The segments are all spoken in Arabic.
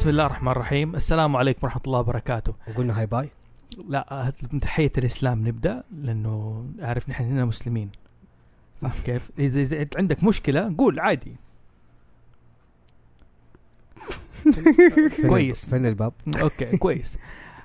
بسم الله الرحمن الرحيم. السلام عليكم ورحمة الله وبركاته. وقلنا هاي باي. لا من تحية الإسلام نبدأ لأنه عارف نحن هنا مسلمين. كيف إذا عندك مشكلة قول عادي. كويس. فين الباب؟ أوكي كويس.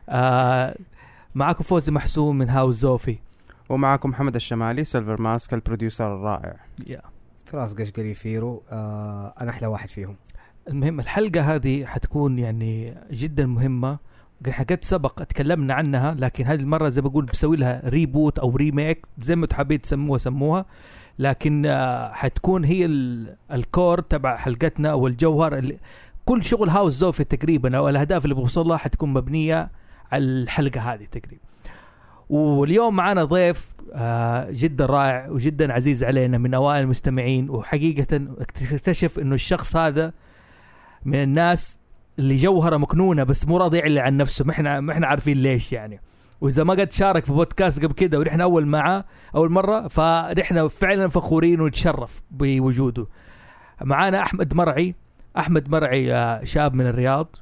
معكم فوزي محسوم من هاوس زوفي، ومعكم محمد الشمالي سيلفر ماسك البروديوسر الرائع. فراس قشقري فيرو. أنا أحلى واحد فيهم. المهم الحلقة هذه حتكون يعني جدا مهمة. حاجات سبق تكلمنا عنها، لكن هذه المرة زي ما بقول بسوي لها ريبوت أو ريميك زي ما تحبين تسموها، لكن حتكون هي الكور تبع حلقتنا أو الجوهر. كل شغل هاوس زوفي تقريبا أو الأهداف اللي بوصلها حتكون مبنية على الحلقة هذه تقريبا. واليوم معنا ضيف جدا رائع وجدا عزيز علينا من أوائل المستمعين، وحقيقة اكتشف إنه الشخص هذا من الناس اللي جوهره مكنونة بس مو راضي يعلن عن نفسه. ما احنا عارفين ليش يعني. وإذا ما قد شارك في بودكاست قبل كده ونحن أول مرة، فنحن فعلا فخورين ونتشرف بوجوده. معانا أحمد مرعي شاب من الرياض،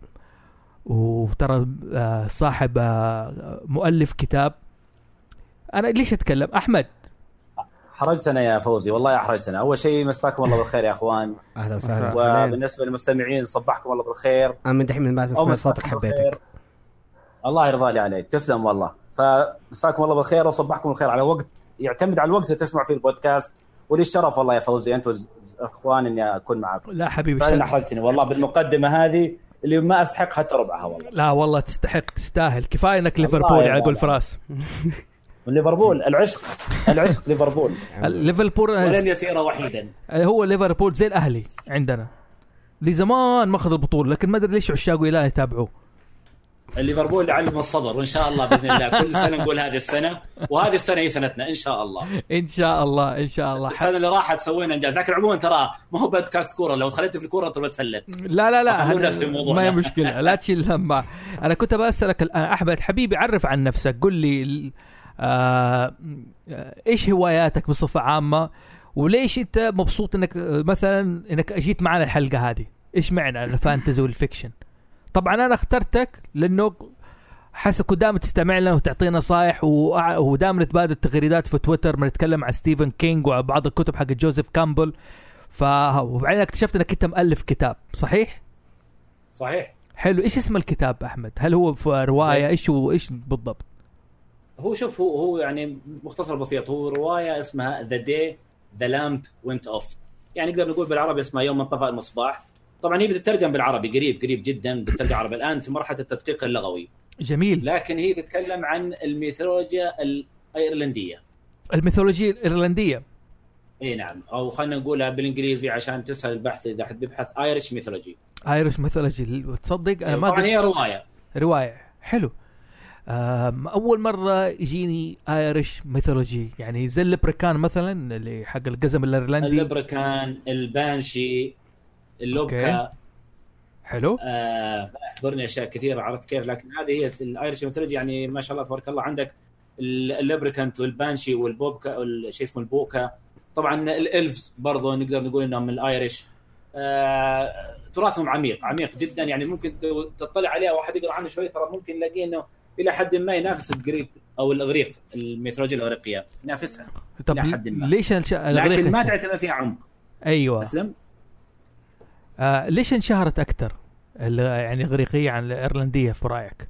وترى صاحب مؤلف كتاب. أنا ليش أتكلم أحمد؟ حرجتنا يا فوزي، والله أحرجتنا. أول شيء مساكم الله بالخير يا أخوان. أهلا وسهلا. وبالنسبة للمستمعين صبحكم الله بالخير. أنا من دحين من بعد ما صوتك حبيتك. الله يرضى لي عليك، تسلم والله. فمساكم الله بالخير وصبحكم الخير على وقت يعتمد على الوقت اللي تسمع فيه البودكاست، ولي الشرف والله يا فوزي أنتوا أخوان إني أكون معكم. لا حبيبي فأنا أحرجتني والله بالمقدمة هذه اللي ما أستحق حتى ربعها والله. لا والله تستحق، تستاهل. كفاية إنك ليفربول على قول فراس. من ليفربول، العشق ليفربول. ليفربول ولن يسير وحيدا. هو ليفربول زي الأهلي عندنا لزمان ما أخذ البطولة، لكن ما أدري ليش عشاقه إلى يتابعوه. الليفربول يعلم الصبر، وإن شاء الله بإذن الله كل سنة نقول هذه السنة، وهذه السنة هي سنتنا إن شاء الله. إن شاء الله. السنة اللي راحت سوينا إنجاز. لكن عموما ترى ما هو بودكاست كورة، لو دخلت في الكورة تبى تفلت. لا ما هي مشكلة. لا تشيل هم. أنا كنت بسألك أحمد حبيبي، عرف عن نفسك، قل لي إيش هواياتك بصفة عامة، وليش أنت مبسوط إنك مثلا إنك أجيت معنا الحلقة هذه. إيش معنى الفانتزي والفيكشن؟ طبعا أنا اخترتك لأنه حسب دائما تستمع لنا وتعطينا نصائح، ودائما نتبادل التغريدات في تويتر، ما نتكلم عن ستيفن كينج وبعض الكتب حق جوزيف كامبل. وبعدين اكتشفت انك انت مؤلف كتاب، صحيح؟ حلو. ايش اسم الكتاب احمد؟ هل هو في روايه؟ ايش بالضبط؟ هو شوف، هو يعني مختصر بسيط، هو روايه اسمها The Day the Lamp Went Off. يعني نقدر نقول بالعربي اسمها يوم انطفأ المصباح. طبعا هي بتترجم بالعربي قريب جدا، بتترجم عربي الان في مرحله التدقيق اللغوي. جميل. لكن هي تتكلم عن الميثولوجيا الايرلنديه. الميثولوجيا الايرلنديه، اي نعم، او خلينا نقولها بالانجليزي عشان تسهل البحث اذا حد بيبحث. ايرش ميثولوجي. تصدق انا ما طبعا هي روايه. حلو. اول مره يجيني ايرش ميثولوجي، يعني زي الليبريكان مثلا اللي حق القزم الايرلندي. الليبريكان، البانشي، اللوبكا. حلو. احضرني اشياء كثيره، عرفت كيف. لكن هذه هي الايرش ميثولوجي. يعني ما شاء الله تبارك الله، عندك الليبريكانت والبانشي والبوبكا والشيء اسمه البوكا. طبعا الالفز برضو نقدر نقول انهم من الايرش. تراثهم عميق جدا. يعني ممكن تطلع عليها واحد يقرا عنه شوي، ترى ممكن نلاقي انه الى حد ما ينافس الجريك او الاغريق، الميثولوجيا الاغريقيه ينافسها الى حد ما. ليش لكن ما تعتمد فيها عمق. ايوه اسلم. ليش انشهرت اكثر يعني اغريقيه عن الايرلنديه في رايك؟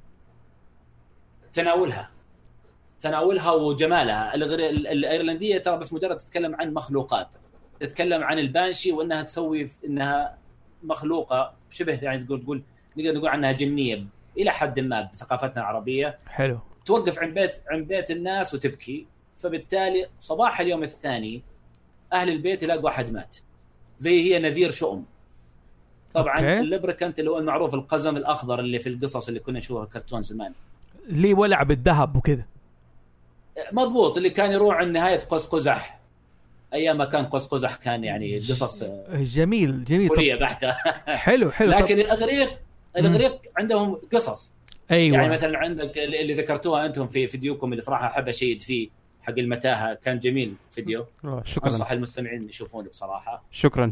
تناولها وجمالها. الايرلنديه ترى بس مجرد تتكلم عن مخلوقات، تتكلم عن البانشي وانها تسوي انها مخلوقه شبه، يعني تقول نقدر نقول عنها جنيه الى حد ما بثقافتنا العربيه. حلو. توقف عند بيت الناس وتبكي، فبالتالي صباح اليوم الثاني اهل البيت يلاقوا واحد مات، زي هي نذير شؤم. طبعا الليبريكانت اللي هو المعروف القزم الاخضر اللي في القصص اللي كنا نشوفها كرتون زمان، اللي ولع بالذهب وكذا. مضبوط، اللي كان يروح عند نهايه قوس قزح ايام ما كان قوس قزح، كان يعني قصص جميل كورية بحتة. حلو. لكن الاغريق عندهم قصص. ايوه. يعني مثلا عندك اللي ذكرتوها انتم في فيديوكم اللي صراحه احب اشيد فيه، حق المتاهه كان جميل فيديو. شكرا. انصح المستمعين يشوفونه بصراحه. شكرا.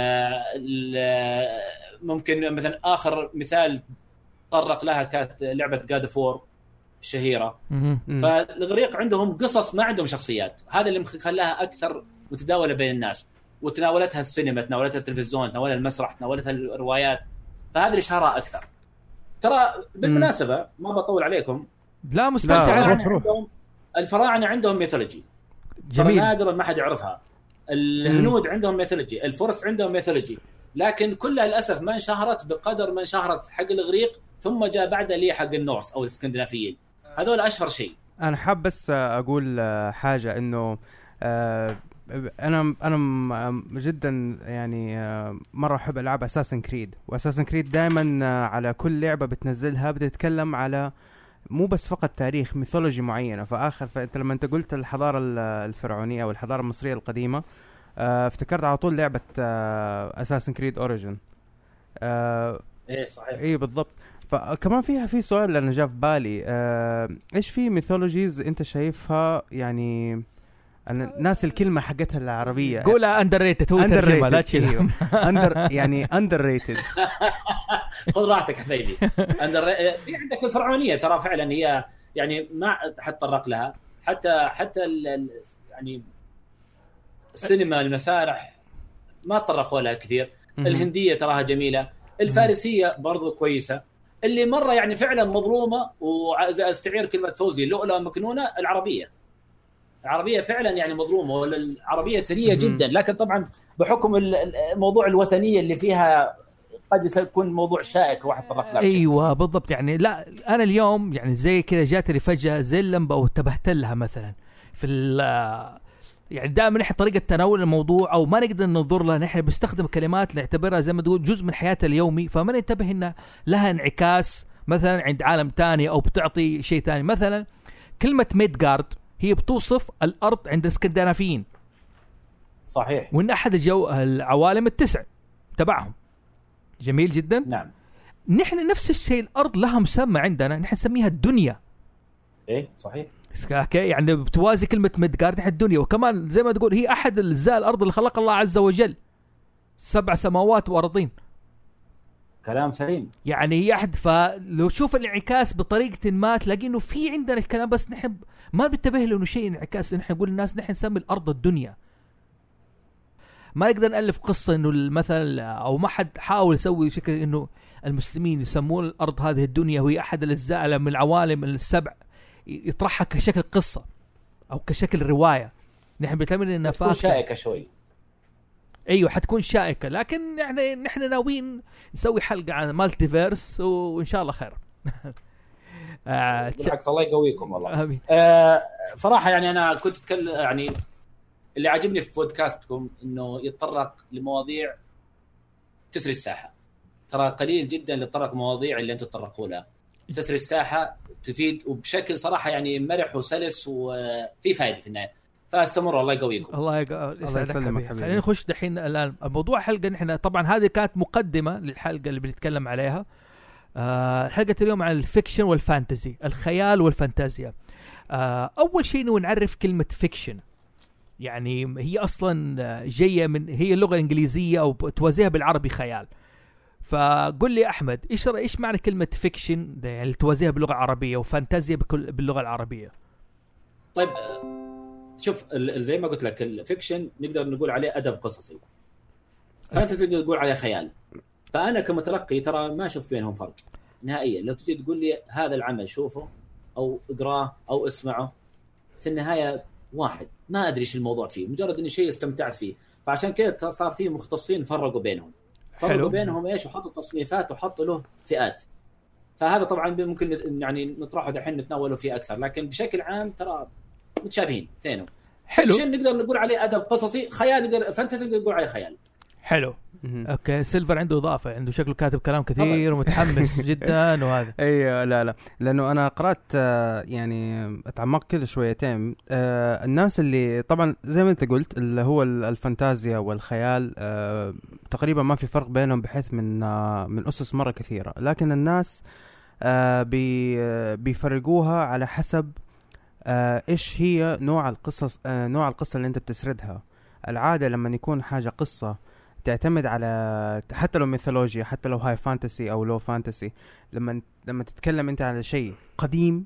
ممكن مثلا اخر مثال تطرق لها كانت لعبه جاد فور الشهيره. فالإغريق عندهم قصص ما عندهم شخصيات، هذا اللي خلاها اكثر متداوله بين الناس، وتناولتها السينما، تناولتها التلفزيون، تناولتها المسرح، تناولتها الروايات، فهذا اللي شهرها اكثر. ترى بالمناسبه ما بطول عليكم، لا مستمتع. الفراعنه عندهم ميثولوجي جميل، نادرا ما حد يعرفها. الهنود عندهم ميثولوجي، الفرس عندهم ميثولوجي، لكن كلها للاسف ما انشهرت بقدر ما انشهرت حق الاغريق، ثم جاء بعدها لي حق النورس او الاسكندنافيين، هذول اشهر شيء. انا حاب بس اقول حاجه، انه انا جدا يعني مره احب العاب اساسن كريد، واساسن كريد دائما على كل لعبه بتنزلها بتتكلم على مو بس فقط تاريخ، ميثولوجي معينه. فانت لما انت قلت الحضاره الفرعونيه او الحضاره المصريه القديمه، افتكرت على طول لعبه اساسن كريد اوريجن. ايه صحيح، ايه بالضبط. فكمان فيها في سؤال اللي جاء في بالي، ايش في ميثولوجيز انت شايفها يعني الناس الكلمه حقتها العربيه قولها اندر ريتد، هو ترجمه لا تشيلها. يعني اندر ريتد. خذ راحتك حبيبي. في عندك الفرعونيه ترى فعلا هي يعني ما حتطرق لها، حتى يعني السينما، المسارح ما تطرقوا لها كثير. الهنديه تراها جميله، الفارسيه برضو كويسه. اللي مره يعني فعلا مظلومه، واستعير كلمه فوزي لؤلؤه مكنونه، العربيه فعلا يعني مظلومه، ولا العربيه ثريه جدا، لكن طبعا بحكم الموضوع الوثنيه اللي فيها قد يكون موضوع شائك واحد طرق له. ايوه بالضبط. يعني لا انا اليوم يعني زي كذا جات لي فجاه زي اللمبه وانتبهت لها مثلا في يعني دائما نحن طريقه تناول الموضوع او ما نقدر ننظر لها، نحن بنستخدم كلمات نعتبرها زي ما تقول جزء من حياتها اليومي، فما ننتبه ان لها انعكاس مثلا عند عالم تاني او بتعطي شيء ثاني. مثلا كلمه ميدغارد هي بتوصف الارض عند الاسكندنافيين، صحيح، وان احد العوالم التسع تبعهم. جميل جدا. نعم. نحن نفس الشيء، الارض لها مسمى عندنا، نحن نسميها الدنيا. ايه صحيح، يعني بتوازي كلمه ميدغارد نحن الدنيا. وكمان زي ما تقول هي احد اجزاء الارض اللي خلق الله عز وجل، 7 سماوات وارضين. كلام سليم. يعني هي احد، فلو تشوف الانعكاس بطريقه ما تلاقي انه في عندنا الكلام، بس نحن ما بنتبه له انه شيء انعكاس. نحن نقول للناس نحن نسمي الارض الدنيا، ما نقدر نألف قصة انه المثل او ما حد حاول يسوي شكل انه المسلمين يسمون الارض هذه الدنيا وهي احد الاجزاء من العوالم السبع، يطرحها كشكل قصة او كشكل رواية. نحن بنتمنى انها تكون شائكة شوي. ايوه حتكون شائكة، لكن يعني نحن ناويين نسوي حلقة عن مالتيفيرس وان شاء الله خير. بالعكس الله يقويكم والله. آمين. صراحة يعني انا كنت اتكلم، يعني اللي عجبني في بودكاستكم انه يتطرق لمواضيع تثري الساحه. ترى قليل جدا اللي يتطرق مواضيع اللي انتم تطرقوا لها. تثري الساحه تفيد وبشكل صراحه يعني مرح وسلس وفي فائده في النهايه. فاستمروا الله يقويكم. الله يسلمك. خلينا نخش دحين الان الموضوع حلقه. نحن طبعا هذه كانت مقدمه للحلقه اللي بنتكلم عليها. حلقه اليوم عن الفيكشن والفانتزي، الخيال والفانتازيا. اول شيء نعرف كلمه فيكشن. يعني هي اصلا جايه من، هي اللغه الانجليزيه او توازيها بالعربي خيال. فقل لي احمد ايش معنى كلمه فيكشن يعني توازيها باللغه العربيه، وفانتازيا باللغه العربيه؟ طيب شوف، زي ما قلت لك الفيكشن نقدر نقول عليه ادب قصصي، فانتازي نقدر نقول عليه خيال. فانا كمتلقي ترى ما اشوف بينهم فرق نهائيا. لو تجي تقول لي هذا العمل شوفه او اقراه او اسمعه، في النهايه واحد، ما ادري ايش الموضوع فيه، مجرد انه شيء استمتعت فيه. فعشان كذا صار فيه مختصين فرقوا بينهم. بينهم ايش، وحطوا تصنيفات وحطوا له فئات. فهذا طبعا ممكن يعني نطرحه دحين نتناوله فيه اكثر، لكن بشكل عام ترى متشابهين اثنين. حلو. نقدر نقول عليه ادب قصصي، خيال نقدر فانتزي نقدر نقول عليه خيال. حلو. اوكي. سيلفر عنده اضافه، عنده شكله كاتب كلام كثير ومتحمس جدا وهذا. ايوه لا لانه انا قرات يعني اتعمقت كذا شويتين. الناس اللي طبعا زي ما انت قلت اللي هو الفانتازيا والخيال تقريبا ما في فرق بينهم بحيث من اسس مره كثيره، لكن الناس بيفرقوها على حسب ايش هي نوع القصص، نوع القصة اللي انت بتسردها. العادة لما يكون حاجة قصة تعتمد على، حتى لو ميثولوجيا، حتى لو هاي فانتسي او لو فانتسي، لما تتكلم انت على شيء قديم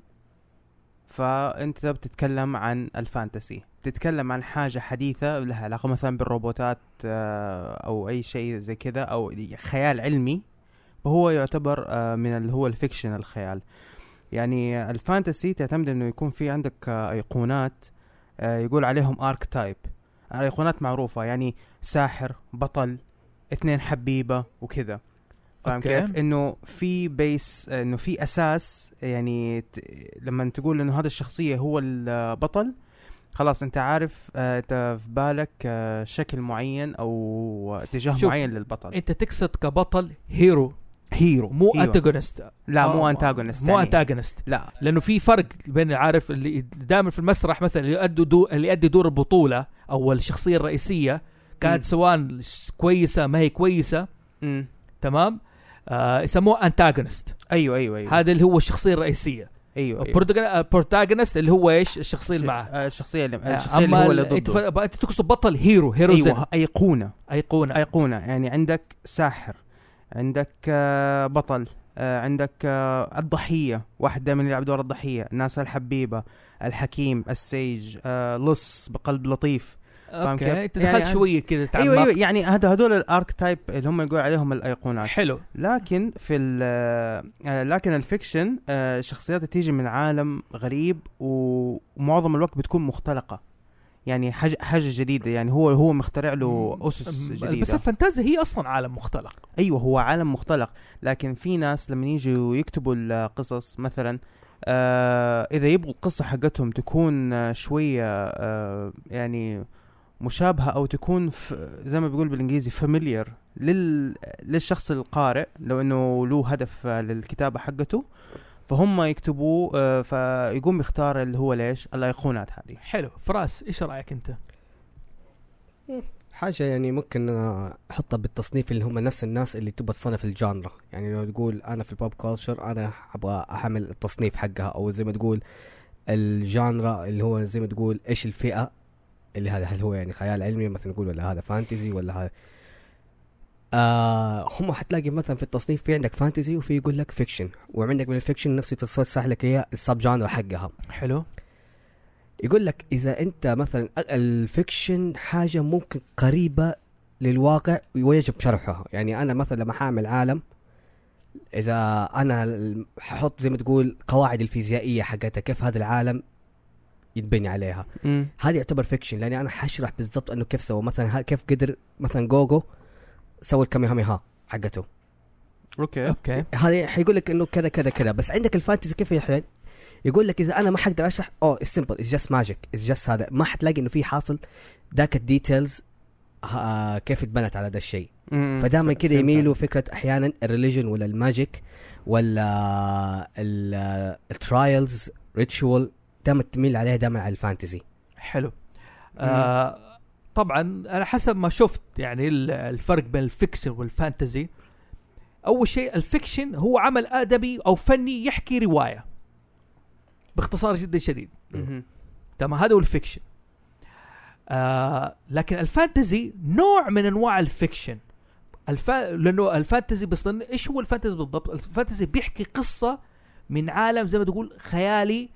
فانت بتتكلم عن الفانتسي. تتكلم عن حاجة حديثة لها علاقة مثلا بالروبوتات او اي شيء زي كذا، او خيال علمي، فهو يعتبر من اللي هو الفيكشن، الخيال. يعني الفانتسي تعتمد انه يكون في عندك ايقونات، يقول عليهم اركتايب، ايقونات معروفة، يعني ساحر، بطل، 2 حبيبة وكذا. فاهم كيف؟ انه في بيس، انه في اساس. يعني لما تقول انه هذا الشخصية هو البطل، خلاص انت عارف، انت في بالك شكل معين او اتجاه معين للبطل. انت تقصد كبطل هيرو مو انتاغونست. لا مو انتاغونست، مو انتاغونست، لا، لانه في فرق بين، عارف، اللي دائما في المسرح مثلا اللي يؤدي دور البطولة او الشخصية الرئيسية كانت سواء كويسة ما هي كويسة، تمام، يسموه انتاغونست. ايوه هذا اللي هو الشخصية الرئيسية. ايوه بروتاغونست اللي هو ايش الشخصية اللي معه، الشخصية اللي هو اللي ضده. انت تقصد بطل هيروز. ايوه ايقونة. يعني عندك ساحر، عندك بطل، عندك الضحية، واحد دائما يلعب دور الضحية، الناس الحبيبة، الحكيم، السيج، لص بقلب لطيف. اوكي، انت دخلت يعني شويه كذا تعمق. ايوه يعني هذول الاركتايب اللي هم يقول عليهم الايقونات. حلو. لكن في لكن الفيكشن الشخصيات تيجي من عالم غريب، ومعظم الوقت بتكون مختلقه، يعني حاجه جديده، يعني هو مخترع له اسس جديده. بس الفانتازيا هي اصلا عالم مختلق. ايوه هو عالم مختلق، لكن في ناس لما يجوا يكتبوا القصص مثلا، اذا يبغوا القصه حقتهم تكون شويه يعني مشابهة، أو تكون زي ما بيقول بالإنجليزي familiar للشخص القارئ، لو إنه له هدف للكتابة حقته، فهم يكتبوه، فيقوم يختار اللي هو ليش الأيقونات هذه. حلو. فراس، إيش رأيك أنت؟ حاجة يعني ممكن أحطها بالتصنيف اللي هم نفس الناس اللي تبغى تصنف الجانرا. يعني لو تقول أنا في البوب كولتشر أنا أبغى أحمل التصنيف حقها، أو زي ما تقول الجانرا اللي هو زي ما تقول إيش الفئة اللي هذا، هل هو يعني خيال علمي مثلا نقول، ولا هذا فانتزي، ولا هذا هم حتلاقي مثلا في التصنيف في عندك فانتزي وفي يقول لك فيكشن، وعندك من الفيكشن نفسه يتصفح لك هي السب جانر حقها. حلو. يقول لك اذا انت مثلا الفيكشن حاجه ممكن قريبه للواقع ويجب شرحها. يعني انا مثلا لما حاعمل عالم، اذا انا ححط زي ما تقول قواعد الفيزيائيه حقتها كيف هذا العالم يتبني عليها، هذا يعتبر فيكشن، لاني انا حشرح بالضبط انه كيف سوى مثلا، كيف قدر مثلا جوجو سوى الكاميهاميها حقته. اوكي هذا حيقول لك انه كذا كذا كذا. بس عندك الفانتزي كيف يقول لك اذا انا ما حقدر اشرح السمبل از جاست ماجيك، از جاست هذا، ما حتلاقي انه في حاصل ذاك الديتيلز كيف اتبنت على هذا الشيء. فدائما كده يميلوا فكره احيانا الريليجن ولا الماجيك ولا الترايلز ريتشوال، دائما تميل عليها دائما على الفانتزي. حلو. طبعا انا حسب ما شفت يعني الفرق بين الفيكشن والفانتزي. اول شيء الفيكشن هو عمل ادبي او فني يحكي روايه باختصار جدا شديد. تمام، هذا هو الفيكشن. لكن الفانتزي نوع من انواع الفيكشن. لانه الفانتزي بس ايش هو الفانتزي بالضبط؟ الفانتزي بيحكي قصه من عالم زي ما تقول خيالي،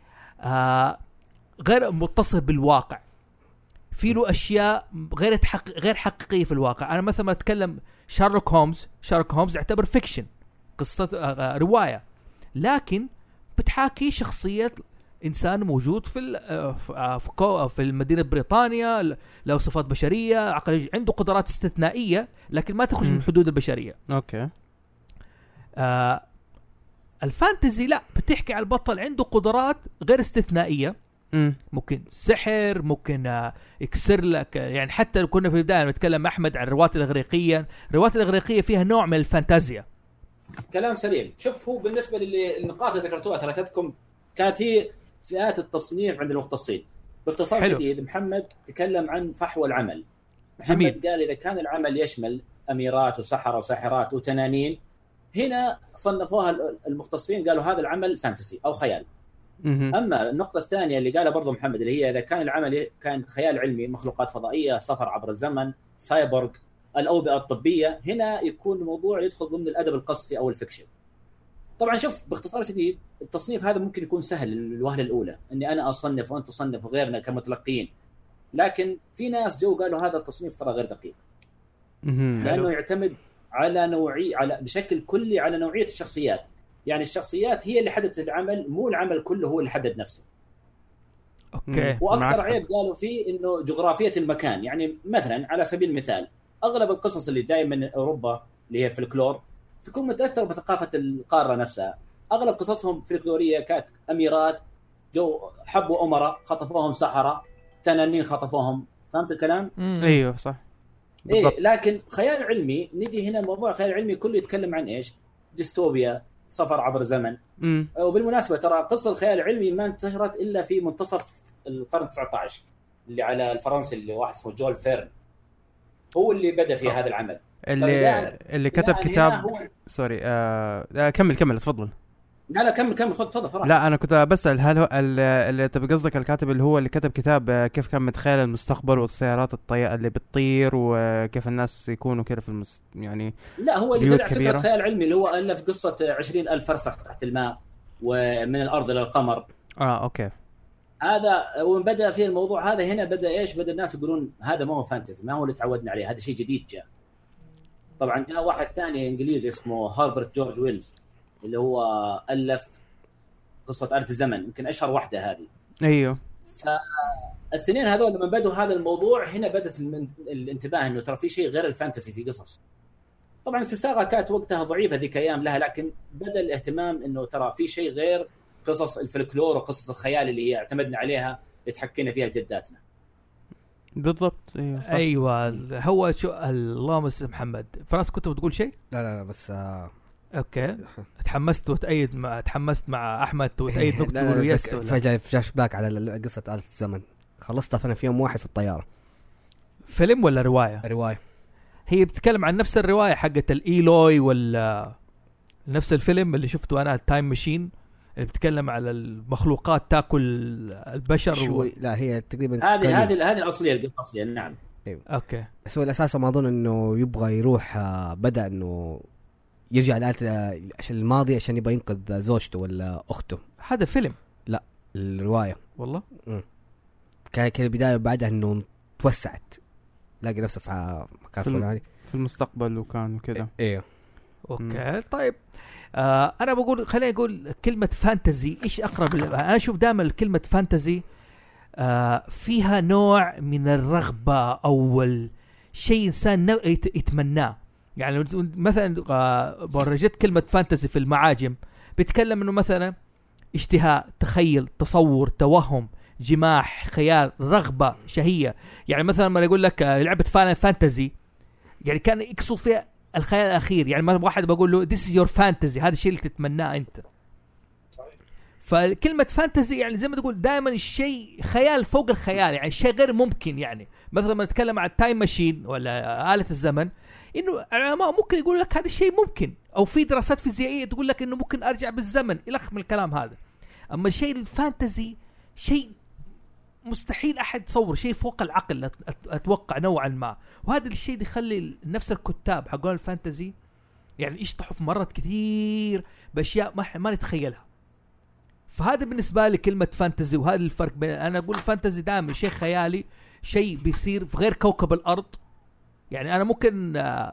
غير متصل بالواقع، في له اشياء غير حقيقيه في الواقع. انا مثلا اتكلم شارلوك هومز يعتبر فيكشن، قصه روايه، لكن بتحاكي شخصيه انسان موجود في المدينه بريطانيا، له صفات بشريه، عقليه، عنده قدرات استثنائيه لكن ما تخرج من حدود البشريه. اوكي. الفانتزي لا، بتحكي على البطل عنده قدرات غير استثنائيه، ممكن سحر، ممكن يكسر لك. يعني حتى لو كنا في البدايه نتكلم احمد عن الروايات الاغريقيه فيها نوع من الفانتازيا. كلام سليم. شوف، هو بالنسبه للنقاط اللي ذكرتوها ثلاثتكم كانت هي فئات التصنيف عند المختصين. باختصار شديد، محمد تكلم عن فحوى العمل. محمد جميل. قال اذا كان العمل يشمل اميرات وسحرة وساحرات وتنانين، هنا صنفوها المختصين قالوا هذا العمل فانتسي او خيال. اما النقطه الثانيه اللي قالها برضو محمد اللي هي اذا كان العمل كان خيال علمي، مخلوقات فضائيه، سفر عبر الزمن، سايبورغ، الاوبئه الطبيه، هنا يكون الموضوع يدخل ضمن الادب القصصي او الفيكشن. طبعا شوف باختصار شديد التصنيف هذا ممكن يكون سهل للوهله الاولى، اني انا اصنف وانت تصنف وغيرنا كمتلقين، لكن في ناس جو قالوا هذا التصنيف ترى غير دقيق، لانه يعتمد على نوعي على بشكل كلي على نوعيه الشخصيات. يعني الشخصيات هي اللي حددت العمل، مو العمل كله هو اللي حدد نفسه. اوكي. واكثر عيب قالوا فيه انه جغرافيه المكان. يعني مثلا على سبيل المثال اغلب القصص اللي جايه من اوروبا اللي هي فلكلور تكون متاثره بثقافه القاره نفسها. اغلب قصصهم فلكلوريه، كانت اميرات جو حبوا امراء خطفوهم سحره، تنانين خطفوهم، فهمت الكلام؟ ايوه صح. إيه، لكن خيال علمي نجي هنا موضوع خيال علمي كله يتكلم عن ايش؟ ديستوبيا، سفر عبر زمن. وبالمناسبه ترى قصه الخيال العلمي ما انتشرت الا في منتصف القرن 19 اللي على الفرنسي اللي واحد اسمه جول فيرن، هو اللي بدا في هذا العمل. اللي كتب كتاب سوري كمل تفضل. لا كمل خذ تفضل. لا انا كنت بسأل هل هو اللي تبي قصدك الكاتب اللي هو اللي كتب كتاب كيف كان متخيل المستقبل والسيارات اللي بتطير وكيف الناس يكونوا كده في يعني لا هو اللي طلع فكرة خيال علمي اللي هو ألف قصة 20,000 فرسخ تحت الماء ومن الأرض إلى القمر. اوكي. هذا ومن بدأ في الموضوع هذا هنا بدأ ايش؟ بدأ الناس يقولون هذا ما هو فانتزي، ما هو اللي تعودنا عليه، هذا شيء جديد جاء. طبعا جاء واحد ثاني انجليزي اسمه هاربرت جورج ويلز اللي هو ألف قصة أرض الزمن، يمكن أشهر واحدة هذه. أيوه. فالاثنين هذول لما بدوا هذا الموضوع هنا بدت الانتباه إنه ترى في شيء غير الفانتسي في قصص. طبعا الساغة كانت وقتها ضعيفة ذيك أيام لها، لكن بدأ الاهتمام إنه ترى في شيء غير قصص الفلكلور وقصص الخيال اللي هي اعتمدنا عليها يتحكينا فيها جداتنا. بالضبط. ايوه صح. ايوه هو شو اللهم صل محمد. فراس كنت بتقول شيء؟ لا بس اوكي. تحمست مع احمد وتأيد نقطة يس. فجأة فلاش باك على قصة آلة الزمن، خلصتها فانا في يوم واحد في الطيارة. فيلم ولا رواية؟ رواية. هي بتتكلم عن نفس الرواية حقت الإيلوي ولا نفس الفيلم اللي شفته انا التايم ماشين اللي بتتكلم على المخلوقات تاكل البشر لا هي تقريبا هذه الأصلية القصة الأصلية. نعم. أيوة. اوكي. بس هو الأساس ما أظن إنه يبغى يروح بدأ إنه يرجع عشان الماضي عشان يبغى ينقذ زوجته ولا أخته. هذا فيلم؟ لا الرواية والله. كان البداية بعدها إنه توسعت لاقي نفسه في مكان فلاني في المستقبل وكان كده. ايه. اوكي. طيب انا بقول خليني اقول كلمة فانتزي ايش اقرب. انا اشوف دائما كلمة فانتزي فيها نوع من الرغبة او الشيء انسان يتمناه. يعني مثلا برجت كلمة فانتزي في المعاجم بيتكلم انه مثلا اشتهاء، تخيل، تصور، توهم، جماح، خيال، رغبة، شهية. يعني مثلا ما يقول لك لعبة فانتزي يعني كان يقصد فيها الخيال الأخير. يعني مثلا واحد بقول له this is your fantasy، هذا الشيء اللي تتمناه أنت. فكلمة فانتزي يعني زي ما تقول دائما الشيء خيال فوق الخيال، يعني شيء غير ممكن. يعني مثلا ما نتكلم عن التايم ماشين ولا آلة الزمن، إنه العلماء ممكن يقول لك هذا الشيء ممكن، أو في دراسات فيزيائية تقول لك إنه ممكن أرجع بالزمن إلى آخر من الكلام هذا. أما الشيء الفانتزي شيء مستحيل أحد يتصور، شيء فوق العقل أتوقع نوعا ما. وهذا الشيء اللي يخلي نفس الكتاب حقون الفانتزي يعني يشطحوا في مرات كثير بأشياء ما نتخيلها. فهذا بالنسبة لي كلمة فانتزي. وهذا الفرق بين أنا أقول فانتزي دائما شيء خيالي، شيء بيصير في غير كوكب الأرض. يعني أنا ممكن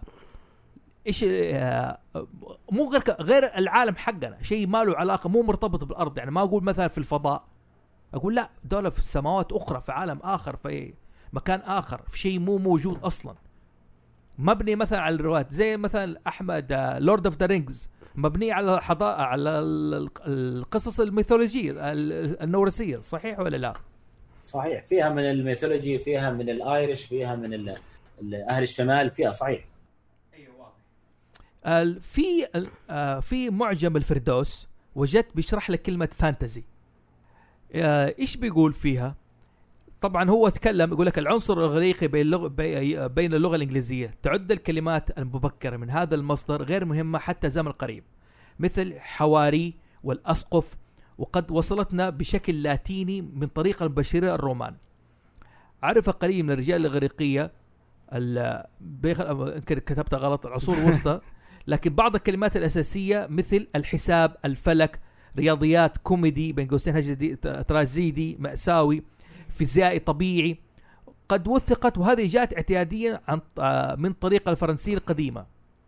مو غير العالم حقنا، شيء ما له علاقة، مو مرتبط بالأرض. يعني ما أقول مثلا في الفضاء، أقول لا دولة في السماوات أخرى، في عالم آخر، في مكان آخر، في شيء مو موجود أصلا، مبني مثلا على الروايات. زي مثلا أحمد لورد اوف ذا رينجز مبني على على القصص الميثولوجية النورسية، صحيح ولا لا؟ صحيح، فيها من الميثولوجي، فيها من الآيرش، فيها من أهل الشمال، فيها صحيح. في معجم الفردوس وجدت بيشرح لك كلمة فانتزي. ايش بيقول فيها؟ طبعا هو تكلم يقول لك العنصر الإغريقي بين اللغة الإنجليزية تعد الكلمات المبكرة من هذا المصدر غير مهمة حتى زمن قريب، مثل حواري والأسقف وقد وصلتنا بشكل لاتيني من طريق البشرية الرومان. عرف قليل من الرجال الإغريقية يمكن كتبتها غلط العصور الوسطى، لكن بعض الكلمات الأساسية مثل الحساب، الفلك، رياضيات، كوميدي بين قوسين تراجيدي، مأساوي، فيزيائي، طبيعي، قد وثقت، وهذه جاءت اعتياديا من طريق الفرنسية القديمة.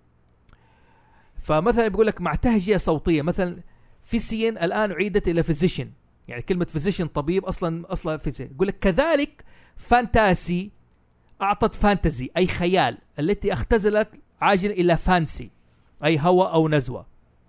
فمثلا بيقول لك مع تهجئة صوتية، مثلا فيسيين الآن عيدت إلى فيزيشن، يعني كلمة فيزيشن طبيب أصلا فيزيين. يقول لك كذلك فانتاسي أعطت فانتزي أي خيال، التي اختزلت عاجل إلى فانسي أي هوى أو نزوة،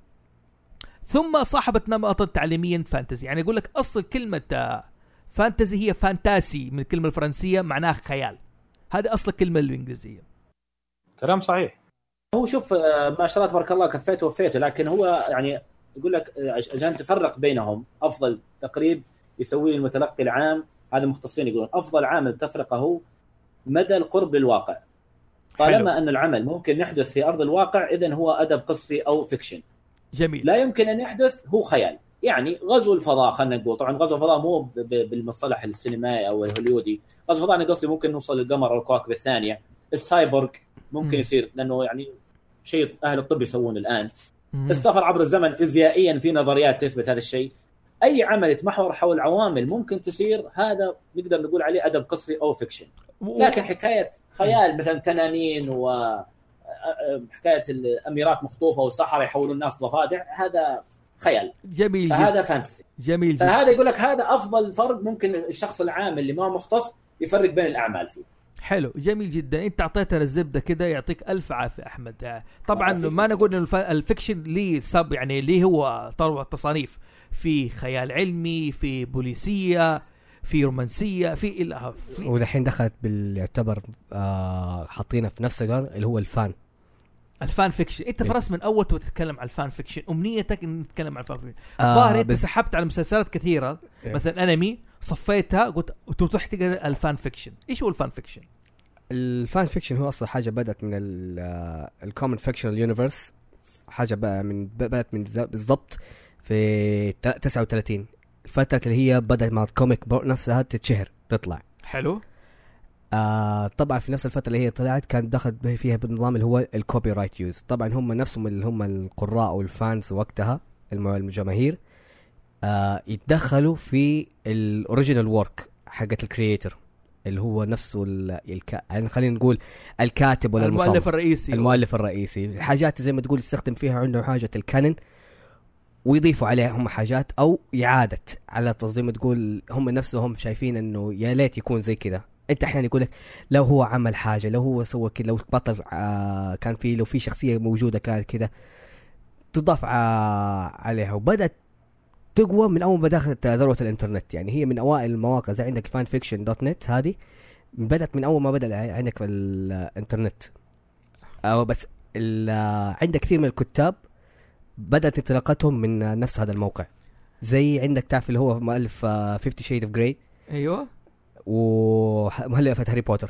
ثم صاحبت نمطا تعليميا فانتزي. يعني يقول لك أصل كلمة فانتزي هي فانتاسي من الكلمة الفرنسية معناها خيال، هذا أصل الكلمة الإنجليزية. كلام صحيح. هو شوف ما شاء الله تبارك الله كفيت ووفيت، لكن هو يعني يقول لك عشان تفرق بينهم أفضل تقريب يسويه المتلقي العام، هذا مختصين يقولون أفضل عامل تفرقه هو مدى القرب للواقع. طالما أن العمل ممكن يحدث في أرض الواقع، إذن هو أدب قصي أو فيكشن. جميل. لا يمكن أن يحدث هو خيال. يعني غزو الفضاء خلنا نقول، طبعا غزو الفضاء مو بالمصطلح السينمائي أو الهوليودي، غزو الفضاء أنا قصدي ممكن نوصل للقمر أو الكواكب الثانية. السايبورغ ممكن يصير، لأنه يعني شيء أهل الطب يسوون الآن. السفر عبر الزمن فيزيائيا في نظريات تثبت هذا الشيء. أي عمل يتمحور حول عوامل ممكن تصير، هذا نقدر نقول عليه أدب قصي أو فيكشن. لكن حكاية خيال مثلا تنانين وحكاية الأميرات مخطوفة والصحراء يحولون الناس ضفادع، هذا خيال. جميل. هذا فانتسي. جميل. فهذا يقول لك هذا أفضل فرق ممكن الشخص العام اللي ما مختص يفرق بين الأعمال فيه. حلو. جميل جدا. انت اعطيتنا الزبده كده، يعطيك الف عافيه احمد. طبعا ما نقول ان الفيكشن ليه سب، يعني ليه هو تصانيف، في خيال علمي، في بوليسيه، في رومانسيه، في ودحين دخلت يعتبر حاطينه في نفس اللي هو الفان فيكشن. انت فرس من اول تتكلم عن الفان فيكشن، امنيتك ان نتكلم عن الفان فيكشن. ظاهر انت سحبت على مسلسلات كثيره مثلا انمي صفيتها، قلت وتروح تقرا الفان فيكشن. ايش هو الفان فيكشن؟ الفان فيكشن هو اصلا حاجه بدات من الكومن فيكشنال يونيفرس، حاجه بدات من بالضبط في 39 الفتره اللي هي بدات مع الكوميك نفسها تتشهر تطلع. حلو. طبعا في نفس الفتره اللي هي طلعت كان دخل فيها بالنظام اللي هو الكوبي رايت يوز. طبعا هم نفسهم اللي هم القراء والفانز وقتها الجماهير يتدخلوا في الاوريجينال وورك حقت الكرييتر اللي هو نفسه يعني خلينا نقول الكاتب ولا المؤلف الرئيسي. حاجات زي ما تقول يستخدم فيها عنده حاجه الكانون، ويضيفوا عليها هم حاجات او اعاده على تصميم. تقول هم نفسهم شايفين انه يا ليت يكون زي كذا. انت احيانا يقول لك لو هو عمل حاجه، لو هو سوى كذا، لو بطل كان فيه، لو في شخصيه موجوده كانت كذا، تضاف عليها. وبدت تقوى من اول ما دخلت ذروه الانترنت. يعني هي من اوائل المواقع، زي عندك fanfiction.net، هذه بدت من اول ما بدا عندك في الانترنت. بس عندك كثير من الكتاب بدات انطلاقتهم من نفس هذا الموقع. زي عندك تعرف اللي هو مؤلف 50 Shades of Grey. ايوه. ومؤلفة هاري بوتر.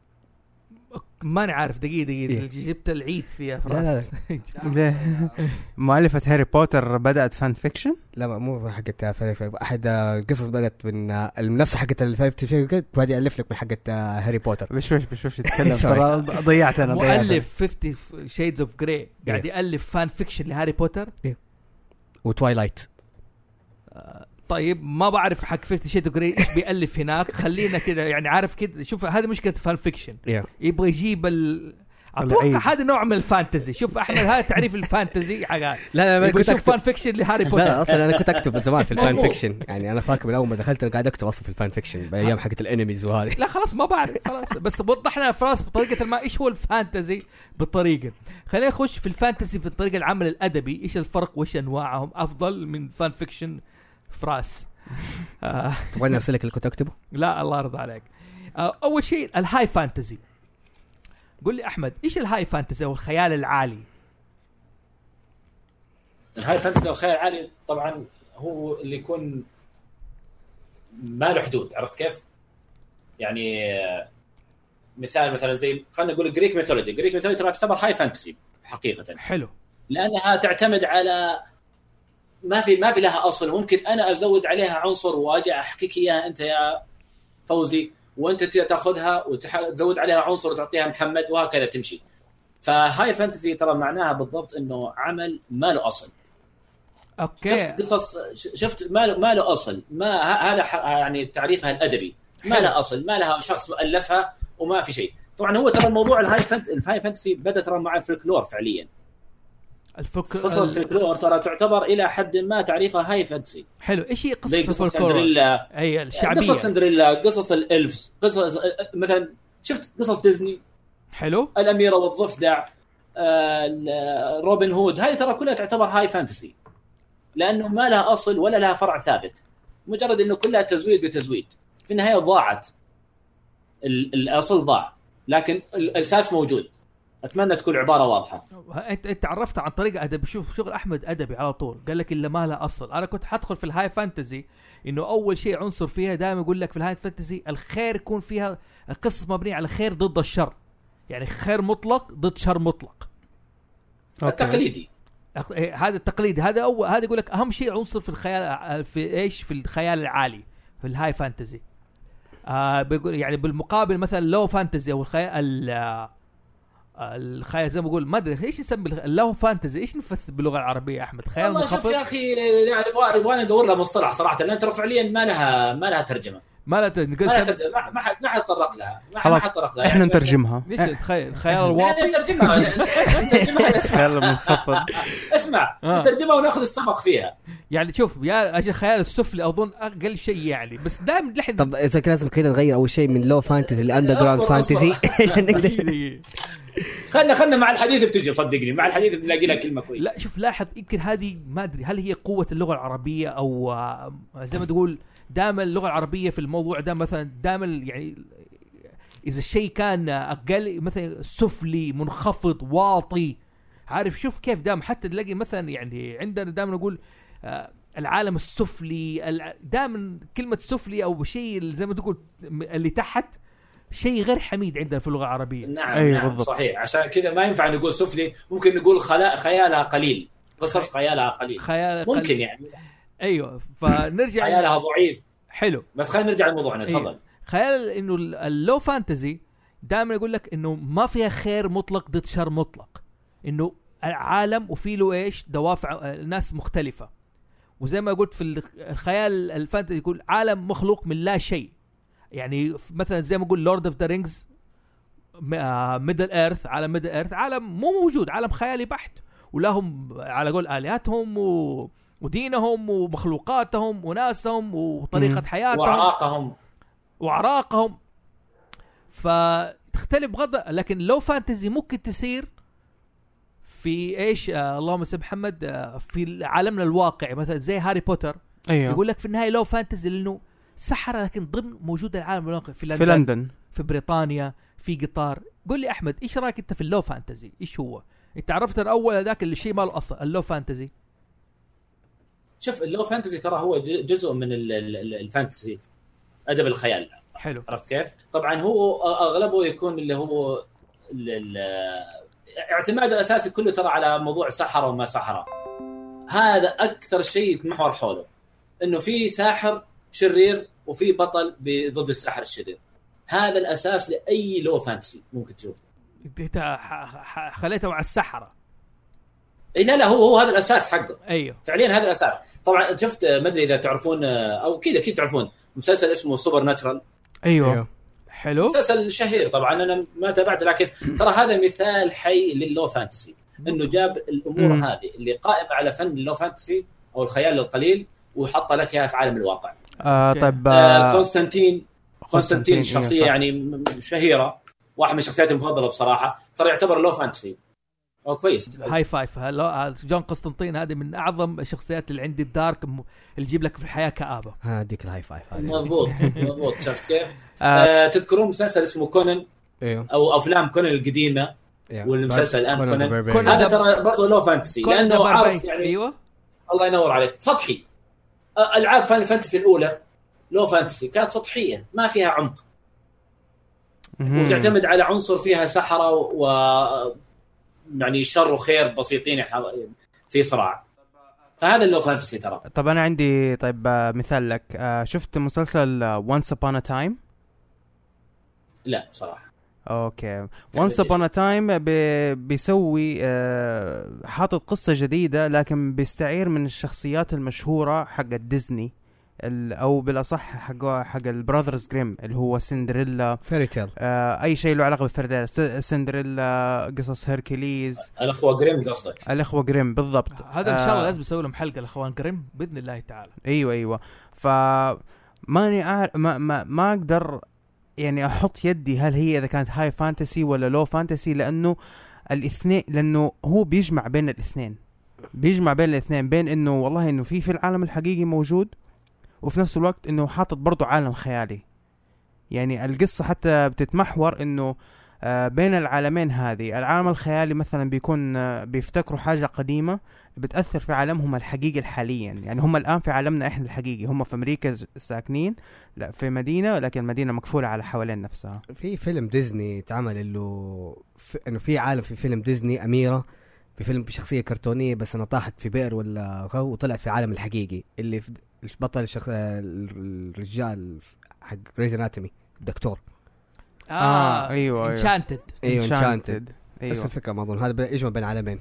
ما نعرف. دقيقة جبت العيد فيها فراس. لا. مؤلفة هاري بوتر بدأت فان فيكشن؟ لا مو حقت أحد القصص بدأت من نفس حقت الفايف بعدين ألف لك من حقت هاري بوتر. بشوش تتكلم. ضيعت أنا. مؤلف 50 Shades of Grey قاعد يألف فان فيكشن لهاري بوتر وتوايلايت. طيب ما بعرف حق 50 Shades of Grey ايش بيألف هناك. خلينا كده يعني عارف كده. شوف هذه مشكلة فان فيكشن. يبغى يجيب اتوقع هذا نوع من الفانتزي. شوف احنا هذا تعريف الفانتزي حاجات. لا كنت اكتب فان فيكشن لهاري بوتر. لا اصلا انا كنت اكتب زمان في الفان فيكشن. يعني انا فاكر من اول ما دخلت انا قاعد اكتب اصلا في الفان فيكشن بايام حقت الانميز وهذه. لا خلاص ما بعرف خلاص. بس وضحنا فراس بطريقه ما ايش هو الفانتزي بالطريقه. خلينا نخش في الفانتزي في الطريقه العمل الادبي. ايش الفرق وايش انواعهم افضل من فان فيكشن فراس؟ تبغى ارسل لك اللي كنت اكتبه؟ لا الله يرضى عليك. اول شيء الهاي فانتزي. قل لي احمد ايش الهاي فانتزي او الخيال العالي؟ الهاي فانتزي والخيال العالي طبعا هو اللي يكون ما له حدود. عرفت كيف؟ يعني مثلا زي خلينا نقول جريك ميثولوجي. جريك ميثولوجي تعتبر هاي فانتزي حقيقة. حلو. لأنها تعتمد على ما في لها اصل. ممكن انا ازود عليها عنصر واجي احكيك اياها انت يا فوزي، وانت تاخذها وتزود عليها عنصر وتعطيها محمد، وهكذا تمشي. فهاي فانتسي ترى معناها بالضبط انه عمل ما له اصل. اوكي شفت قصص، شفت ما له اصل، ما هذا يعني تعريفها الادبي، ما لها اصل، ما لها شخص الفها وما في شيء. طبعا هو ترى الموضوع الهاي فانتسي بدا ترى مع الفولكلور فعليا. قصة الفولكلور ترى تعتبر الى حد ما تعريفها هاي فانتسي. حلو. ايش هي قصة الفولكلور؟ اي الشعبيه، قصص سندريلا، قصص الالفز، قصص مثلا شفت قصص ديزني. حلو. الاميره والضفدع، روبن هود، هاي ترى كلها تعتبر هاي فانتسي لانه ما لها اصل ولا لها فرع ثابت، مجرد انه كلها تزويد بتزويد. في النهايه ضاعت، الاصل ضاع لكن الاساس موجود. اتمنى تكون عباره واضحه. انت عرفت عن طريقه ادبي. شوف شغل احمد ادبي على طول، قال لك الا ما لها اصل. انا كنت حدخل في الهاي فانتزي انه اول شيء عنصر فيها دائما يقول لك في الهاي فانتزي الخير يكون فيها قصص مبنيه على خير ضد الشر، يعني خير مطلق ضد شر مطلق. التقليدي هذا التقليدي. هذا يقول لك اهم شيء عنصر في الخيال، في ايش؟ في الخيال العالي في الهاي فانتزي. بيقول يعني بالمقابل مثلا لو فانتزي او الخيال زي ما بقول، ما ادري ايش يسمي اللو فانتزي، ايش نفسر باللغه العربيه احمد؟ خيال منخفض. شوف يا اخي يعني يبغى ندور لها مصطلح صراحه، لان ترى فعليا ما لها ترجمه. ما حد تطرق لها. خلاص احنا نترجمها. ليش الخيال الواطي نترجمها خيال منخفض. اسمع نترجمها وناخذ السبق فيها. يعني شوف يا اجل الخيال السفلي اظن اقل شيء يعني، بس دائما لحد. طب اذا كان لازم كذا نغير اول شيء من لو فانتزي لاندر جراوند فانتزي. خلنا مع الحديث بتجي، صدقني مع الحديث بنلاقي لها كلمه كويسه. لا شوف لاحظ، يمكن هذه ما ادري هل هي قوه اللغه العربيه او زي ما تقول دائما اللغه العربيه في الموضوع ده. مثلا دائما يعني اذا الشيء كان اقل مثلا سفلي منخفض واطي، عارف شوف كيف دائما حتى تلاقي مثلا يعني عندنا دائما نقول العالم السفلي. دائما كلمه سفلي او شيء زي ما تقول اللي تحت شيء غير حميد عندنا في اللغه العربيه. نعم بالضبط. صحيح، عشان كذا ما ينفع نقول سفلي، ممكن نقول خيالها قليل، قصص خيالها قليل ممكن قليل. يعني ايوه فنرجع خيالها ضعيف. حلو، بس خلينا نرجع لموضوعنا. تفضل. أيوه. خيال انه اللو فانتزي دائما يقول لك انه ما فيها خير مطلق ضد شر مطلق، انه عالم وفي له ايش دوافع ناس مختلفه. وزي ما قلت في الخيال الفانتزي يقول عالم مخلوق من لا شيء، يعني مثلا زي ما اقول لورد اوف ذا رينجز، ميدل ايرث، عالم ميدل ايرث عالم مو موجود، عالم خيالي بحت، ولهم على قول آلهتهم ودينهم ومخلوقاتهم وناسهم وطريقة حياتهم وأعراقهم فتختلف بغض. لكن لو فانتزي ممكن تصير في ايش اللهم صل محمد في عالمنا الواقعي، مثلا زي هاري بوتر. أيوه. يقول لك في النهاية لو فانتزي لأنه سحرة لكن ضمن موجود العالم الواقعي في لندن في بريطانيا في قطار. قل لي أحمد إيش رأيك أنت في اللو فانتزي؟ إيش هو؟ أنت عرفت الأول هذاك الشيء ما له أصل اللو فانتزي. شوف اللو فانتزي ترى هو جزء من الفانتزي، أدب الخيال. حلو. عرفت كيف؟ طبعا هو أغلبه يكون اللي هو اعتماد الأساسي كله ترى على موضوع سحرة وما سحرة. هذا أكثر شيء محور حوله، إنه في ساحر شرير وفي بطل ضد الساحر الشرير. هذا الأساس لأي لو فانتسي ممكن تشوفه. انت خليته مع السحرة. لا هو هذا الأساس حقه. أيوه فعليا هذا الأساس. طبعا شفت ما أدري إذا تعرفون أو أكيد تعرفون مسلسل اسمه سوبر ناتشرال. أيوه حلو، مسلسل شهير طبعا أنا ما تابعت، لكن ترى هذا مثال حي لللو فانتسي، إنه جاب الأمور هذه اللي قائمة على فن اللو فانتسي أو الخيال القليل وحطها لك إياها في عالم الواقع. طيب كونستانتين شخصية يعني شهيرة، واحد من شخصياتي المفضلة بصراحة، ترى يعتبر لو فانتسي. كويس، هاي فايف. جون قسطنطين هذه من أعظم الشخصيات اللي عندي الدارك اللي يجيب لك في الحياة كآبة. هذيك الهاي فايف. مضبوط. شفت كيف؟ تذكرون مسلسل اسمه كونان؟ أيوه. أو أفلام كونان القديمة. والمسلسل الآن كونان هذا ترى برضه لو فانتسي لأنه عارف يعني. أيوه. الله ينور عليك. سطحي. ألعاب فانتسي الأولى لو فانتسي كانت سطحية ما فيها عمق، وتعتمد على عنصر فيها سحرة و يعني شر وخير بسيطين في صراع. فهذا اللو فانتسي ترى. طب انا عندي مثال لك. شفت مسلسل Once Upon a Time؟ لا بصراحه. اوكي. Once Upon a Time بيسوي حاطط قصة جديدة، لكن بيستعير من الشخصيات المشهورة حق ديزني، او بالاصح حق البراذرز جريم، اللي هو سندريلا، فيري تيل، اي شيء له علاقة بالفرديلا، سندريلا، قصص هيركليز، الاخوة جريم قصدك؟ الاخوة جريم بالضبط. هذا ان شاء الله لازم يسوي لهم حلقة الاخوان جريم باذن الله تعالى. ايوه ماني ما اقدر يعني احط يدي هل هي اذا كانت هاي فانتسي ولا لو فانتسي، لانه الاثنين، لانه هو بيجمع بين الاثنين، بين انه والله انه في العالم الحقيقي موجود، وفي نفس الوقت انه حاطط برضو عالم خيالي. يعني القصة حتى بتتمحور انه بين العالمين هذه. العالم الخيالي مثلا بيكون بيفتكروا حاجة قديمة بتأثر في عالمهم الحقيقي حاليا. يعني هم الآن في عالمنا إحنا الحقيقي، هم في أمريكا ساكنين لا في مدينة، لكن المدينة مقفولة على حوالين نفسها. في فيلم ديزني تعمل انه في عالم في فيلم ديزني أميرة في فيلم بشخصية كرتونية، بس أنا طاحت في بئر وطلعت في العالم الحقيقي، اللي في بطل الرجال حق ريز اناتومي الدكتور. ايوه انشانتد. ايوه بس الفكرة ما اظن هذا يجمع بين عالمين.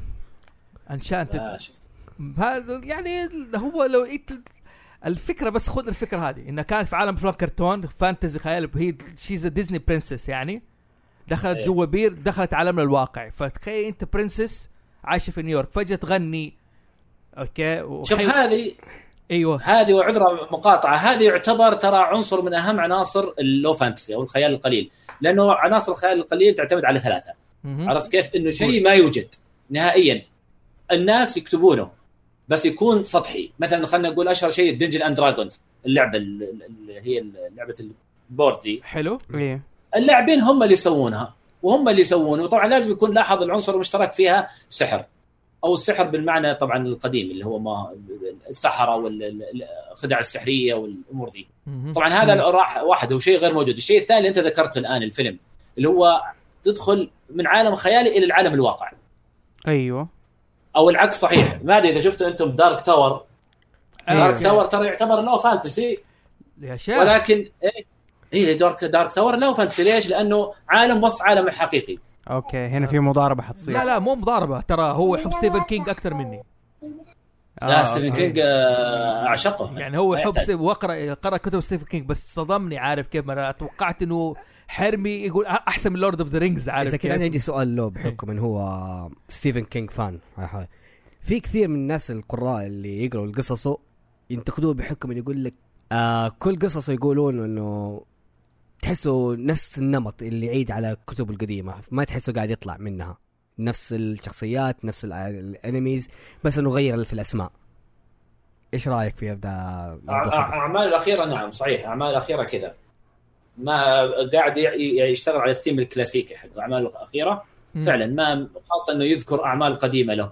انشانتد هذا يعني هو لو الفكرة، بس خذ الفكرة هذه انها كانت في عالم فلان كرتون فانتزي خيال، هي شيزة ديزني برنسس، يعني دخلت جوا بير، دخلت عالمنا الواقع. فتخيل انت برنسس عايشة في نيويورك فجأة تغني. اوكي شوف هذه ايوه هذه وعذرا مقاطعه، هذه يعتبر ترى عنصر من اهم عناصر اللو فانتسي او الخيال القليل، لانه عناصر الخيال القليل تعتمد على ثلاثه. عرفت كيف؟ انه شيء ما يوجد نهائيا، الناس يكتبونه بس يكون سطحي. مثلا خلينا نقول اشهر شيء الدنجن اند دراجونز، اللعبه اللي هي لعبه البورد دي، حلو. اللاعبين هم اللي يسوونها وهم اللي يسوونه، وطبعا لازم يكون لاحظ العنصر المشترك فيها سحر، او السحر بالمعنى طبعا القديم اللي هو ما السحرة والخدع السحريه والامور دي. طبعا هذا راح واحد هو شيء غير موجود. الشيء الثاني اللي انت ذكرته الان الفيلم، اللي هو تدخل من عالم خيالي الى العالم الواقع. ايوه او العكس صحيح. ما ادري اذا شفتوا انتم دارك تاور. دارك تاور ترى يعتبر لو فانتسي يا شيخ، ولكن ايه دارك تاور لو فانتسي. ليش؟ لانه عالم وصف عالم الحقيقي. اوكي هنا في مضاربه حتصير. لا مو مضاربه، ترى هو يحب ستيفن كينج اكثر مني. لا ستيفن كينج اعشقه، يعني هو يحب قرأ كتب ستيفن كينج، بس صدمني. عارف كيف؟ انا توقعت انه حرمي يقول احسن من لورد اوف ذا رينجز. عارف اذا كده عندي سؤال له بحكم ان هو ستيفن كينج فان. في كثير من الناس القراء اللي يقرأوا قصصه ينتقدوه بحكم انه يقول لك كل قصصه يقولون انه تحسوا نفس النمط اللي يعيد على كتب القديمة، ما تحسوا قاعد يطلع منها نفس الشخصيات نفس الانميز، بس انه غير في الاسماء. ايش رايك في هذا؟ اعمال الاخيره نعم صحيح، اعمال الاخيره كذا ما قاعد يشتغل على الثيم الكلاسيكي حق اعمال الاخيره فعلا، ما خاصه انه يذكر اعمال قديمه له.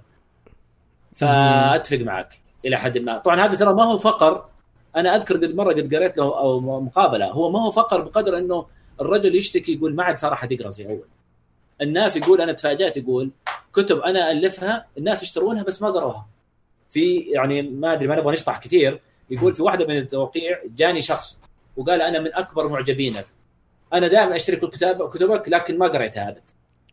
فاتفق معك الى حد ما. طبعا هذا ترى ما هو فقر، انا اذكر قد قريت له او مقابله، هو ما هو فقر بقدر انه الرجل يشتكي يقول ما عاد صار احد يقرا زي اول. الناس يقول انا تفاجأت، يقول كتب انا الفها الناس يشترونها بس ما قروها. في يعني ما ادري، ما نبغى نشطح كثير، يقول في واحده من التوقيع جاني شخص وقال انا من اكبر معجبينك، انا دائما اشتري كتبك لكن ما قريتها ابد.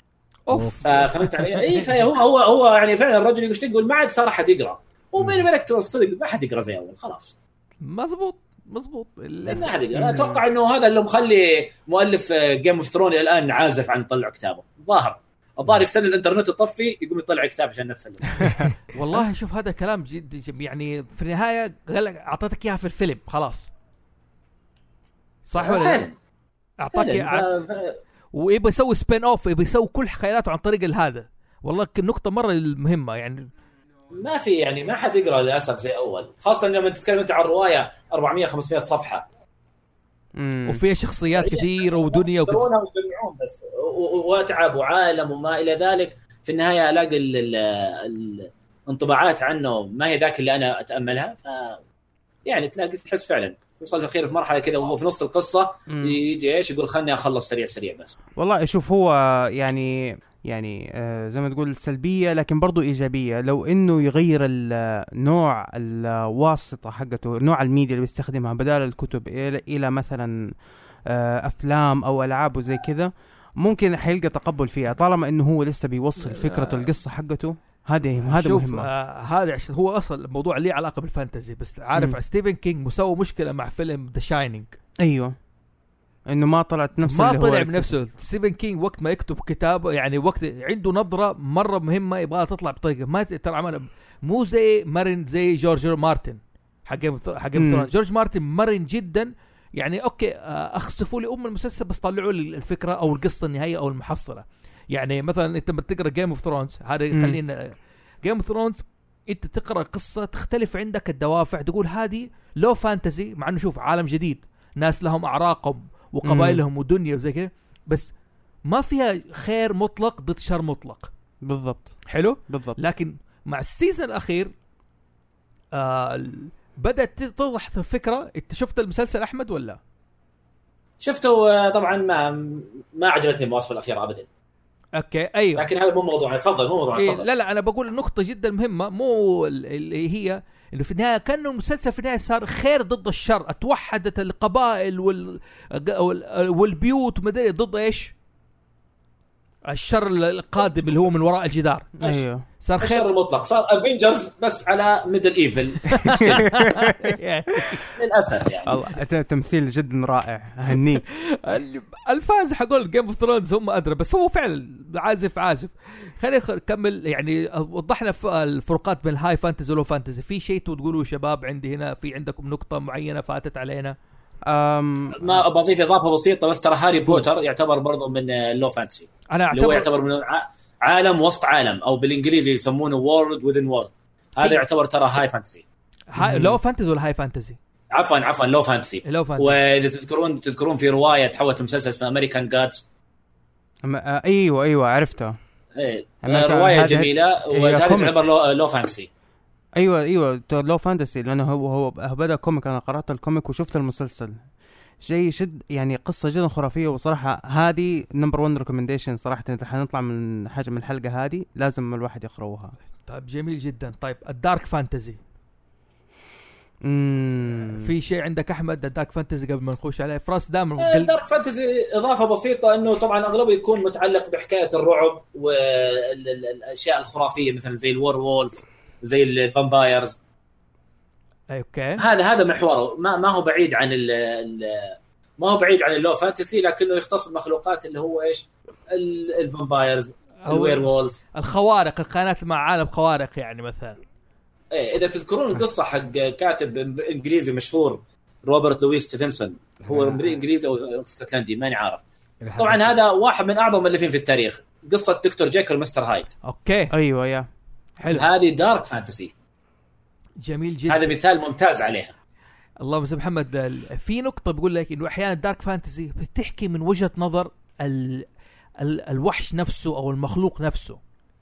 فهمت علي؟ اي فهو يعني فعلا الرجل يقول ما عاد صار احد يقرا، وبيني وبينك ترى الصدق ما حد يقرا زي اول خلاص. مزبوط ما حد يقرا. انا اتوقع انه هذا اللي مخلي مؤلف جيم اوف ثرون الان عازف عن طلع كتابه. الظاهر يستنى الانترنت يطفي يقوم يطلع كتاب عشان نفسه. والله شوف هذا كلام جد يعني في النهايه اعطيتك اياها في الفيلم خلاص، صح ولا اعطاك ويبغى يسوي سبين اوف، يبغى يسوي كل خيالاته عن طريق هذا. والله النقطه مره مهمه يعني. ما في يعني ما حد يقرا للاسف زي اول، خاصه لما تتكلم انت عن روايه 400-500 صفحه وفيها شخصيات كثيره ودنيا ويجمعون بس واتعب وعالم وما الى ذلك. في النهايه الاقي الانطباعات عنه ما هي ذاك اللي انا اتاملها. ف يعني تلاقي تحس فعلا وصل الاخير في مرحله كذا وهو في نص القصه يجي ايش يقول خلني اخلص سريع بس. والله شوف هو يعني يعني زي ما تقول سلبية لكن برضو إيجابية. لو إنه يغير النوع الواسطة حقته، نوع الميديا اللي بيستخدمها، بدال الكتب إلى مثلا أفلام أو ألعاب وزي كذا، ممكن حيلقى تقبل فيها طالما إنه هو لسه بيوصل فكرة القصة حقته. هذا مهم. هذا عشان هو أصلا الموضوع ليه علاقة بالفانتزي. بس عارف ستيفن كينج مسوي مشكلة مع فيلم ذا شاينينج. أيوه، انه ما طلعت نفس ما اللي هو طلع بنفسه. ستيفن كينج وقت ما يكتب كتاب يعني وقت عنده نظرة مرة مهمة يبغى تطلع بطريقة ما ترى عمل مو زي مرن زي جورج مارتن حق جورج مارتن مرن جدا يعني. اوكي اخسفوا لي المسلسل بس طلعوا لي الفكرة او القصة النهائية او المحصلة. يعني مثلا انت بتقرا جيم اوف ثرونز، هذا خلينا جيم اوف ثرونز انت تقرا قصة تختلف عندك الدوافع، تقول هذه لو فانتزي مع انه شوف عالم جديد، ناس لهم اعراقهم وقبائلهم ودنيا وزي كده، بس ما فيها خير مطلق ضد شر مطلق. بالضبط، حلو بالضبط. لكن مع السيزن الاخير بدأت توضح الفكرة. انت شفت المسلسل احمد ولا؟ شفته طبعا. ما عجبتني المواصفة الأخيرة ابدا. اوكي ايوه، لكن هذا مو موضوع. تفضل. مو موضوع. إيه لا انا بقول نقطة جدا مهمة، مو اللي هي انه في النهايه كان المسلسل في النهايه صار خير ضد الشر، اتوحدت القبائل والبيوت ومدري ضد ايش الشر القادم اللي هو من وراء الجدار. ايوه صار خير الشر المطلق، صار افنجرز بس على ميدل ايفل للاسف يعني. الله تمثيل جدا رائع، اهنيك. الفانز حقول جيم اوف ثرونز هم ادرى، بس هو فعلا عازف. خلينا نكمل يعني. وضحنا الفروقات بين الهاي فانتزي ولو فانتزي. في شيء تقولوا شباب عندي هنا، في عندكم نقطة معينة فاتت علينا؟ ما بضيف إضافة بسيطة بس، ترى هاري بوتر يعتبر برضو من اللو فانتسي. أنا هو يعتبر من عالم وسط عالم، أو بالإنجليزي يسمونه وورلد within وورلد. هذا يعتبر ترى هاي فانتسي. لو فانتزي ولا هاي فانتزي؟ عفوا لو فانتسي. وإذا تذكرون في رواية تحولت مسلسل اسمه أمريكان جادز. أيوة عرفتها. رواية جميلة وهذا تعتبر لو فانتسي. ايوه لو فانتسي، لانه هو بدا كوميك. انا قرأت الكوميك وشفت المسلسل، شيء شد يعني، قصة جدا خرافية. وصراحة هذه نمبر 1 ريكومنديشن صراحة. انت حنطلع من حاجة من الحلقة هذه لازم الواحد يقرأوها. طيب جميل جدا. طيب الدارك فانتسي في شيء عندك احمد الدارك فانتسي قبل ما نخش عليه؟ فراس دام الدارك فانتسي اضافه بسيطه، انه طبعا اغلبه يكون متعلق بحكايه الرعب والاشياء الخرافيه مثلا زي الوور وولف، زي الفامبايرز. اوكي هذا محوره. ما هو بعيد عن ما هو بعيد عن اللو فانتسي، لكنه يختص بالمخلوقات اللي هو ايش، الفامبايرز، الوير وولف، الخوارق، الكائنات مع عالم خوارق يعني. مثلا ايه اذا تذكرون القصه حق كاتب انجليزي مشهور روبرت لويس ستيفنسون، هو انجليزي او اسكتلندي ماني عارف. طبعا هذا واحد من اعظم المؤلفين في التاريخ، قصه دكتور جيكل ومستر هايد. اوكي ايوه يا حلو، هذه دارك فانتسي جميل جدا. هذا مثال ممتاز عليها. اللهم صل محمد. في نقطه بقول لك انه احيانا الدارك فانتسي بتحكي من وجهه نظر الوحش نفسه او المخلوق نفسه،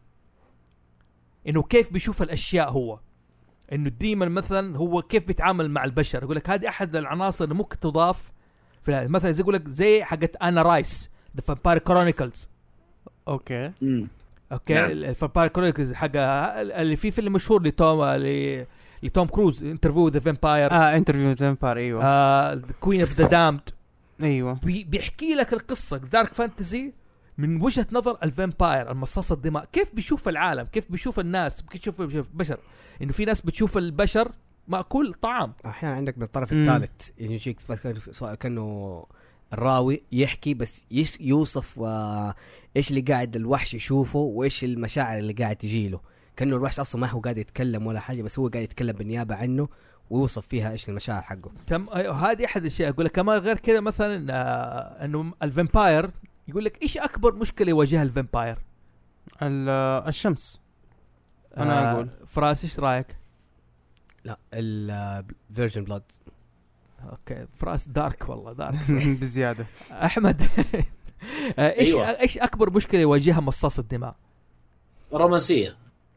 انه كيف بيشوف الاشياء، هو انه ديما مثلا هو كيف بيتعامل مع البشر. يقول لك هذه احد العناصر اللي ممكن تضاف في مثلا زي يقول لك زي حقت انا رايس ذا فامباير كرونيكلز. اوكي الفامباير كرونيكلز حق اللي في فيلم مشهور لتوم كروز، انترفيو ذا فامباير. انترفيو ذا فامباير. ايوه كوين اوف ذا دامد. ايوه بيحكي لك القصه دارك فانتسي من وجهه نظر الفامباير، المصاص الدماء، كيف بيشوف العالم، كيف بيشوف الناس، كيف بيشوف البشر. انه في ناس بتشوف البشر مأكول طعام. احيانا عندك من الطرف الثالث يجيك سواء كانه الراوي يحكي بس يوصف ايش اللي قاعد الوحش يشوفه وايش المشاعر اللي قاعد تجيله، كانه الوحش اصلا ما هو قاعد يتكلم ولا حاجه، بس هو قاعد يتكلم بالنيابه عنه ويوصف فيها ايش المشاعر حقه. هذه احد الاشياء. اقول لك كمان غير كذا مثلا انه الفامباير يقول لك ايش اكبر مشكله يواجهها الفامباير؟ الشمس. انا اقول فراس ايش رايك؟ لا الفيرجن بلاد. اوكي فراس دارك والله دارك بزياده. احمد ايش اكبر مشكله يواجهها مصاص الدماء؟ الرومانسيه.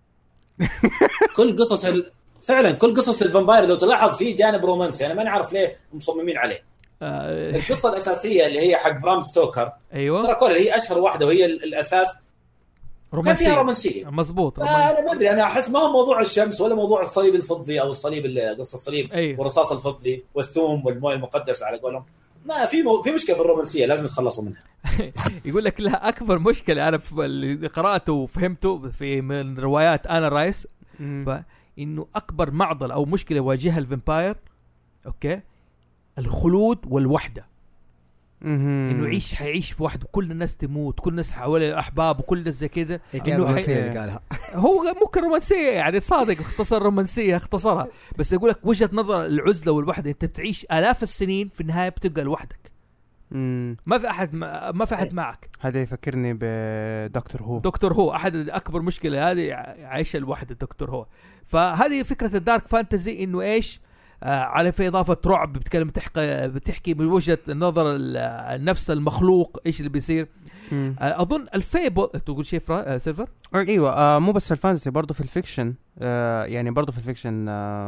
كل قصص فعلا كل قصص الفامباير لو تلاحظ في جانب رومانسي، انا ما نعرف ليه مصممين عليه. القصه الاساسيه اللي هي حق برام ستوكر، ايوه ترى كل هي اشهر واحده وهي الاساس، كان فيها رومانسيه مزبوط. انا ما ادري، انا احس ما هو موضوع الشمس ولا موضوع الصليب الفضي او الصليب قصه الصليب والرصاص الفضي والثوم والماء المقدس على قولهم، ما في مشكله في الرومانسيه لازم يتخلصوا منها. يقول لك لا، اكبر مشكله انا في اللي قراته وفهمته في من روايات انا رايس، فانه اكبر معضله او مشكله يواجهها الفامباير اوكي الخلود والوحده. انه حيعيش في وحده، كل الناس تموت، كل الناس حواليه احباب وكل الناس زي كده. هو ممكن رومانسيه يعني صادق، اختصر رومانسيه اختصرها، بس يقول لك وجهه نظر العزله والوحده، انت بتعيش آلاف السنين في النهايه بتبقى لوحدك، ما في احد معك. هذا يفكرني دكتور هو احد اكبر مشكله هذه عايشه الوحده دكتور هو. فهذه فكره الدارك فانتزي، انه ايش على في اضافه رعب، بتحكي من وجهه نظر النفس المخلوق ايش اللي بيصير. اظن الفيبل تقول شيء سيلفر. ايوه مو بس في الفانتسي، برضو في الفيكشن. يعني برضو في الفيكشن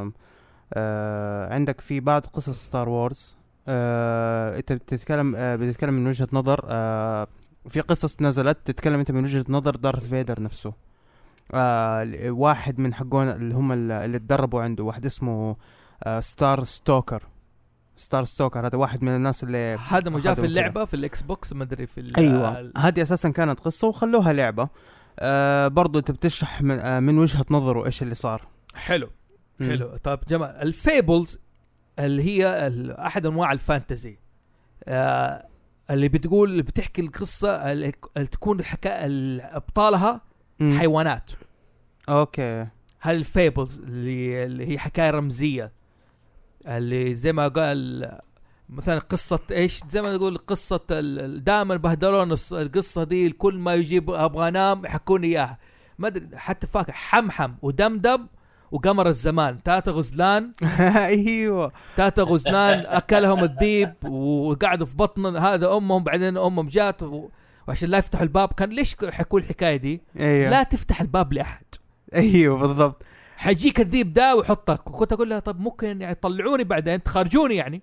عندك في بعض قصص ستار وورز انت بتتكلم من وجهه نظر. في قصص نزلت تتكلم انت من وجهه نظر دارث فيدر نفسه. واحد من حقون اللي هم اللي تدربوا عنده، واحد اسمه ستار ستوكر. هذا واحد من الناس اللي هذا مجال في اللعبه في الاكس بوكس ما ادري في ايوه هذه اساسا كانت قصه وخلوها لعبه. برضو انت بتشرح من وجهه نظره ايش اللي صار. حلو. طيب جماعه الفيبلز اللي هي احد انواع الفانتزي اللي بتحكي القصه اللي تكون حكايه ابطالها حيوانات. اوكي. هل الفيبلز اللي هي حكايه رمزيه، اللي زي ما قال مثلا قصه ايش، زي ما نقول قصه دائما بهدلون القصه دي، كل ما يجيب ابغى انام يحكوني اياها. ما ادري حتى فاكر حمحم ودمدم وقمر الزمان، 3 غزلان. ايوه 3 غزلان اكلهم الذيب وقعدوا في بطن هذا امهم، بعدين امهم جات وعشان لا يفتحوا الباب. كان ليش حكوا الحكايه دي؟ أيوه. لا تفتح الباب لاحد. ايوه بالضبط. حيجيك الذيب ده ويحطك. وكنت اقول لها طب ممكن يعني طلعوني بعدين تخرجوني يعني.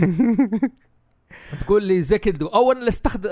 تقول لي زي كده. اول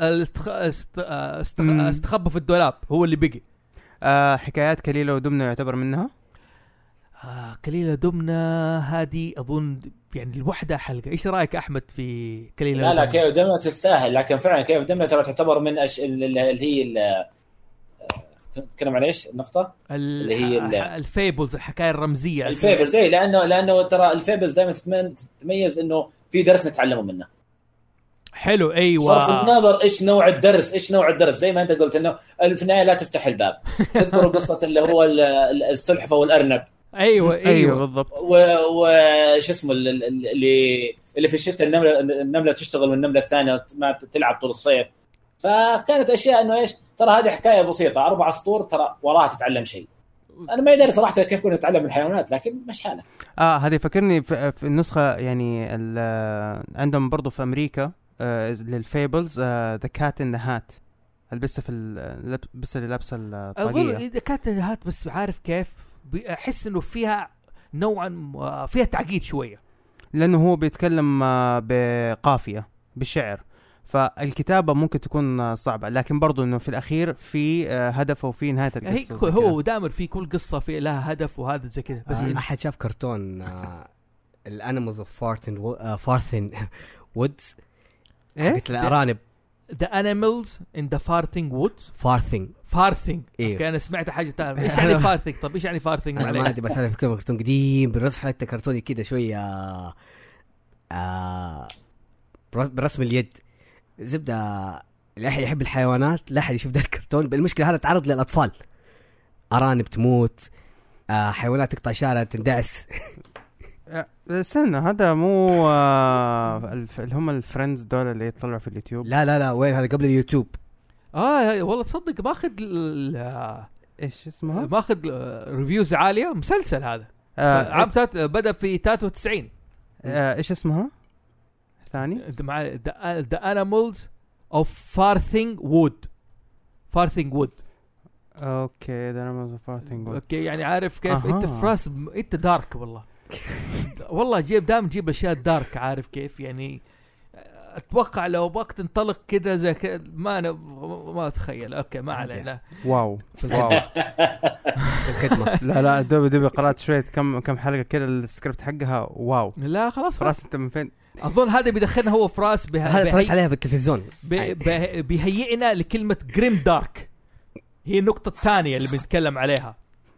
استخبى في الدولاب هو اللي بقي. حكايات كليلة ودمنة يعتبر منها. كليلة دمنة هذه اظن يعني الوحده حلقه. ايش رايك احمد في كليلة؟ لا كليلة ودمنة تستاهل، لكن فعلا كليلة ودمنة ترى تعتبر من اللي هي نتكلم عن ايش النقطه اللي هي الفيبلز، الحكايه الرمزيه. الفيبلز زي لانه ترى الفيبلز دائما تتميز انه في درس نتعلمه منه. حلو. ايوه صرف النظر ايش نوع الدرس زي ما انت قلت انه في النهايه لا تفتح الباب. تذكروا قصه اللي هو السلحفاه والارنب. ايوه بالضبط. وش اسمه اللي في الشتاء النمله تشتغل والنمله الثانيه ما تلعب طول الصيف. فكانت اشياء انه ايش، ترى هذه حكايه بسيطه 4 سطور ترى وراها تتعلم شيء. انا ما ادري صراحه كيف كنا نتعلم من الحيوانات، لكن مش حالك. هذه فكرني في النسخه يعني عندهم برضو في امريكا للفيبلز ذا كات ان ذا هات. البسه بس اللي لابسه الطاقيه ذا كات ان ذا هات. بس عارف كيف احس انه فيها نوعا فيها تعقيد شويه، لانه هو بيتكلم بقافيه بشعر، فالكتابة ممكن تكون صعبة، لكن برضو انه في الاخير في هدف وفي نهاية القصة. هو دائما في كل قصة في لها هدف وهذا زي كده. بس احد شاف كرتون الانيمالز اوف فارثن وودز حقت الارانب. The animals in the farthing woods. farthing. إيه. كان سمعت حاجة تانية. ايش يعني farthing؟ طب ايش يعني farthing؟ انا ما ادري، بس هذا فكرة كرتون قديم بالرسم، حتى كرتوني كده شوية برسم اليد زبدة. لا أحد يحب الحيوانات، لا أحد يشوف ذا الكرتون. بالمشكلة هذا تعرض للأطفال، أرانب تموت، حيوانات تقطع شارع تندعس. سنة هذا مو اللي هم الفريندز دول اللي يطلعوا في اليوتيوب. لا وين هذا قبل اليوتيوب. والله تصدق ماخذ ايش اسمها، ماخذ ريفيوز عالية. مسلسل هذا عام بدأ في 93. ايش اسمها ثاني؟ مع The Animals of Farthing Wood. اوكي The Animals of Farthing Wood. اوكي يعني عارف كيف. انت فراس انت دارك والله. والله دائما جيب اشياء دارك. عارف كيف يعني اتوقع لو بقى تنطلق كده زي كده ما اتخيل. اوكي ما علينا. واو في واو. الخدمه. لا دوبي قرأت شوية كم حلقة كده السكريبت حقها. واو لا خلاص فراس انت من فين؟ اظن هذا بيدخلنا هو فراس هذا اتفرجت عليها بالتلفزيون. بيهيئنا لكلمة جريم دارك، هي النقطة الثانية اللي بنتكلم عليها.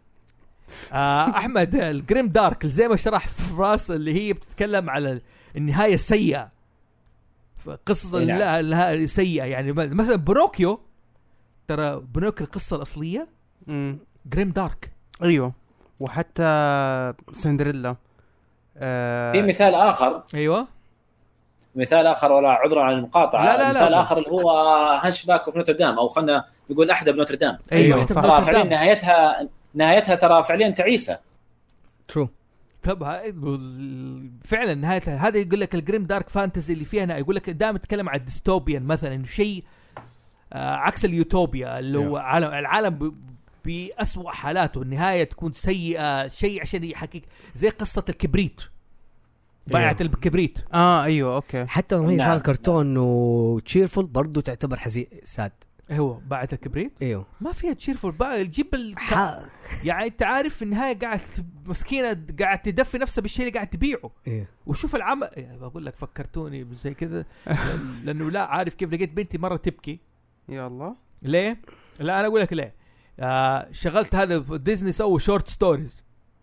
أحمد، الجريم دارك زي ما شرح فراس اللي هي بتتكلم على النهاية السيئة، قصة لها سيئة. يعني مثلا بنوكيو، ترى بنوكيو القصة الأصلية جريم دارك. أيوه، وحتى سندريلا. في مثال آخر. أيوه مثال آخر، ولا عذرا على المقاطعة. لا مثال آخر اللي هو هانشباك في نوتردام، أو خلنا نقول أحدى بنوتردام. أيوه ترى فعليا نهايتها ترى فعليا تعيسة. ترو. طب فعلا نهايتها هذا يقول لك الجريم دارك فانتزي اللي فيها، يقول لك دائما تتكلم عن الديستوبيان مثلا، انه شيء عكس اليوتوبيا اللي هو العالم بأسوأ حالاته، النهاية تكون سيئة، شيء عشان يحقق زي قصة الكبريت، بيعة الكبريت. ايوه اوكي. حتى لو هي صارت كرتون وتشيرفول برضو تعتبر حزين ساد. هو باعت الكبريت. ايوه ما فيها تشيرفول بقى، جيب يعني انت عارف في النهايه قاعد مسكينه قاعد تدفي نفسها بالشيء اللي قاعد تبيعه. إيه. وشوف العمل، يعني بقول لك فكرتوني زي كذا لانه لا عارف كيف لقيت بنتي مره تبكي. يا الله ليه؟ لا انا اقول لك ليه. شغلت هذا ديزني سووا شورت ستوريز.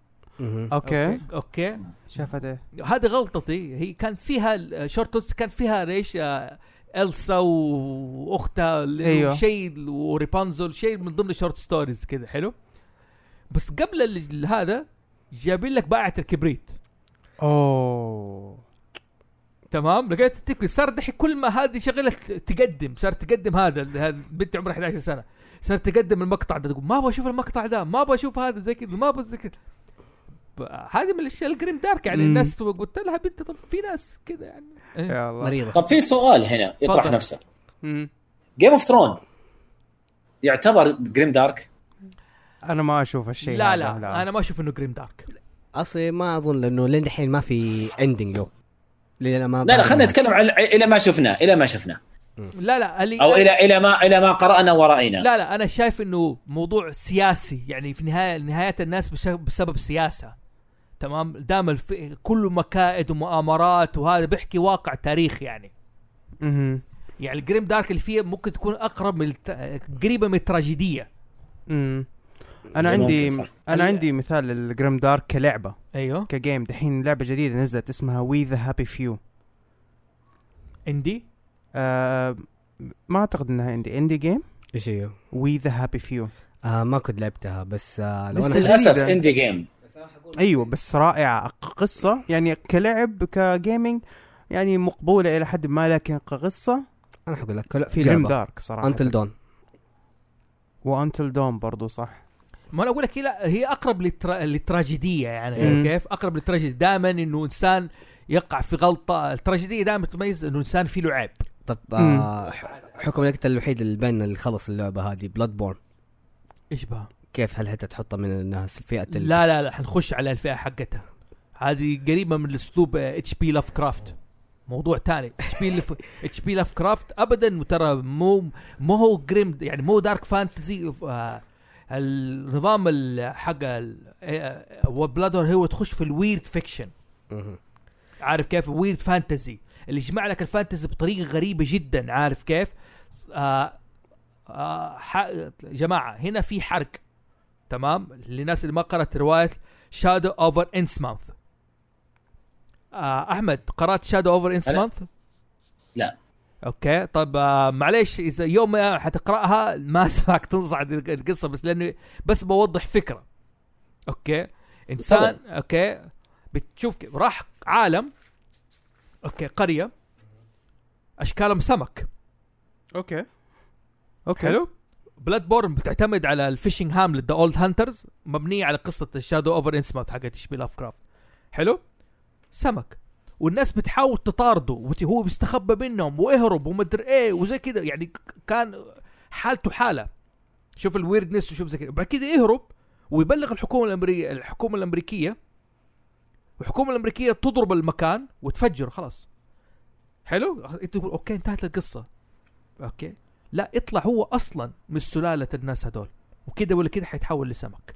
اوكي شافت ايه؟ هذه غلطتي. هي كان فيها شورت ستوريز، كان فيها ليش إلسا واختها أيوه. شيء وريبانزل، شيء من ضمن شورت ستوريز كذا حلو. بس قبل هذا جايبين لك باعة الكبريت. تمام، لقيت التكوين صار دحين كل ما هذه شغله تقدم، صارت تقدم هذا بنت عمرها 11 سنه صارت تقدم المقطع ده، تقول ما ابغى اشوف المقطع ده، ما ابغى اشوف هذا زي كذا، ما ابغى زي كذا. هذه من الاشياء الجريم دارك. يعني الناس قلت لها بنت، طب في ناس كذا يعني يا الله مريضة. طب في سؤال هنا يطرح نفسه، جيم اوف ثرون يعتبر جريم دارك؟ انا ما اشوف الشيء لا انا ما اشوف انه جريم دارك اصلا، ما اظن لانه لين الحين ما في اندنج له. لا خلينا نتكلم عن الى ما شفنا لا او الى ما قرانا ورأينا. لا انا شايف انه موضوع سياسي، يعني في نهاية الناس بسبب سياسة. تمام، دام كله مكائد ومؤامرات، وهذا بيحكي واقع تاريخ يعني. يعني الجريم دارك اللي فيه ممكن تكون اقرب من قريبة من التراجيدية. انا عندي مثال للجريم دارك كلعبة. ايوه كجيم. دحين لعبة جديدة نزلت اسمها وي ذا هابي فيو. اندي ما اعتقد انها اندي جيم. ايش هي وي ذا هابي فيو؟ ما كنت لعبتها بس لو انا للاسف اندي جيم. ايوه بس رائعة قصة، يعني كلعب كجيمينج يعني مقبولة الى حد ما، لكن كقصة انا حقول لك في جريم لعبة دارك صراحة. انتل دون وانتل دون برضو صح. ما انا اقول لك هي اقرب للتراجيدية يعني. كيف اقرب للتراجيدية؟ دائما انه انسان يقع في غلطة. التراجيدية دائما تميز انه انسان فيه له عيب. طب حكم لك الوحيد اللي بين اللي خلص اللعبة هذه بلاد بورن، ايش بها؟ كيف هل حتى تحطها من الناس فئة لا حنخش على الفئة حقتها. هذه قريبة من الاسلوب اتش بي لاف كرافت، موضوع تاني. اتش بي لاف كرافت ابدا ترى مو هو جريم، يعني مو دارك فانتزي. النظام حق وبلادور هو تخش في الويرد فيكشن. عارف كيف؟ ويرد فانتزي اللي يجمع لك الفانتزي بطريقة غريبة جدا. عارف كيف؟ جماعة هنا في حرق. تمام، للناس اللي ما قرأت رواية شادو اوفر انسماوث. احمد قرأت شادو اوفر انسماوث؟ لا. اوكي طب معليش اذا يوم حتقرأها ما اسمعك تنصعد القصة، بس لانه بس بوضح فكرة. اوكي انسان اوكي بتشوف راح عالم، اوكي قرية اشكالهم سمك. اوكي حلو. بلاد بورن بتعتمد على الفيشنج هاملت ذا اولد هانترز، مبنيه على قصه الشادو اوفر انسماوث حقت اشبي لاف كرافت. حلو. سمك والناس بتحاول تطارده وهو بيستخبى منهم واهرب ومدري ايه وزي كده، يعني كان حالته حاله. شوف الويردنس وشوف زي كده. بعد كده يهرب ويبلغ الحكومه الامريكيه والحكومه الامريكيه تضرب المكان وتفجر خلاص. حلو. انت تقول اوكي انتهت القصه، اوكي لا، يطلع هو اصلا من سلاله الناس هذول، وكده ولا كده حيتحول لسمك.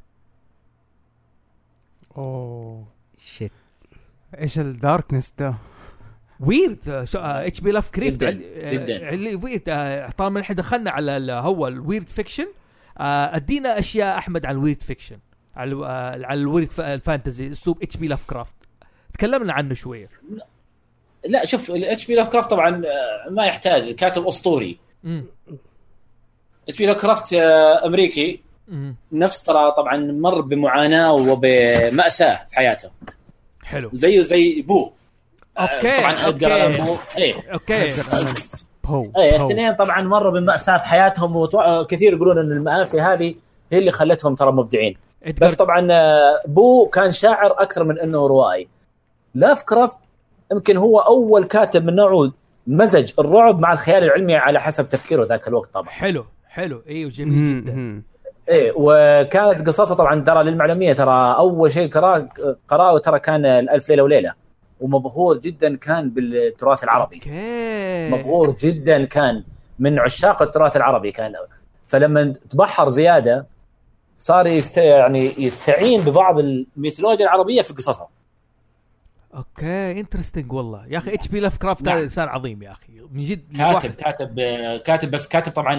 اوه شيت. ايش الداركنس ده؟ ويرد. اتش بي لاف كريفت جداً. اللي ويرد. طالما احنا دخلنا على هو الويرد فيكشن، ادينا اشياء احمد عن الويرد فيكشن، على الويرد الفانتزي اسلوب اتش بي لاف كرافت، تكلمنا عنه شويه. لا شوف الاتش بي لاف كرافت طبعا ما يحتاج كاتب اسطوري. اتش بي لاف كرافت امريكي، نفس ترى طبعا مر بمعاناه وبمأساة في حياته. حلو. زي بو. اوكي طبعا ادجار الان بو. اوكي الاثنين طبعا مروا بمأساة في حياتهم، وكثير يقولون ان المآسي هذه هي اللي خلتهم ترى مبدعين. بس طبعا بو كان شاعر اكثر من انه روائي. لاف كرافت يمكن هو اول كاتب من نوعه مزج الرعب مع الخيال العلمي على حسب تفكيره ذاك الوقت. طبعا حلو ايوه جميل جدا. ايه، وكانت قصصه طبعا ترى للمعلوميه، ترى اول شيء قرأه ترى كان الألف ليلة وليلة، ومبهور جدا كان بالتراث العربي. مبهور جدا كان من عشاق التراث العربي كان. فلما تبحر زياده صار يستعين ببعض الميثولوجيا العربيه في قصصه. اوكي انترستينج والله يا اخي. اتش بي لاف كرافت هذا انسان عظيم يا اخي من جد. كاتب بس كاتب طبعا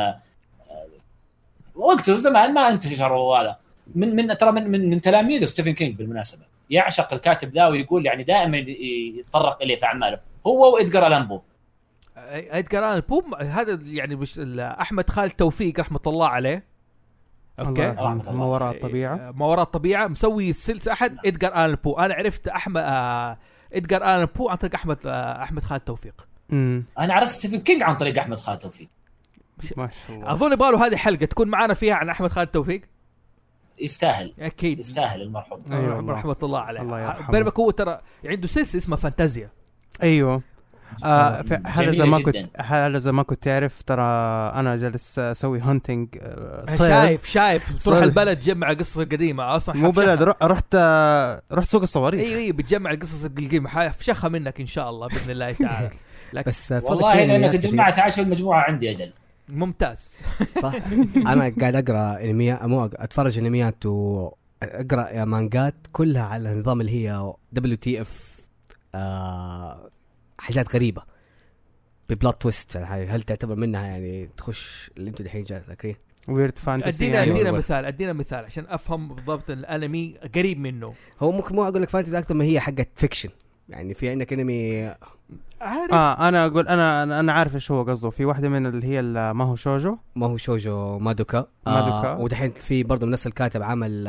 وقته زمان ما انتشر هذا من ترى من تلاميذ ستيفن كينج بالمناسبه. يعشق الكاتب ذا ويقول يعني دائما يتطرق اليه في اعماله، هو وإدغار ألان بو. إدغار ألان بو هذا يعني مش احمد خالد توفيق رحمه الله عليه. اوكي ما وراء الطبيعه. ما وراء الطبيعه مسوي سلسله احد إدغار ألان بو. انا عرفت احمد إدغار ألان بو عن طريق احمد خالد توفيق. انا عرفت ستيفن كينج عن طريق احمد خالد توفيق. ما شاء الله. اظن يبغوا هذه حلقه تكون معنا فيها عن احمد خالد توفيق. يستاهل اكيد يستاهل المرحوم. أيوة رحمه الله عليه. الله بينما هو ترى عنده سلسله اسمها فانتازيا. ايوه هذا زي ما كنت تعرف ترى انا جالس اسوي هانتنج. شايف تروح البلد تجمع قصص قديمه اصلا. مو بلد رحت سوق الصواريخ. ايوه بتجمع القصص القديمه حفشخها منك ان شاء الله باذن الله تعالى. بس والله لانك جمعت عاش المجموعه عندي اجل ممتاز. صح. انا قاعد اقرا انميات، مو اتفرج انميات واقرا مانجات كلها على نظام اللي هي WTF، حاجات غريبه ببلوت تويست. هل تعتبر منها يعني تخش اللي انتوا الحين جاي ذاكرين ويرد فانتسي؟ ادينا مثال عشان افهم بالضبط الانمي قريب منه. هو ممكن مو اقول لك فانتسي اكثر ما هي حقت فيكشن. يعني في عندك انمي عارف. انا اقول انا عارف ايش هو قصده. في واحده من اللي هي ما هو شوجو مادوكا. ودحين في برضه من نفس الكاتب عمل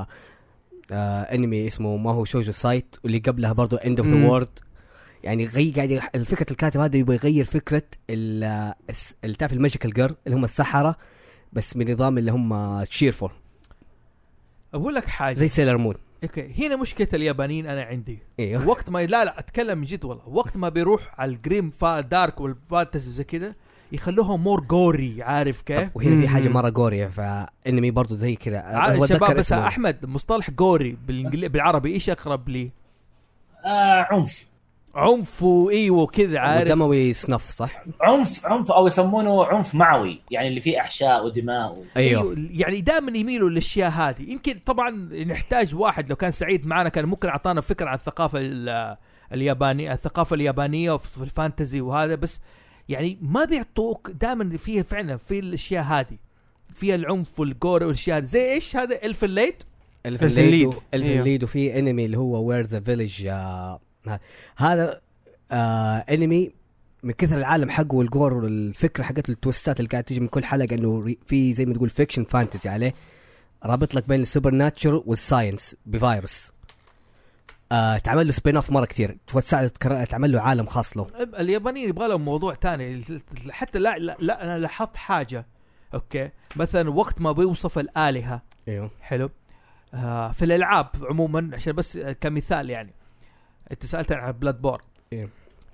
انمي اسمه ما هو شوجو سايت، واللي قبلها برضه اند اوف ذا وورد. يعني قاعد الفكره الكاتب هذا يبغى يغير فكره اللي تعرف الماجيكال جير اللي هم السحره، بس من نظام اللي هم تشيرفول. اقول لك حاجه زي سيلر مون. اوكي هنا مشكله اليابانيين انا عندي. إيوه. وقت ما لا اتكلم من جد والله، وقت ما بيروح على الجريم دارك والفانتسي زي كده يخلوهم مور جوري، عارف كيف؟ وهنا في حاجه مره جوري فانمي برضو زي كذا. شباب بس احمد مصطلح جوري بالعربي ايش اقرب لي؟ عنف وايوه كذا عارف. دموي سنف صح؟ عنف او يسمونه عنف معوي، يعني اللي فيه احشاء ودماء أيوه. يعني دائما يميلوا للاشياء هذه. يمكن طبعا نحتاج واحد لو كان سعيد معنا كان ممكن اعطانا فكره عن الثقافه اليابانيه، الثقافه اليابانيه في الفانتزي وهذا، بس يعني ما بيعطوك دائما فيها فعلا في الاشياء هذه، فيها العنف والجور والاشياء هذه. زي ايش هذا الفليد وفي انمي اللي هو وير ذا فيليج. هذا انمي من كثر العالم حقه والجور والفكره حقت التويستات اللي قاعد تيجي من كل حلقه، انه في زي ما تقول فيكشن فانتسي عليه، رابط لك بين السوبر ناتشر والساينس بفيروس. تعمل له سبين اوف مره كتير، توسع تعمل له عالم خاص له. اليابانيين يبغى لهم موضوع تاني. حتى لا انا لاحظت حاجه. اوكي مثلا وقت ما بيوصف الالهه. ايوه حلو. في الالعاب عموما عشان بس كمثال، يعني انت سالت عن بلاد بور. ايه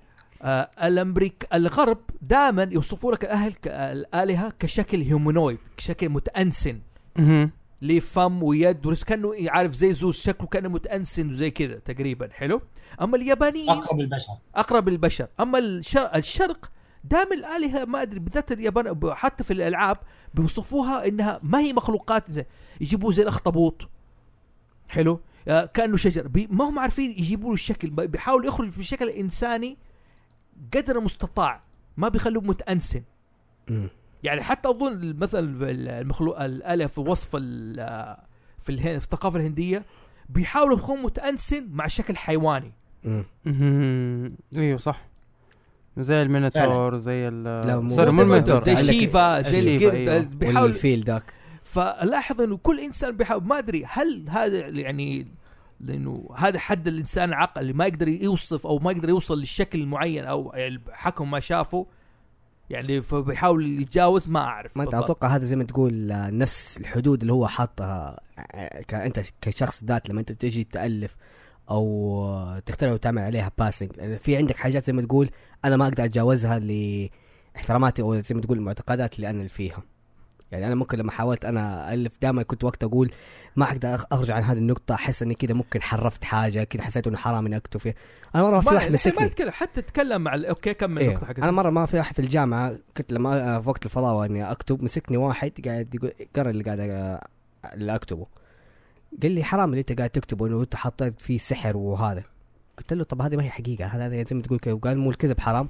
الغرب دائما يوصفوا لك الالهه كشكل هيومانويد، كشكل متأنسن. ليه فم ويد ورس كانه عارف زي زوز شكله كانه متأنسن وزي كذا تقريبا. حلو. اما اليابانيين اقرب البشر. اما الشرق دام الآلهة ما ادري بالذات اليابان حتى في الالعاب بيوصفوها انها ما هي مخلوقات يجيبوه زي الاخطبوط. حلو. كانه شجر ما هم عارفين يجيبوا له الشكل بيحاولوا يخرج بشكل انساني قدر المستطاع ما بيخلوه متأنسن. يعني حتى اظن مثلا المخلوق الآلهة في وصف في الثقافة الهندية بيحاولوا يكونوا متأنسن مع شكل حيواني. ايوه صح زي الميناتور زي الميناتور زي شيفا زي القرد بيحاول الفيل داك. فلاحظ انه كل انسان بيحاول ما ادري هل هذا يعني لانه هذا حد الانسان العقل اللي ما يقدر يوصف او ما يقدر يوصل للشكل المعين او حكم ما شافه يعني فبيحاول يتجاوز ما اعرف. ما اتوقع هذا زي ما تقول نفس الحدود اللي هو حاطها انت كشخص ذات لما انت تيجي تألف او تخترع وتعمل عليها باسنج في عندك حاجات زي ما تقول انا ما اقدر اتجاوزها لاحتراماتي او زي ما تقول المعتقدات اللي انا اللي فيها. يعني انا ممكن لما حاولت انا الف دائما كنت وقت اقول ما اقدر اخرج عن هذه النقطه احس اني كده ممكن حرفت حاجه كده حسيت انه حرام اني اكتب فيها. انا مره في واحد مسكني حتى تتكلم مع اوكي كمل النقطه حقتك. انا مره ما في واحد في الجامعه كنت لما في وقت الفضاوه اني اكتب مسكني واحد قاعد يقول قرر اللي قاعد اللي اكتبه قال لي حرام اللي انت قاعد تكتبه انه انت حطيت فيه سحر وهذا. قلت له طب هذه ما هي حقيقه هذا زي ما تقول كذا. وقال مو الكذب حرام.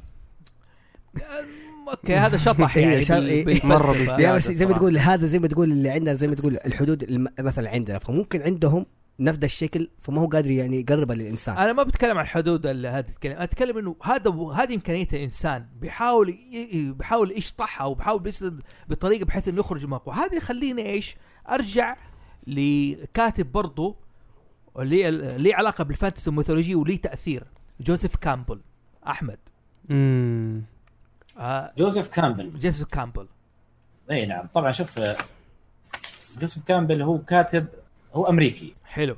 اوكي هذا شطح يعني مره زي ما تقول هذا زي ما تقول اللي عندنا زي ما تقول الحدود مثلا عندنا فممكن عندهم نفس الشكل فما هو قادر يعني يقربها للإنسان. أنا ما بتكلم عن الحدود هذه أتكلم إنه هذه إمكانية الإنسان بيحاول يشطحها وبيحاول بيسرد بطريقة بحيث إنه يخرج مقوى. هذا يخليني إيش أرجع لكاتب برضو ليه علاقة بالفانتسي والميثولوجيا وليه تأثير جوزيف كامبل أحمد. جوزيف كامبل اي نعم طبعا. شوف جوزيف كامبل هو كاتب هو امريكي. حلو.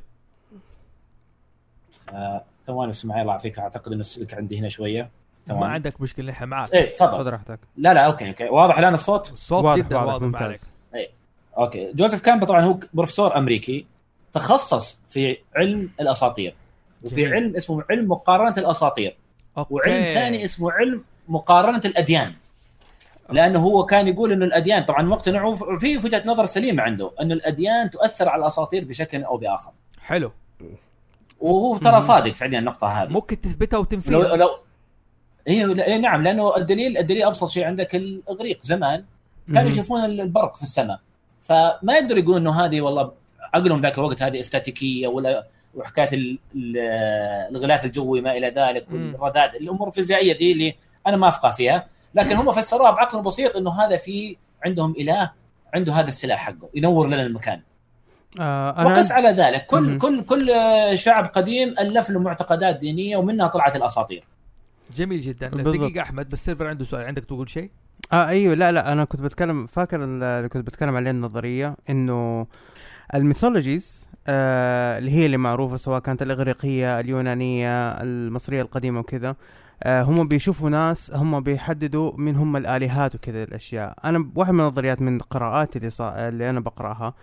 ثواني اسمعي الله يعطيك اعتقد انه السلك عندي هنا شويه. ما عندك مشكله نحن معك. ايه تفضل راحتك. لا اوكي واضح الان الصوت جدا واضح ممتاز. ايه اوكي. جوزيف كامبل طبعا هو بروفيسور امريكي تخصص في علم الاساطير وفي جميل. علم اسمه علم مقارنه الاساطير. أوكي. وعلم ثاني اسمه علم مقارنة الأديان. لأنه هو كان يقول إنه الأديان طبعا مقتنع في وجهة نظر سليمة عنده إنه الأديان تؤثر على الأساطير بشكل أو بآخر. حلو. وهو ترى صادق فعليا النقطة هذه. ممكن تثبتها وتنفيها. لو هي نعم لأنه الدليل أبسط شيء عندك الإغريق زمان كانوا يشوفون البرق في السماء فما يقدروا يقولوا إنه هذه والله عقلهم ذاك الوقت هذه استاتيكية ولا وحكاية الغلاف الجوي ما إلى ذلك والرذاذ الأمور الفيزيائية دي اللي أنا ما أفقه فيها. لكن هم فسروها بعقل بسيط إنه هذا في عندهم إله عنده هذا السلاح حقه ينور لنا المكان. وقس على ذلك كل شعب قديم ألف له معتقدات دينية ومنها طلعت الأساطير. جميل جدا. دقيقة أحمد بس السيرفر عنده سؤال عندك تقول شيء؟ أيوه لا أنا كنت بتكلم فاكر اللي كنت بتكلم عليه النظرية إنه الميثولوجيز اللي معروفة سواء كانت الإغريقية اليونانية المصرية القديمة وكذا هم بيشوفوا ناس هم بيحددوا من هم الآلهات وكذا الأشياء. أنا واحد من النظريات من قراءاتي اللي أنا بقرأها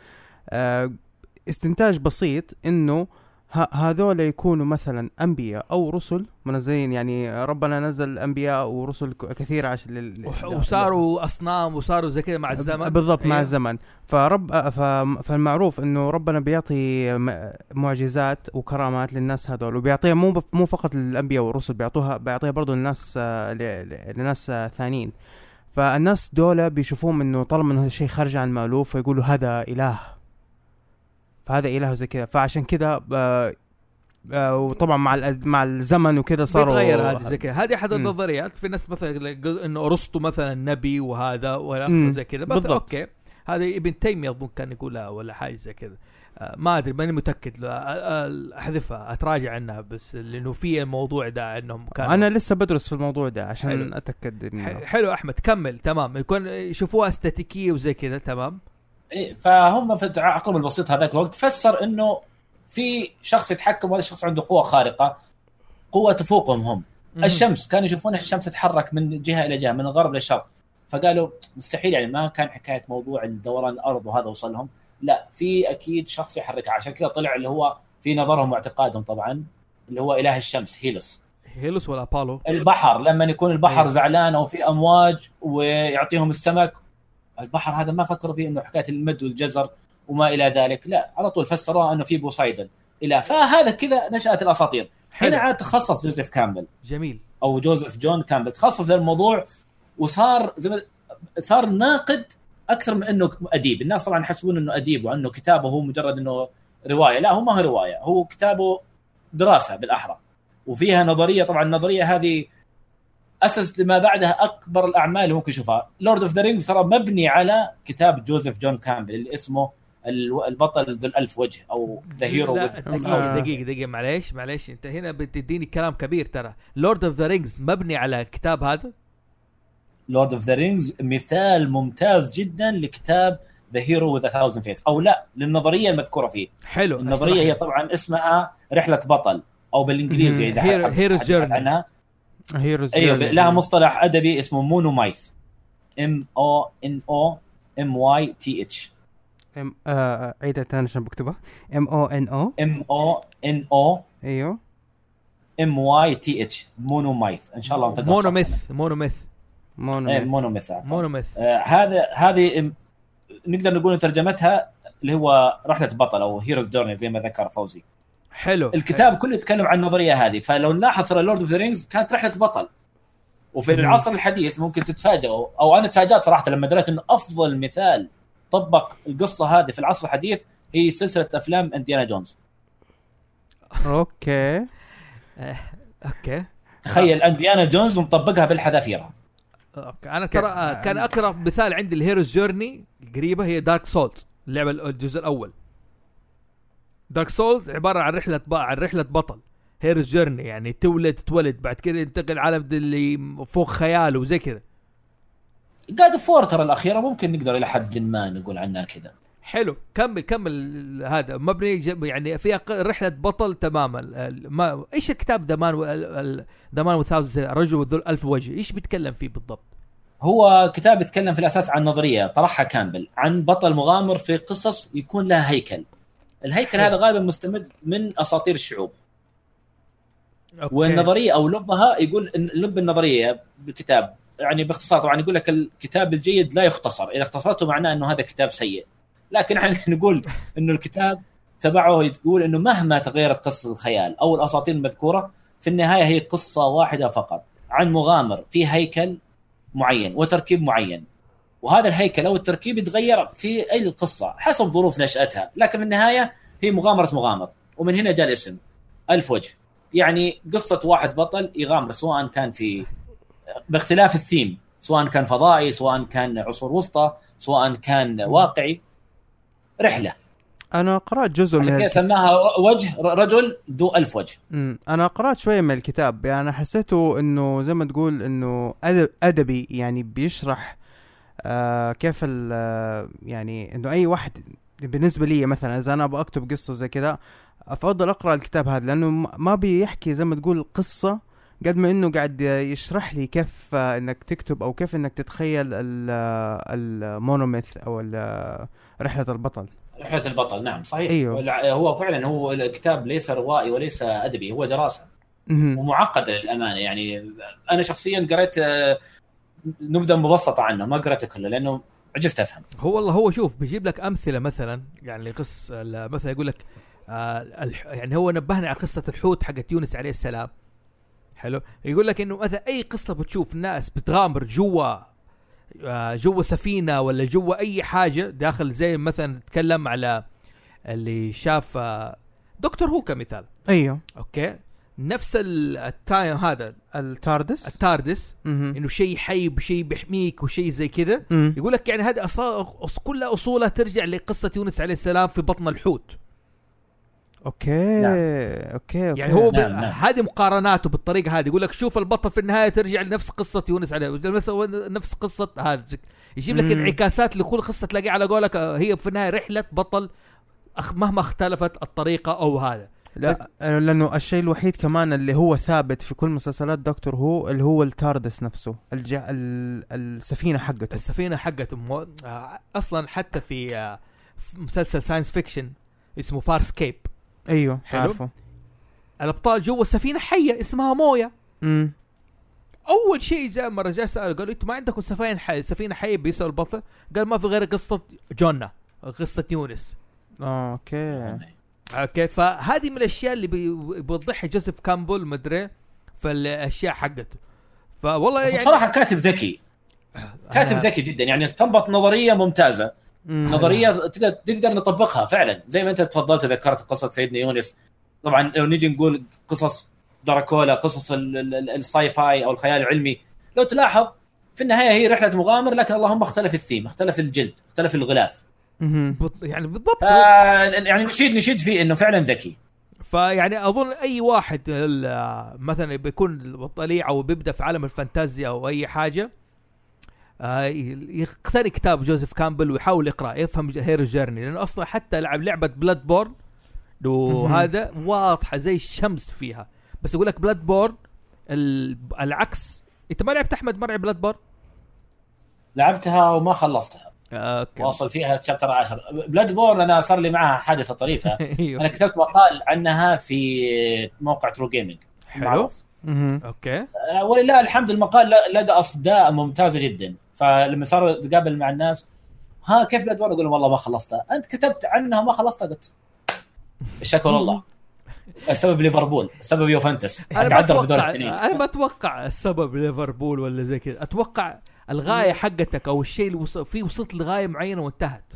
استنتاج بسيط إنه هذول يكونوا مثلا أنبياء أو رسل منزلين يعني ربنا نزل أنبياء ورسل كثير عشان وصاروا أصنام وصاروا زي كده مع الزمن. بالضبط مع الزمن. فالمعروف إنه ربنا بيعطي معجزات وكرامات للناس هذول وبيعطيها مو فقط للأنبياء والرسل بيعطيها برضو لناس ثانيين. فالناس دول بيشوفوهم إنه طالما إنه هذا الشيء خارج عن المألوف فيقولوا هذا إله فهذا إله زي كذا. فعشان كذا وطبعا مع الزمن وكذا صاروا بيتغير هذه زي كذا. هذه أحد النظريات. في ناس مثلا إنه أرسطو مثلا نبي وهذا ولا زي كذا بس أوكي. هذا ابن تيمية أظن كان يقولها ولا حاجة زي كذا. ما أدري ماني متأكد أحذفها أتراجع عنها بس لأنه في الموضوع ده إنهم كانوا أنا لسه بدرس في الموضوع ده عشان أتأكد منه. حلو أحمد كمل. تمام يكون يشوفوها استاتيكية وزي كذا. تمام. إيه فهم في عقلهم البسيط هذاك الوقت فسر إنه في شخص يتحكم وهذا الشخص عنده قوة خارقة قوة تفوقهم هم. الشمس كانوا يشوفون الشمس تتحرك من جهة إلى جهة من الغرب للشرق فقالوا مستحيل يعني ما كان حكاية موضوع الدوران الأرض وهذا وصلهم لا، في اكيد شخص يحركها. عشان كذا طلع اللي هو في نظرهم واعتقادهم طبعا اللي هو اله الشمس هيلوس ولا أبولو. البحر لما يكون البحر زعلان او في امواج ويعطيهم السمك، البحر هذا ما فكروا فيه انه حكايه المد والجزر وما الى ذلك، لا على طول فسروها انه في بوسايدن اله. فهذا كذا نشأت الاساطير. هنا عاد تخصص جوزيف كامبل، جميل، او جوزيف جون كامبل، تخصص في الموضوع وصار صار ناقد اكثر من انه اديب. الناس طبعا يحسبون انه اديب وانه كتابه هو مجرد انه روايه، لا هو ما هو روايه، هو كتابه دراسه بالاحرى وفيها نظريه. طبعا النظريه هذه اسس لما بعدها اكبر الاعمال اللي ممكن نشوفها. لورد اوف ذا رينجز ترى مبني على كتاب جوزيف جون كامبل اللي اسمه البطل ذو الألف وجه او ذا هيرو. دقيقه معليش انت هنا بتديني كلام كبير. ترى لورد اوف ذا رينجز مبني على الكتاب هذا. لورد اوف ذا رينجز مثال ممتاز جدا لكتاب ذا هيرو وذا ثاوزند فيس، او لا للنظريه المذكوره فيه. حلو. النظريه هي طبعا اسمها رحله بطل، او بالانجليزي اذا هيروز جيرني عنها. ايوه لها مصطلح ادبي اسمه مونومايث، MONOMYTH. عيدها ثاني عشان بكتبها. MONO ايوه MYTH مونومايث. ان شاء الله انت مونوميث. هذه نقدر نقول ترجمتها اللي هو رحله بطل او هيروز جورني زي ما ذكر فوزي. حلو. الكتاب كله يتكلم عن النظريه هذه. فلو نلاحظ ترى لورد اوف ذا رينجز كانت رحله بطل، وفي العصر الحديث ممكن تتفاجئوا، او انا تفاجأت صراحه لما دريت انه افضل مثال طبق القصه هذه في العصر الحديث هي سلسله افلام انديانا جونز. اوكي تخيل انديانا جونز ومطبقها بالحذافير. انا ترى كان اقرب مثال عندي الهيروز جورني القريبه هي دارك سولز، اللعبه الجزء الاول. دارك سولز عباره عن رحله بطل. هيروز جورني يعني تولد بعد كده ينتقل عالم اللي فوق خياله وزي كذا. قاعد فورتر الاخيره ممكن نقدر الى حد ما نقول عنها كذا. حلو. كمل هذا مبني يعني فيها رحله بطل تماما. ما ايش الكتاب دمان وثاوز رجل ذو الألف وجه ايش بيتكلم فيه بالضبط؟ هو كتاب يتكلم في الاساس عن نظريه طرحها كامبل عن بطل مغامر في قصص يكون لها هيكل. الهيكل هذا غالبا مستمد من اساطير الشعوب. أوكي. والنظريه او لبها يقول إن لب النظريه بالكتاب يعني باختصار طبعا يقول لك الكتاب الجيد لا يختصر، اذا اختصرته معناه انه هذا كتاب سيء. لكن احنا نقول انه الكتاب تبعه يقول انه مهما تغيرت قصه الخيال او الاساطير المذكوره في النهايه هي قصه واحده فقط عن مغامر في هيكل معين وتركيب معين، وهذا الهيكل او التركيب يتغير في اي القصه حسب ظروف نشاتها، لكن في النهايه هي مغامر. ومن هنا جاء الاسم ألف وجه، يعني قصه واحد بطل يغامر سواء كان في باختلاف الثيم، سواء كان فضائي، سواء كان عصور وسطى، سواء كان واقعي، رحله. انا قرات جزء من الكتاب سماها وجه رجل ذو ألف وجه. انا قرات شويه من الكتاب، يعني حسيته انه زي ما تقول انه ادبي، يعني بيشرح كيف يعني انه اي واحد بالنسبه لي مثلا اذا انا ابغى اكتب قصه زي كده افضل اقرا الكتاب هذا، لانه ما بيحكي زي ما تقول قصه قد ما انه قاعد يشرح لي كيف انك تكتب او كيف انك تتخيل المونوميث او رحله البطل. نعم صحيح. أيوه. هو فعلا هو الكتاب ليس روائي وليس ادبي، هو دراسه ومعقده للامانه. يعني انا شخصيا قريت نبذه مبسطه عنه، ما قرأته كله لانه عجزت افهم. هو شوف بيجيب لك امثله مثلا، يعني مثلا يقول لك يعني هو نبهنا على قصه الحوت حقت يونس عليه السلام. حلو. يقول لك انه مثلا اي قصه بتشوف الناس بتغامر جوا سفينه ولا جوا اي حاجه داخل، زي مثلا نتكلم على اللي شاف دكتور هو كمثال. ايوه اوكي. نفس التايم هذا التاردس انه شيء حي بشيء بيحميك وشيء زي كده. يقول لك يعني هذه كلها اصولها ترجع لقصه يونس عليه السلام في بطن الحوت. اوكي. نعم. اوكي يعني هو نعم. هذه مقارناته بالطريقه هذه. يقول لك شوف البطل في النهايه ترجع لنفس قصه يونس عليه، نفس قصه هذا، يجيب لك انعكاسات لكل قصه تلاقيها على قولك هي في النهايه رحله بطل مهما اختلفت الطريقه او هذا. لا لانه الشيء الوحيد كمان اللي هو ثابت في كل مسلسلات دكتور هو اللي هو التاردس نفسه، السفينه حقته. اصلا حتى مسلسل ساينس فيكشن اسمه فارسكيب. ايوه حلو. عارفه. الابطال جوا سفينه حيه اسمها مويا. اول شيء جاء مره جاء سأل قالوا انتم ما عندكم سفينه حيه بيسأل البطل قال ما في غير قصه جونا قصه يونس. اوكي فهذه من الاشياء اللي بيوضحها جوزيف كامبل مدري في الاشياء حقته. فوالله يعني بصراحه كاتب ذكي جدا يعني استنبط نظريه ممتازه. نظريه تقدر نطبقها فعلا زي ما انت تفضلت ذكرت قصه سيدنا يونس. طبعا لو نيجي نقول قصص دراكولا قصص الساي فاي او الخيال العلمي لو تلاحظ في النهايه هي رحله مغامر لكن اللهم اختلف الثيم اختلف الجلد اختلف الغلاف. يعني بالضبط يعني نشيد فيه انه فعلا ذكي. فيعني اظن اي واحد مثلا بيكون بطليع او بيبدا في عالم الفانتازيا او اي حاجه يقتني كتاب جوزيف كامبل ويحاول يقرا يفهم هيرو جيرني لانه اصلا حتى لعبه بلاد بورن وهذا واضحه زي الشمس فيها. بس اقول لك بلاد بورن العكس. انت ما لعبت احمد مرعي بلاد بورن؟ لعبتها وما خلصتها. اوكي. واصل فيها شابتر 10. بلاد بورن انا صار لي معها حادثه طريفه. أيوه. انا كتبت مقال عنها في موقع ترو جيمنج. حلو. اوكي. ولله الحمد المقال لقى اصداء ممتازه جدا. فلما صار يتقابل مع الناس ها كيف بلاد بورن اقول لهم والله ما خلصتها. انت كتبت عنها ما خلصتها. قلت الشكر الله. السبب ليفربول السبب يوفنتوس. انا ما اتوقع السبب ليفربول ولا زي كذا. اتوقع الغايه حقتك او الشيء اللي وصلت لغايه معينه وانتهت.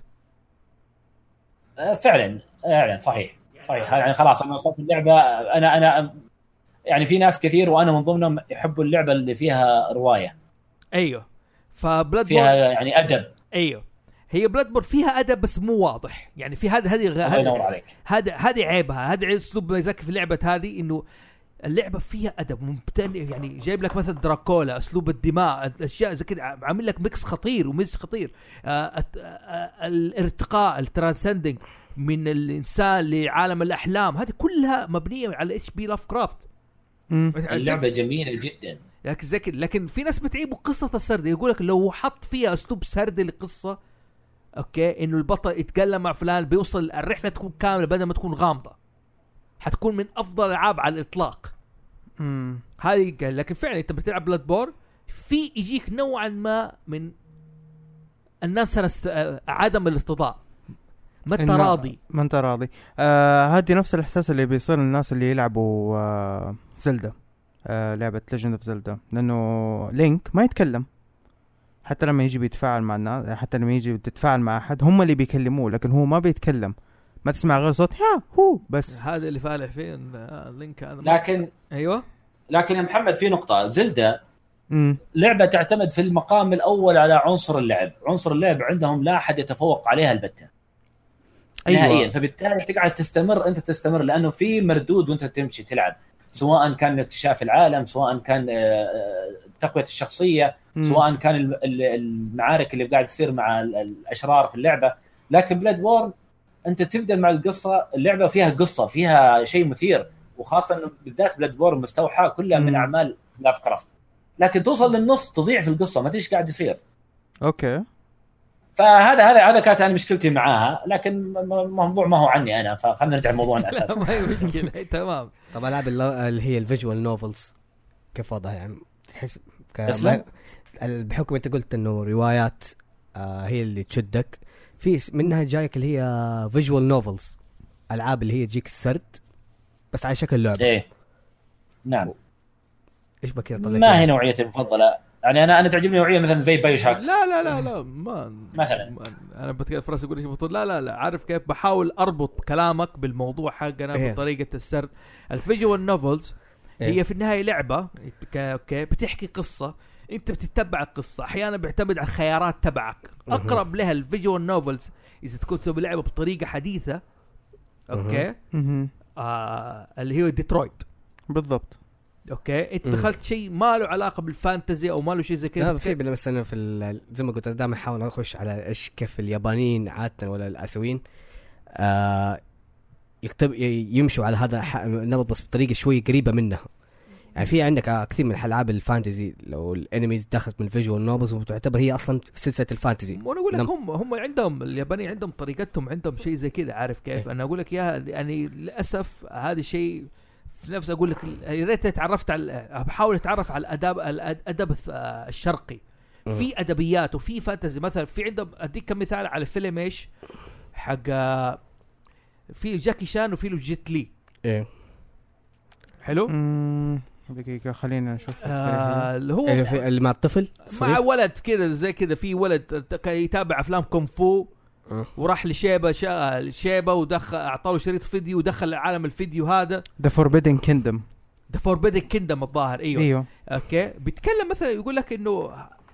فعلا صحيح يعني خلاص انا وصلت اللعبه. انا يعني في ناس كثير وانا من ضمنهم يحبوا اللعبه اللي فيها روايه. ايوه فبلاد فيها يعني ادب. ايوه هي بلاد بورن فيها ادب بس مو واضح يعني في هذه عيبها. هذا اسلوب ميزاك في اللعبه هذه انه اللعبه فيها ادب يعني جايب لك مثلا دراكولا اسلوب الدماء الاشياء زي كذا عامل لك ميكس خطير وميكس خطير. الارتقاء الترانسندنج من الانسان لعالم الاحلام هذه كلها مبنيه على اتش بي لاف كرافت. اللعبه جميله جدا لكن زي كده. لكن في ناس بتعيبوا قصه السرد يقول لك لو حط فيها اسلوب سرد للقصه اوكي انه البطل يتكلم مع فلان بيوصل الرحله تكون كامله بدل ما تكون غامضه حتكون من افضل الالعاب على الاطلاق. هذه قال. لكن فعلا انت بتلعب بلاد بور في يجيك نوعا ما من الناس عدم الارتضاء ما انت راضي. هذه نفس الاحساس اللي بيصير الناس اللي يلعبوا زلدا لعبه ليجند اوف زلدا لانه لينك ما يتكلم حتى لما يجي بيتفاعل مع الناس حتى لما يجي تتفاعل مع احد هم اللي بيكلموه لكن هو ما بيتكلم ما تسمع غير صوت يا هو بس. هذا اللي فالح فيه لينك هذا. لكن ايوه لكن يا محمد في نقطه زلدا لعبه تعتمد في المقام الاول على عنصر اللعب عندهم لا احد يتفوق عليها البتة نهائيا. أيوة. فبالتالي تقعد تستمر لانه في مردود وانت تمشي تلعب سواء كان اكتشاف العالم سواء كان تقوية الشخصية سواء كان المعارك اللي قاعد تصير مع الأشرار في اللعبة. لكن بلاد بورن أنت تبدأ مع القصة اللعبة فيها قصة فيها شيء مثير وخاصة أنه بالذات بلاد بورن مستوحاة كلها من أعمال لاف كرافت لكن توصل للنص تضيع في القصة ما تدري قاعد يصير. أوكي فهذا كانت أنا مشكلتي معاها لكن الموضوع ما هو عني أنا فخلنا نرجع لموضوع الأساس. ما هي مشكلة تمام. طب ألعاب اللي هي الفيجوال نوفلز كيف وضعها يعني تحس بحكم أنت قلت إنه روايات هي اللي تشدك في منها جايك اللي هي فيجوال نوفلز ألعاب اللي هي تجيك السرد بس على شكل لعبة. إيه نعم. إيش بكير ما هي نوعيتي المفضلة يعني أنا تعجبني نوعية مثلا زي بايوشاك. لا ما مثلا أنا بتكلم فرص أقول لك بطل لا عارف كيف بحاول أربط كلامك بالموضوع حقنا بطريقة السرد. الفيجوال نوفلز هي في النهاية لعبة اوكي بتحكي قصة انت بتتبع القصة احيانا بيعتمد على الخيارات تبعك. اقرب لها الفيجوال نوفلز اذا تكون تسوي لعبة بطريقة حديثة اوكي اللي هي ديترويت بالضبط. اوكي انت دخلت شيء ما له علاقة بالفانتزي او ما له شيء زي كذا. لا في بس انا في زي ما قلت دائما احاول اخش على ايش كيف اليابانيين عادة ولا الاسيويين يمشوا على هذا النمط بس بطريقة شوي قريبة منها يعني في عندك كثير من الالعاب الفانتزي لو الانميز دخلت من فيجوال نوبلز وتعتبر هي اصلا في سلسله الفانتزي. وانا اقول لك هم عندهم الياباني عندهم طريقتهم عندهم شيء زي كذا عارف كيف. انا اقول لك يا يعني للاسف هذا الشيء في نفس اقول لك يا ريت تعرفت على بحاول اتعرف على الادب الشرقي. في ادبيات وفي فانتزي مثلا في عندهم اديك كم مثال على فيلم ايش حق في جاكي شان وفي له جيت لي. ايه حلو. دقيقة خلينا نشوف اللي هو اللي مع الطفل مع ولد كذا زي كذا في ولد يتابع افلام كونغ فو وراح لشيبة ودخل اعطاه شريط فيديو ودخل عالم الفيديو هذا The Forbidden Kingdom الظاهر. ايوه اوكي. بيتكلم مثلا يقول لك انه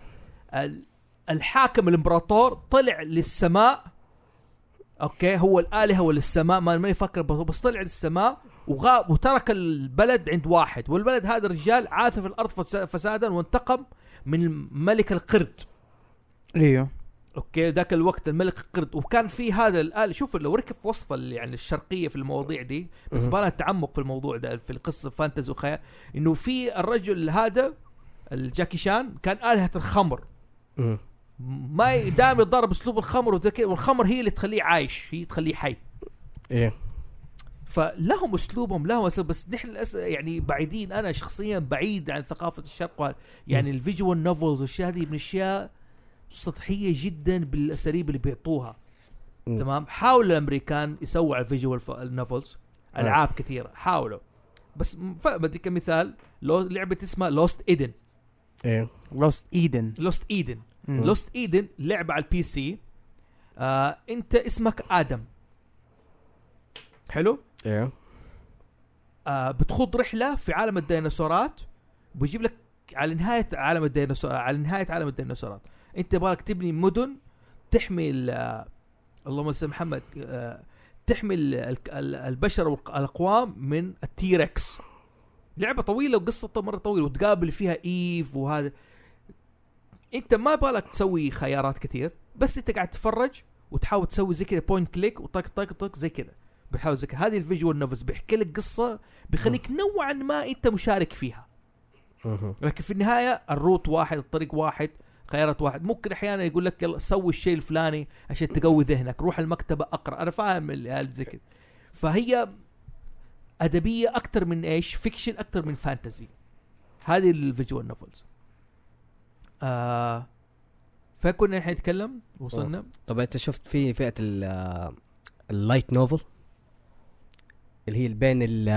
الحاكم الامبراطور طلع للسماء. اوكي هو الآلهة والسماء ما يفكر بس طلع للسماء وغاب وترك البلد عند واحد والبلد هذا الرجال عاث في الارض فسادا وانتقم من ملك القرد. ايوه اوكي ذاك الوقت الملك القرد وكان في هذا الآلة. شوف لو ركب وصفه يعني الشرقيه في المواضيع دي بس بقى تعمق في الموضوع ده في القصه فانتزي وخيال انه في الرجل هذا الجاكي شان كان آلهة الخمر. ما دائما يضرب اسلوب الخمر وذكي والخمر هي اللي تخليه عايش هي تخليه حي. ايه فلهم اسلوبهم لهم بس نحن يعني بعيدين. انا شخصيا بعيد عن ثقافه الشرق يعني الفيجوال نوفلز والاشياء هذه من الاشياء سطحيه جدا بالاساليب اللي بيعطوها. تمام. حاول الامريكان يسووا على الفيجوال نوفلز العاب كثيره حاولوا بس بدي كمثال لعبه اسمها لوست ايدن. ايه لوست ايدن لعبه على البي سي. انت اسمك ادم. حلو. ايه بتخوض رحله في عالم الديناصورات وبيجيب لك على نهايه عالم الديناصورات انت بالك تبني مدن تحمي اللهم صل محمد تحمي البشر والاقوام من التيركس. لعبه طويله وقصه مره طويله وتقابل فيها ايف وهذا. انت ما بالك تسوي خيارات كثير بس انت قاعد تتفرج وتحاول تسوي زي كذا بوينت كليك وطق طق طق زي كذا. بحاول زي هذه الفيجوال نوفلز بيحكي لك قصه بيخليك نوعا ما انت مشارك فيها. لكن في النهايه الروت واحد الطريق واحد خيارات واحد. ممكن احيانا يقول لك يلا سوي الشيء الفلاني عشان تقوي ذهنك روح المكتبه اقرا. انا فاهم زي كذا. فهي ادبيه اكثر من ايش فيكشن اكثر من فانتزي هذه الفيجوال نوفلز. فكنا نحن نتكلم وصلنا. طب انت شفت في فئه اللايت نوفل اللي هي بين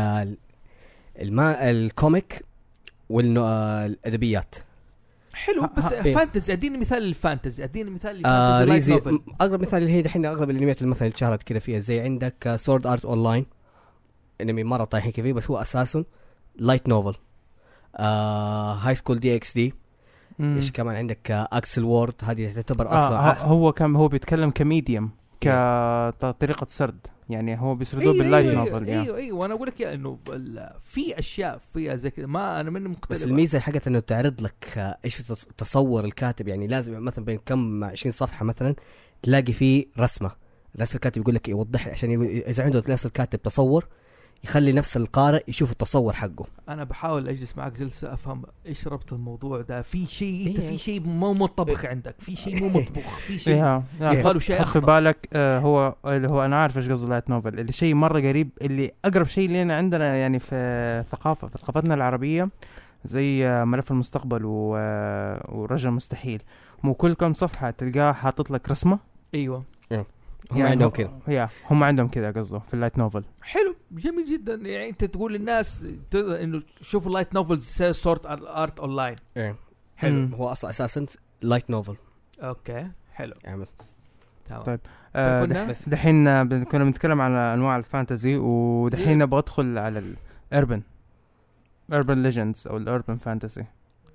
الكوميك والادبيات. حلو بس فانتزي. اديني مثال للفانتزي لايت نوفل. اغرب مثال اللي هي دحين اغرب الانميات المثل اللي شهرت كذا فيها زي عندك سورد ارت اونلاين انمي مره طايحين فيه بس هو اساسا لايت نوفل. هاي سكول دي اكس دي. ايش كمان عندك اكسل وورد هذه تعتبر اصلا هو بيتكلم كميديوم كطريقه سرد يعني هو بيسردوه باللايت نوفل. ايوه وانا اقول لك انه في اشياء فيها زي كذا ما انا مني مقتنع. بس الميزه حقتها انه تعرض لك ايش تصور الكاتب يعني لازم مثلا بين كم 20 صفحه مثلا تلاقي فيه رسمه الكاتب يقول لك يوضح عشان اذا عنده الكاتب تصور يخلي نفس القارئ يشوف التصور حقه. انا بحاول اجلس معك جلسه افهم ايش ربط الموضوع ده. في شيء انت في شيء مو مطبخ عندك في شيء مو مطبخ في شيء قالوا شيء في بالك. هو اللي هو انا عارف ايش قصده لايت نوفل اللي شيء مره قريب اللي اقرب شيء لنا عندنا يعني في ثقافتنا العربيه زي ملف المستقبل ورجل مستحيل. مو كل كم صفحه تلقاه حاطط لك رسمه. ايوه هم يعني عندهم كذا. هم عندهم كذا قصده في اللايت نوفل. حلو جميل جدا. يعني انت تقول للناس انه شوفوا اللايت نوفلز سورت ارت اونلاين. حلو. هو اصلا اساسا لايت نوفل. اوكي حلو عمل تمام. طيب دحين كنا بنتكلم على انواع الفانتزي ودحين نبغى ندخل على الاربن ليجندز او الاربن فانتزي.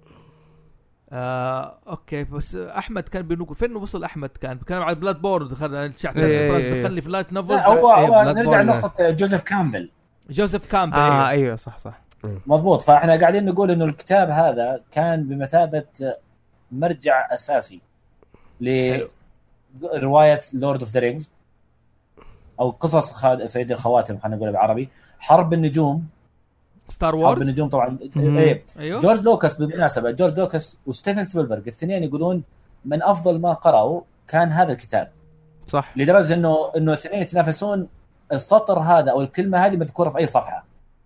اوكي بس احمد كان بينقل فين وصل. احمد كان على بلاد بورن دخلنا دخلني في لايت نوفل. هو نرجع لنقطه جوزيف كامبل. ايوه صح مضبوط. فاحنا قاعدين نقول انه الكتاب هذا كان بمثابه مرجع اساسي لروايه لورد اوف ذا رينجز او قصص سيد الخواتم خلينا نقول بالعربي حرب النجوم ستار حرب وورز. النجوم طبعا. ايوه جورج لوكاس بالمناسبة، جورج لوكاس وستيفن سبيلبرغ الاثنين يقولون من افضل ما قرأوا كان هذا الكتاب، صح. لدرجة انه الاثنين يتنافسون السطر هذا او الكلمة هذه مذكورة في اي صفحة.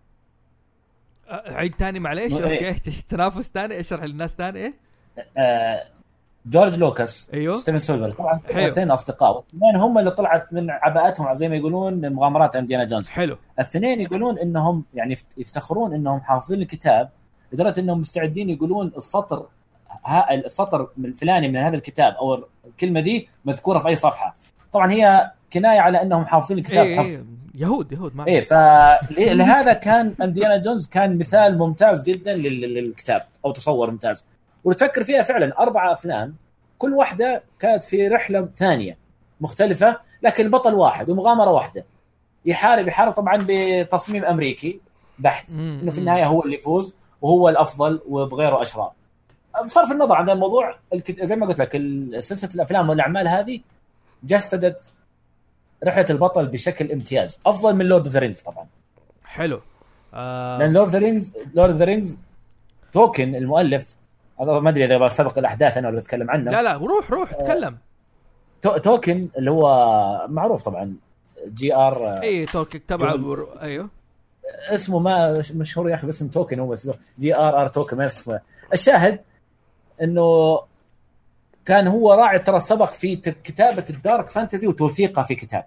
عيد تاني معليش. اوكي تنافس تاني، اشرح للناس تاني ايه. جورج لوكاس ايوه ستيفن سبيلبرغ طبعا الاثنين اصدقاء، الاثنين هم اللي طلعت من عباءتهم زي ما يقولون مغامرات انديانا جونز. حلو. الاثنين يقولون انهم يعني يفتخرون انهم حافظين الكتاب لدرجه انهم مستعدين يقولون السطر الفلاني من هذا الكتاب او الكلمه دي مذكوره في اي صفحه. طبعا هي كنايه على انهم حافظين الكتاب. إيه يهود ما فلهذا كان انديانا جونز كان مثال ممتاز جدا للكتاب او تصور ممتاز. وتفكر فيها فعلا 4 أفلام كل واحدة كانت في رحلة ثانية مختلفة، لكن البطل واحد ومغامرة واحدة، يحارب طبعا بتصميم أمريكي بحت، إنه في النهاية هو اللي يفوز وهو الأفضل وبغيره أشرار. بصرف النظر عن الموضوع زي ما قلت لك سلسلة الأفلام والأعمال هذه جسدت رحلة البطل بشكل امتياز، أفضل من لورد اوف ذا رينجز طبعا. حلو. لأن لورد اوف ذا رينجز توكن المؤلف هذا ما ادري اذا سبق الاحداث انا ولا بتكلم عنه. لا روح اتكلم. توكن اللي هو معروف طبعا جي ار. اي توكن تبع ايوه اسمه ما مشهور يا اخي باسم توكن، هو جي ار توكن ما اسمه. الشاهد انه كان هو راعي ترى السبق في كتابه الدارك فانتزي وتوثيقها في كتاب.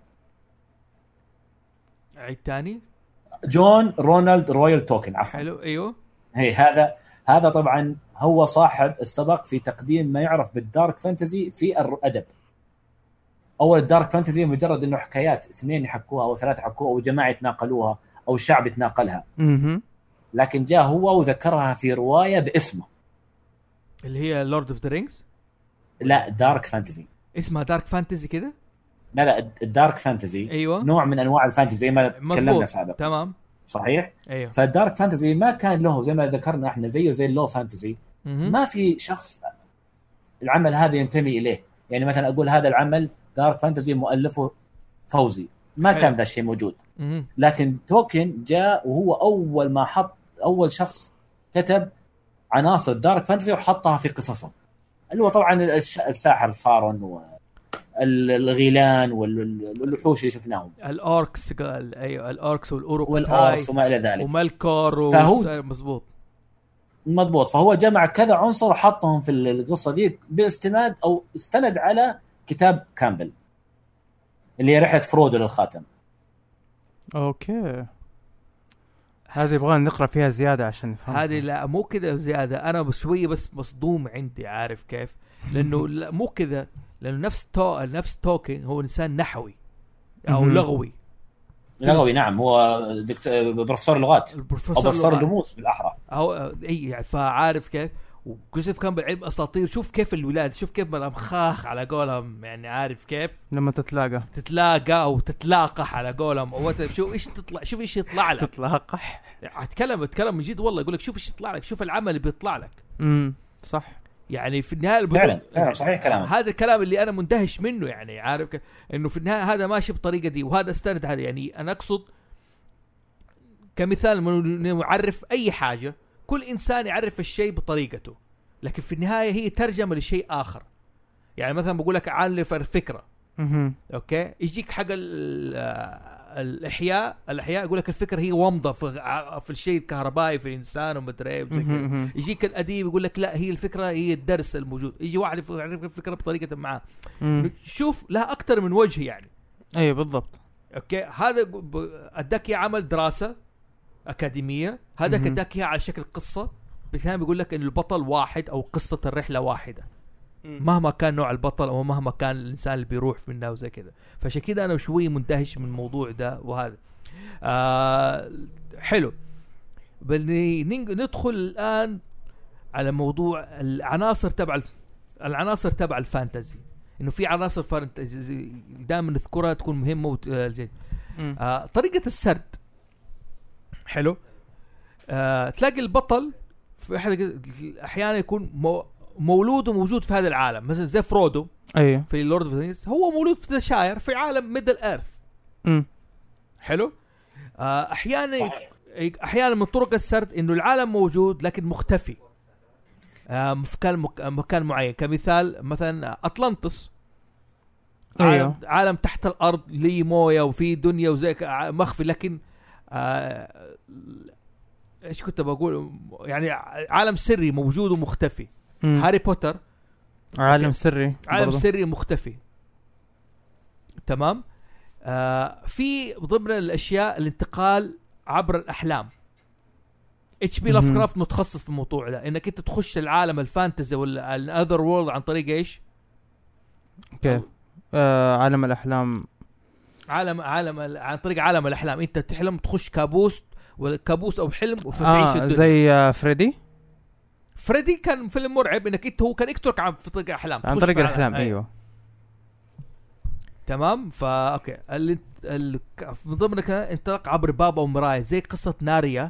عيد تاني. جون رونالد رويال توكن عفوا. حلو ايوه. هي هذا طبعا هو صاحب السبق في تقديم ما يعرف بالدارك فانتزي في الأدب. أول الدارك فانتزي مجرد إنه حكايات 2 يحكوها أو 3 يحكوها أو جماعة يتناقلوها أو شعب يتناقلها. لكن جاء هو وذكرها في رواية باسمه اللي هي لورد اوف ذا رينجز. لا دارك فانتزي اسمها دارك فانتزي كده. لا الدارك فانتزي أيوة. نوع من أنواع الفانتزي زي ما تكلمنا سابقا. تمام صحيح. أيوة. فالدارك فانتزي ما كان له زي ما ذكرنا احنا زيه زي اللو فانتزي. ما في شخص العمل هذا ينتمي إليه، يعني مثلا أقول هذا العمل دارك فانتزي مؤلفه فوزي، ما كان ذا الشيء موجود. لكن توكن جاء وهو أول شخص كتب عناصر دارك فانتزي وحطها في قصصه، اللي هو طبعا الساحر صارون والغيلان والوحوش اللي شفناهم، الأوركس. أيوة الأوركس والأوركس وما إلى ذلك، وملكور. مزبوط. فهو جمع كذا عنصر وحطهم في القصة دي باستناد أو استند على كتاب كامبل اللي هي رحلة فرودو للخاتم. أوكي هذه يبغى نقرأ فيها زيادة عشان نفهم. هذه لا مو كذا زيادة، أنا بشوية بس مصدوم عندي، عارف كيف؟ لأنه لا مو كذا، لأنه نفس توكن هو إنسان نحوي أو لغوي. نعم هو بروفيسور لغات أو بروفيسور رموز بالأحرى أو أي، فعارف كيف. وجوزيف كان بعلم أساطير، شوف كيف الولاد، شوف كيف مخاخ على قولهم، يعني عارف كيف لما تتلاقى أو تتلاقح على قولهم أو شوف إيش تطلع، شوف إيش يطلع لك. تتلاقح. أتكلم من جد والله، يقولك شوف إيش يطلع لك، شوف العمل اللي بيطلع لك. صح. يعني في النهاية فعلا صحيح كلامك. هذا الكلام اللي أنا مندهش منه، يعني عارف إنه في النهاية هذا ماشي بطريقة دي، وهذا استند هذا. يعني أنا أقصد كمثال إنه يعرف أي حاجة، كل إنسان يعرف الشيء بطريقته، لكن في النهاية هي ترجمة لشيء آخر. يعني مثلا بقول لك عارف الفكرة، أوكي، يجيك حق الإحياء يقول لك الفكرة هي ومضة في الشيء الكهربائي في الإنسان ومدري إيه. يجيك الأديب يقول لك لا، هي الفكرة هي الدرس الموجود. يجي واحد يعرف الفكرة بطريقة معاه، شوف لها أكتر من وجه يعني. أيه بالضبط. أوكي، هذا أداك عمل دراسة أكاديمية، هذا أداك على شكل قصة. بكلام بيقول لك إن البطل واحد أو قصة الرحلة واحدة، مهما كان نوع البطل أو مهما كان الإنسان اللي بيروح منه وزي كذا. فعشان كذا أنا شوي مندهش من الموضوع ده. وهذا حلو. ندخل الآن على موضوع العناصر تبع الفانتزي. إنه في عناصر فانتزي دائما نذكرها تكون مهمة طريقة السرد. حلو. تلاقي البطل في أحيانا يكون مولود وموجود في هذا العالم، مثلا زي فرودو. أيه. في لورد اوف ذا رينجز هو مولود في دشاير في عالم ميدل ايرث. حلو. احيانا احيانا من طرق السرد انه العالم موجود لكن مختفي في مكان معين. كمثال مثلا اطلانتس، عالم تحت الارض ليه مويه وفي دنيا وزي مخفي، لكن ايش كنت بقول، يعني عالم سري موجود ومختفي. هاري بوتر عالم سري، عالم سري مختفي. تمام. في ضمن الاشياء الانتقال عبر الاحلام. اتش بي لافكرافت متخصص في الموضوع ده، انك انت تخش العالم الفانتزي والاذر وورلد عن طريق ايش؟ اوكي. عالم الاحلام، عالم عن طريق عالم الاحلام. انت تحلم تخش كابوس والكابوس او حلم وفتعيش الدنيا. زي فريدي كان فيلم مرعب، انك انت هو كان يقتلك عن طريق الاحلام، عن طريق الاحلام. ايوه تمام. فا اوكي من ضمن كان انطلاق عبر باب او مرايه، زي قصه نارنيا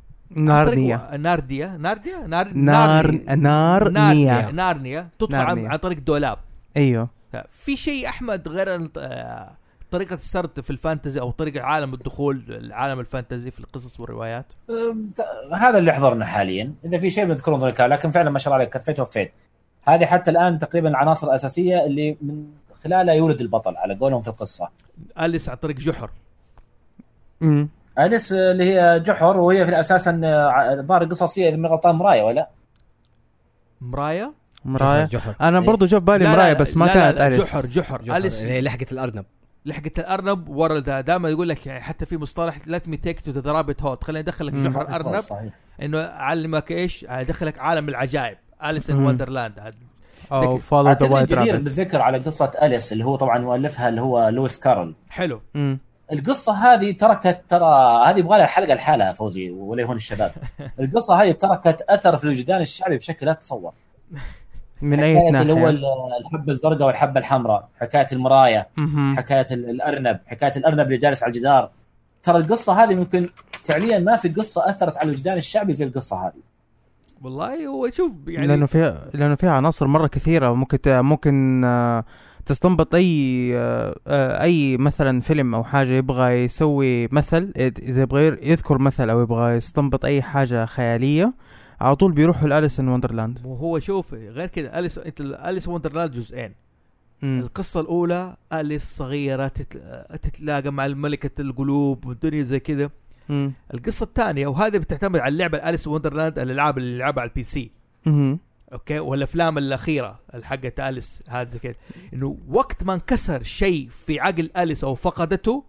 تطلع عن طريق دولاب. ايوه. في شيء احمد غير طريقه السرد في الفانتزي او طريقه عالم الدخول العالم الفانتزي في القصص والروايات؟ هذا اللي حضرنا حاليا. اذا في شيء بنذكره ذكاء، لكن فعلا ما شاء الله عليك كفيت وفيت. هذه حتى الان تقريبا العناصر الاساسيه اللي من خلالها يولد البطل على قولهم في القصه. أليس عن طريق جحر. أليس اللي هي جحر، وهي في الاساس ظاهر قصصيه اذا من غلطان مرايه ولا مرايه جحر. انا برضو جاء بالي مرايه بس ما كانت أليس. جحر. أليس هي لحقة الأرنب ورا دائما يقول لك يعني حتى في مصطلح let me take to the rabbit hole، خليني ادخلك جحر ارنب، انه اعلمك ايش، ادخلك عالم العجائب. أليس إن وندرلاند. هذا او فولو ذا وايت رابت. بالذكر على قصه أليس اللي هو طبعا مؤلفها اللي هو لويس كارول. حلو. القصه هذه هذه يبغى لها حلقه لحالها فوزي ولا هون الشباب. القصه هذه تركت اثر في الوجدان الشعبي بشكل لا تتصور. من اي ناحيه؟ اللي هو الحبه الزرقاء والحبه الحمراء، حكايه المرايه، حكايه الارنب، حكايه الارنب اللي جالس على الجدار. ترى القصه هذه ممكن فعليا ما في قصه اثرت على الوجدان الشعبي زي القصه هذه. والله هو شوف يعني لانه فيها عناصر مره كثيره، ممكن تستنبط اي مثلا فيلم او حاجه يبغى يسوي مثل، اذا يبغى يذكر مثل او يبغى يستنبط اي حاجه خياليه على طول بيروحوا لأليس إن وندرلاند. وهو شوف غير كده، أليس وندرلاند جزئين. القصة الأولى أليس صغيرة تتلاقى مع الملكة القلوب والدنيا زي كده. القصة الثانية وهذه بتعتمد على اللعبة أليس وندرلاند، الألعاب اللي لعبها على البي سي. أوكي. والأفلام الأخيرة الحقة أليس هذا كده، إنه وقت ما انكسر شيء في عقل أليس أو فقدته،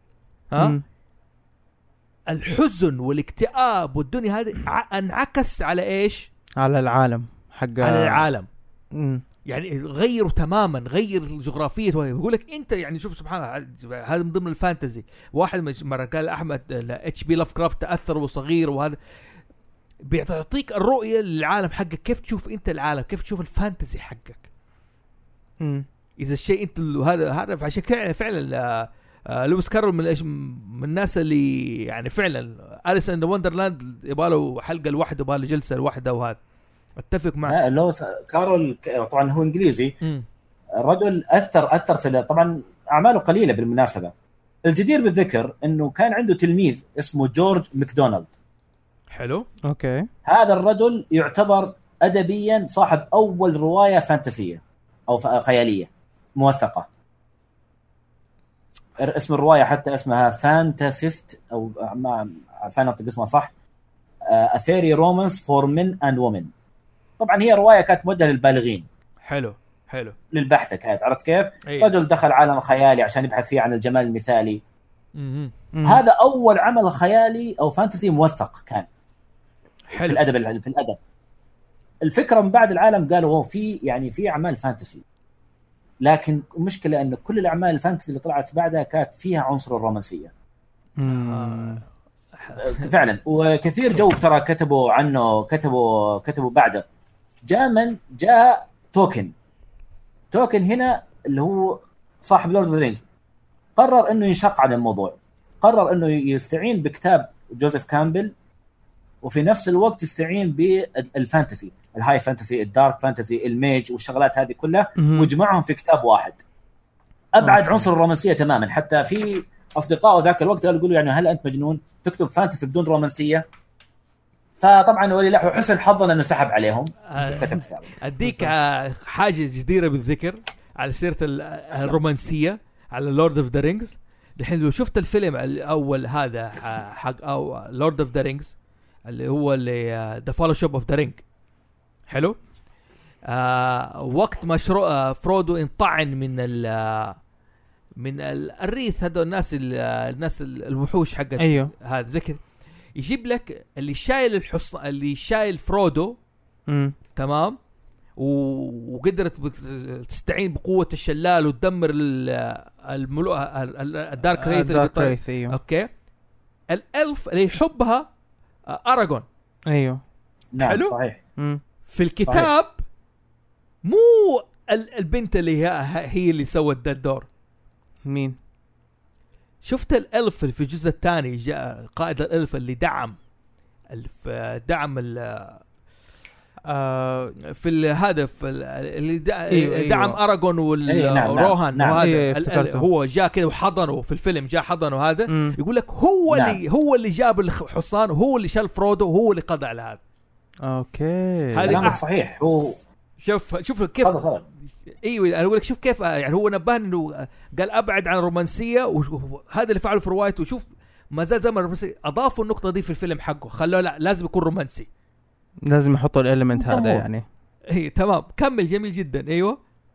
الحزن والاكتئاب والدنيا هذه انعكس على ايش؟ على العالم على العالم. يعني غيروا تماما، غير الجغرافية. يقول لك انت يعني شوف سبحان الله، هذا من ضمن الفانتزي. واحد مرة قال احمد اتش بي لافكرافت تاثر وصغير، وهذا بيعطيك الرؤية للعالم حقك، كيف تشوف انت العالم، كيف تشوف الفانتزي حقك. اذا الشيء انت هذا عشان كده فعلا لويس كارول من الناس اللي يعني فعلا أليس إن وندرلاند يباله حلقة لوحده، يباله جلسة لوحده، وهذا اتفق معه. لويس كارول طبعا هو انجليزي. الرجل اثر في طبعا اعماله قليله بالمناسبه. الجدير بالذكر انه كان عنده تلميذ اسمه جورج ماكدونالد. حلو. اوكي. هذا الرجل يعتبر ادبيا صاحب اول روايه فانتسيه او خياليه موثقه. اسم الرواية حتى اسمها فانتاسيست أو ما فانا أنطق اسمها صح، A Fairy Romance for Men and Women. طبعا هي رواية كانت موجهة للبالغين. حلو للبحثة كانت، عرفت كيف؟ رجل دخل عالم خيالي عشان يبحث فيه عن الجمال المثالي. هذا أول عمل خيالي أو فانتسي موثق كان. حلو. في الأدب الفكرة من بعد العالم قالوا في أعمال فانتسي، لكن المشكلة أن كل الأعمال الفانتسي اللي طلعت بعدها كانت فيها عنصر الرومانسية. فعلا. وكثير جو ترى كتبوا عنه، كتبوا بعده. جاء توكن هنا اللي هو صاحب لورد اوف ذا رينجز، قرر انه ينشق عن الموضوع، قرر انه يستعين بكتاب جوزيف كامبل، وفي نفس الوقت يستعين بالفانتسي، الهاي فانتسي، الدارك فانتسي، الميج والشغلات هذه كلها، ويجمعهم في كتاب واحد. ابعد عنصر الرومانسيه تماما. حتى في اصدقائه ذاك الوقت قالوا يقولوا يعني هل انت مجنون تكتب فانتسي بدون رومانسيه؟ فطبعا ولله حسن حظنا انه سحب عليهم كتب كتاب. اديك حاجه جديره بالذكر على سيره الرومانسيه على لورد اوف ذا رينجز. الحين لو شفت الفيلم الاول هذا حق او لورد اوف ذا رينجز اللي هو ذا فالوشيب اوف ذا رينج، حلو. وقت مشروع فرودو انطعن من الريث هذول الناس الوحوش حقت ايوه هذا ذكر، يجيب لك اللي شايل اللي شايل فرودو تمام، وقدرت تستعين بقوة الشلال وتدمر الدارك ريث أيوه. اوكي. الالف اللي يحبها اراغون. ايوه نعم حلو؟ صحيح. في الكتاب صحيح. مو البنت اللي هي اللي سوت ده الدور. مين؟ شفت الالف في الجزء الثاني جاء قائد الالف اللي دعم في الهدف اللي دعم اراغون والروهان نعم. وهذا هو جاء كده وحضنه في الفيلم، جاء حضنه هذا يقول لك هو نعم. هو اللي جاب الحصان وهو اللي شال فرودو وهو اللي قضى على هذا. اوكي هذا صحيح. هو شوف كيف ايوه انا اقول لك شوف كيف يعني هو نبهني انه قال ابعد عن الرومانسيه، وهذا اللي فعله في روايته. وشوف ما زال زي ما اضافوا النقطه دي في الفيلم حقه، خلوه لا لازم يكون رومانسي، لازم يحطوا الاليمنت هذا يعني. اي تمام كمل جميل جدا. ايوه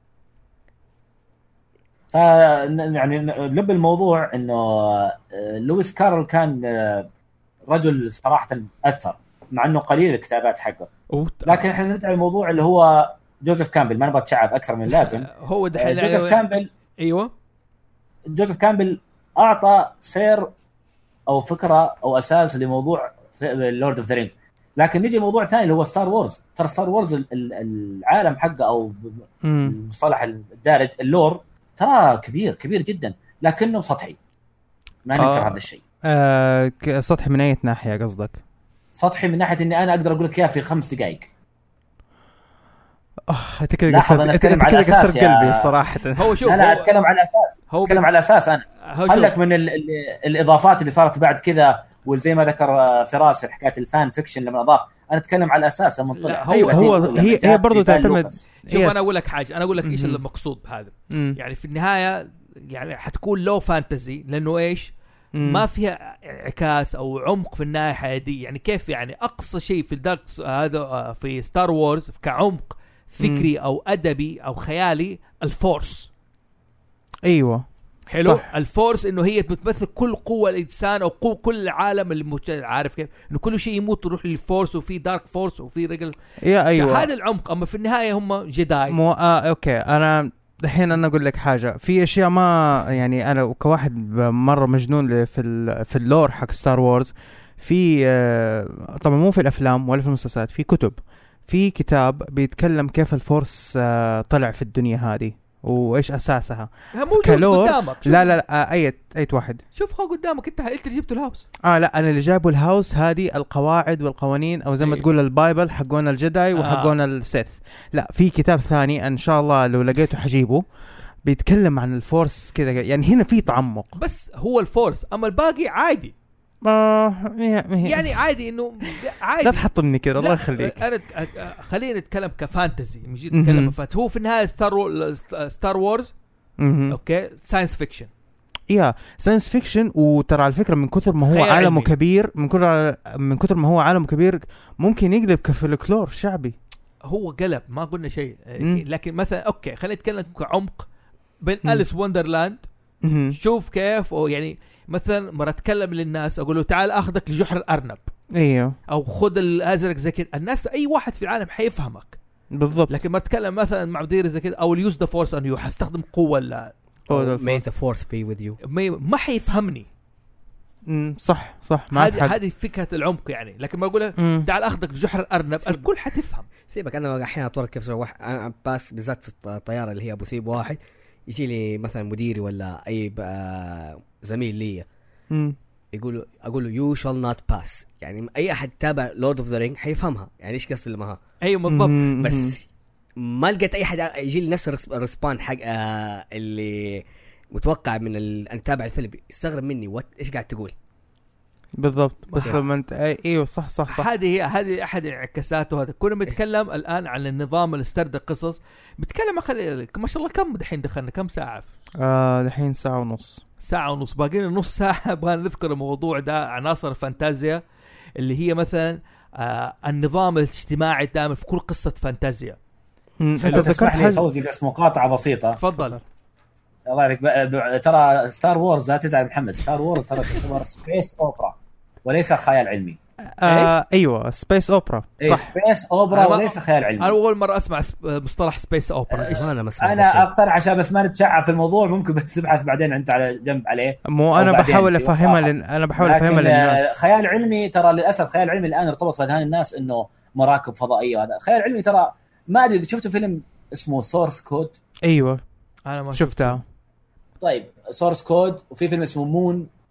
يعني لب الموضوع انه لويس كارول كان رجل صراحه اثر مع انه قليل الكتابات حقه، لكن احنا نرجع للموضوع اللي هو جوزيف كامبل. ما نبغى نتشعب اكثر من اللازم. هو دحين جوزيف كامبل. ايوه جوزيف كامبل اعطى سير او فكره او اساس لموضوع لورد اوف ذا رينجز. لكن نيجي لموضوع ثاني اللي هو ستار وورز. ترى ستار وورز العالم حقه او المصطلح الدارج اللور ترى كبير جدا، لكنه سطحي. ما ننكر هذا الشيء. سطحي من اي ناحيه قصدك؟ سطحي من ناحيه اني انا اقدر اقول لك اياه في 5 دقائق. انت كده كسر قلبي صراحه. هو شوف لا اتكلم على اساس اتكلم على اساس انا خلك من الاضافات اللي صارت بعد كذا، وزي ما ذكر فراس حكايه الفان فيكشن لما اضاف. انا اتكلم على اساس لما طلع هي برضو تعتمد. شوف انا اقول لك حاجه، انا اقول لك ايش المقصود بهذا. يعني في النهايه يعني حتكون لو فانتزي، لانه ايش ما فيها انعكاس او عمق في الناحيه دي. يعني كيف يعني اقصى شيء في الدارك هذا في ستار وورز كعمق فكري او ادبي او خيالي الفورس. ايوه حلو صح. الفورس انه هي بتمثل كل قوه الانسان او قوة كل العالم اللي عارف كيف انه كل شيء يموت يروح للفورس، وفي دارك فورس وفي رجل. ايوه هذا العمق. اما في النهايه هم جداي. اوكي انا الحين انا اقول لك حاجه. في اشياء ما يعني انا كواحد مره مجنون في اللور حق ستار وورز. في طبعا مو في الافلام ولا في المسلسلات، في كتب. في كتاب بيتكلم كيف الفورس طلع في الدنيا هذه وايش اساسها. موجود قدامك. لا اي واحد شوف هو قدامك. انت اللي جبته الهاوس. لا انا اللي جابوا الهاوس هذه القواعد والقوانين او زي ما تقول البايبل حقون الجداي وحقون السيث. لا في كتاب ثاني ان شاء الله لو لقيته حجيبه بيتكلم عن الفورس كذا. يعني هنا في تعمق بس هو الفورس، اما الباقي عادي. يعني عادي انه عادي. لا تحطمني كده الله يخليك. انا خلينا نتكلم كفانتزي. نجي نتكلم هو في النهايه ستار وورز اوكي ساينس فيكشن. ساينس فيكشن. وترى على فكره من كثر ما هو عالمه كبير، من كثر ما هو عالمه كبير ممكن يقلب كفولكلور شعبي. هو قلب ما قلنا شيء. لكن مثلا اوكي خلينا نتكلم كعمق بين أليس وندرلاند. شوف كيف يعني مثلا مرة اتكلم للناس اقول له تعال اخذك لجحر الارنب. ايوه او خذ الازرق زي كده. الناس اي واحد في العالم حيفهمك بالضبط. لكن ما اتكلم مثلا مع مدير زي كده او اليوز ذا فورس انه حستخدم قوه لا may the force be with you ما حيفهمني. صح هذه فكره العمق يعني. لكن ما اقول تعال اخذك لجحر الارنب الكل حتفهم. سيبك انا احيانا اطور كيف انا باس بالذات في الطياره اللي هي ابو سيب واحد يجي لي مثلا مديري ولا اي زميل لي اقول له يو شال نوت باس. يعني اي احد تابع لورد اوف ذا رينج حيفهمها يعني ايش قصدي لمها. ايوه بالضبط. بس ما لقيت اي حد يجي لي نفس الرسبان حق اللي متوقع من التابع الفيلم يستغرب مني ايش قاعد تقول بالضبط. بس لما انت ايوه صح هذه احد انعكاساته. هذا كنا بنتكلم الان عن النظام اللي استرد القصص. بتكلم ما شاء الله كم دحين دخلنا كم ساعه؟ دحين ساعة ونص. باقي لنا نص ساعه بغى نذكر الموضوع ده، عناصر الفانتازيا اللي هي مثلا النظام الاجتماعي دائما في كل قصه فانتازيا. انت ذكرت حاجه فوزي بس مقاطعه بسيطه. تفضل. الله يعرفك ترى ستار وورز لا تزعل محمد، ستار وورز ترى تعتبر سبيس اوبرا وليس خيال علمي. ايوه سبيس اوبرا صح. سبيس اوبرا وليس خيال علمي. انا اول مره اسمع مصطلح سبيس اوبرا. انا اقترح عشان بس ما نتشعب في الموضوع، ممكن بس تبحث بعدين انت على جنب عليه. مو انا بحاول افهمها للناس. خيال علمي ترى للاسف خيال علمي الان ارتبط في اذهان الناس انه مراكب فضائيه، وهذا خيال علمي. ترى ما ادري شفت فيلم اسمه سورس كود. ايوه انا ما شفتها. طيب سورس كود، وفي فيلم اسمه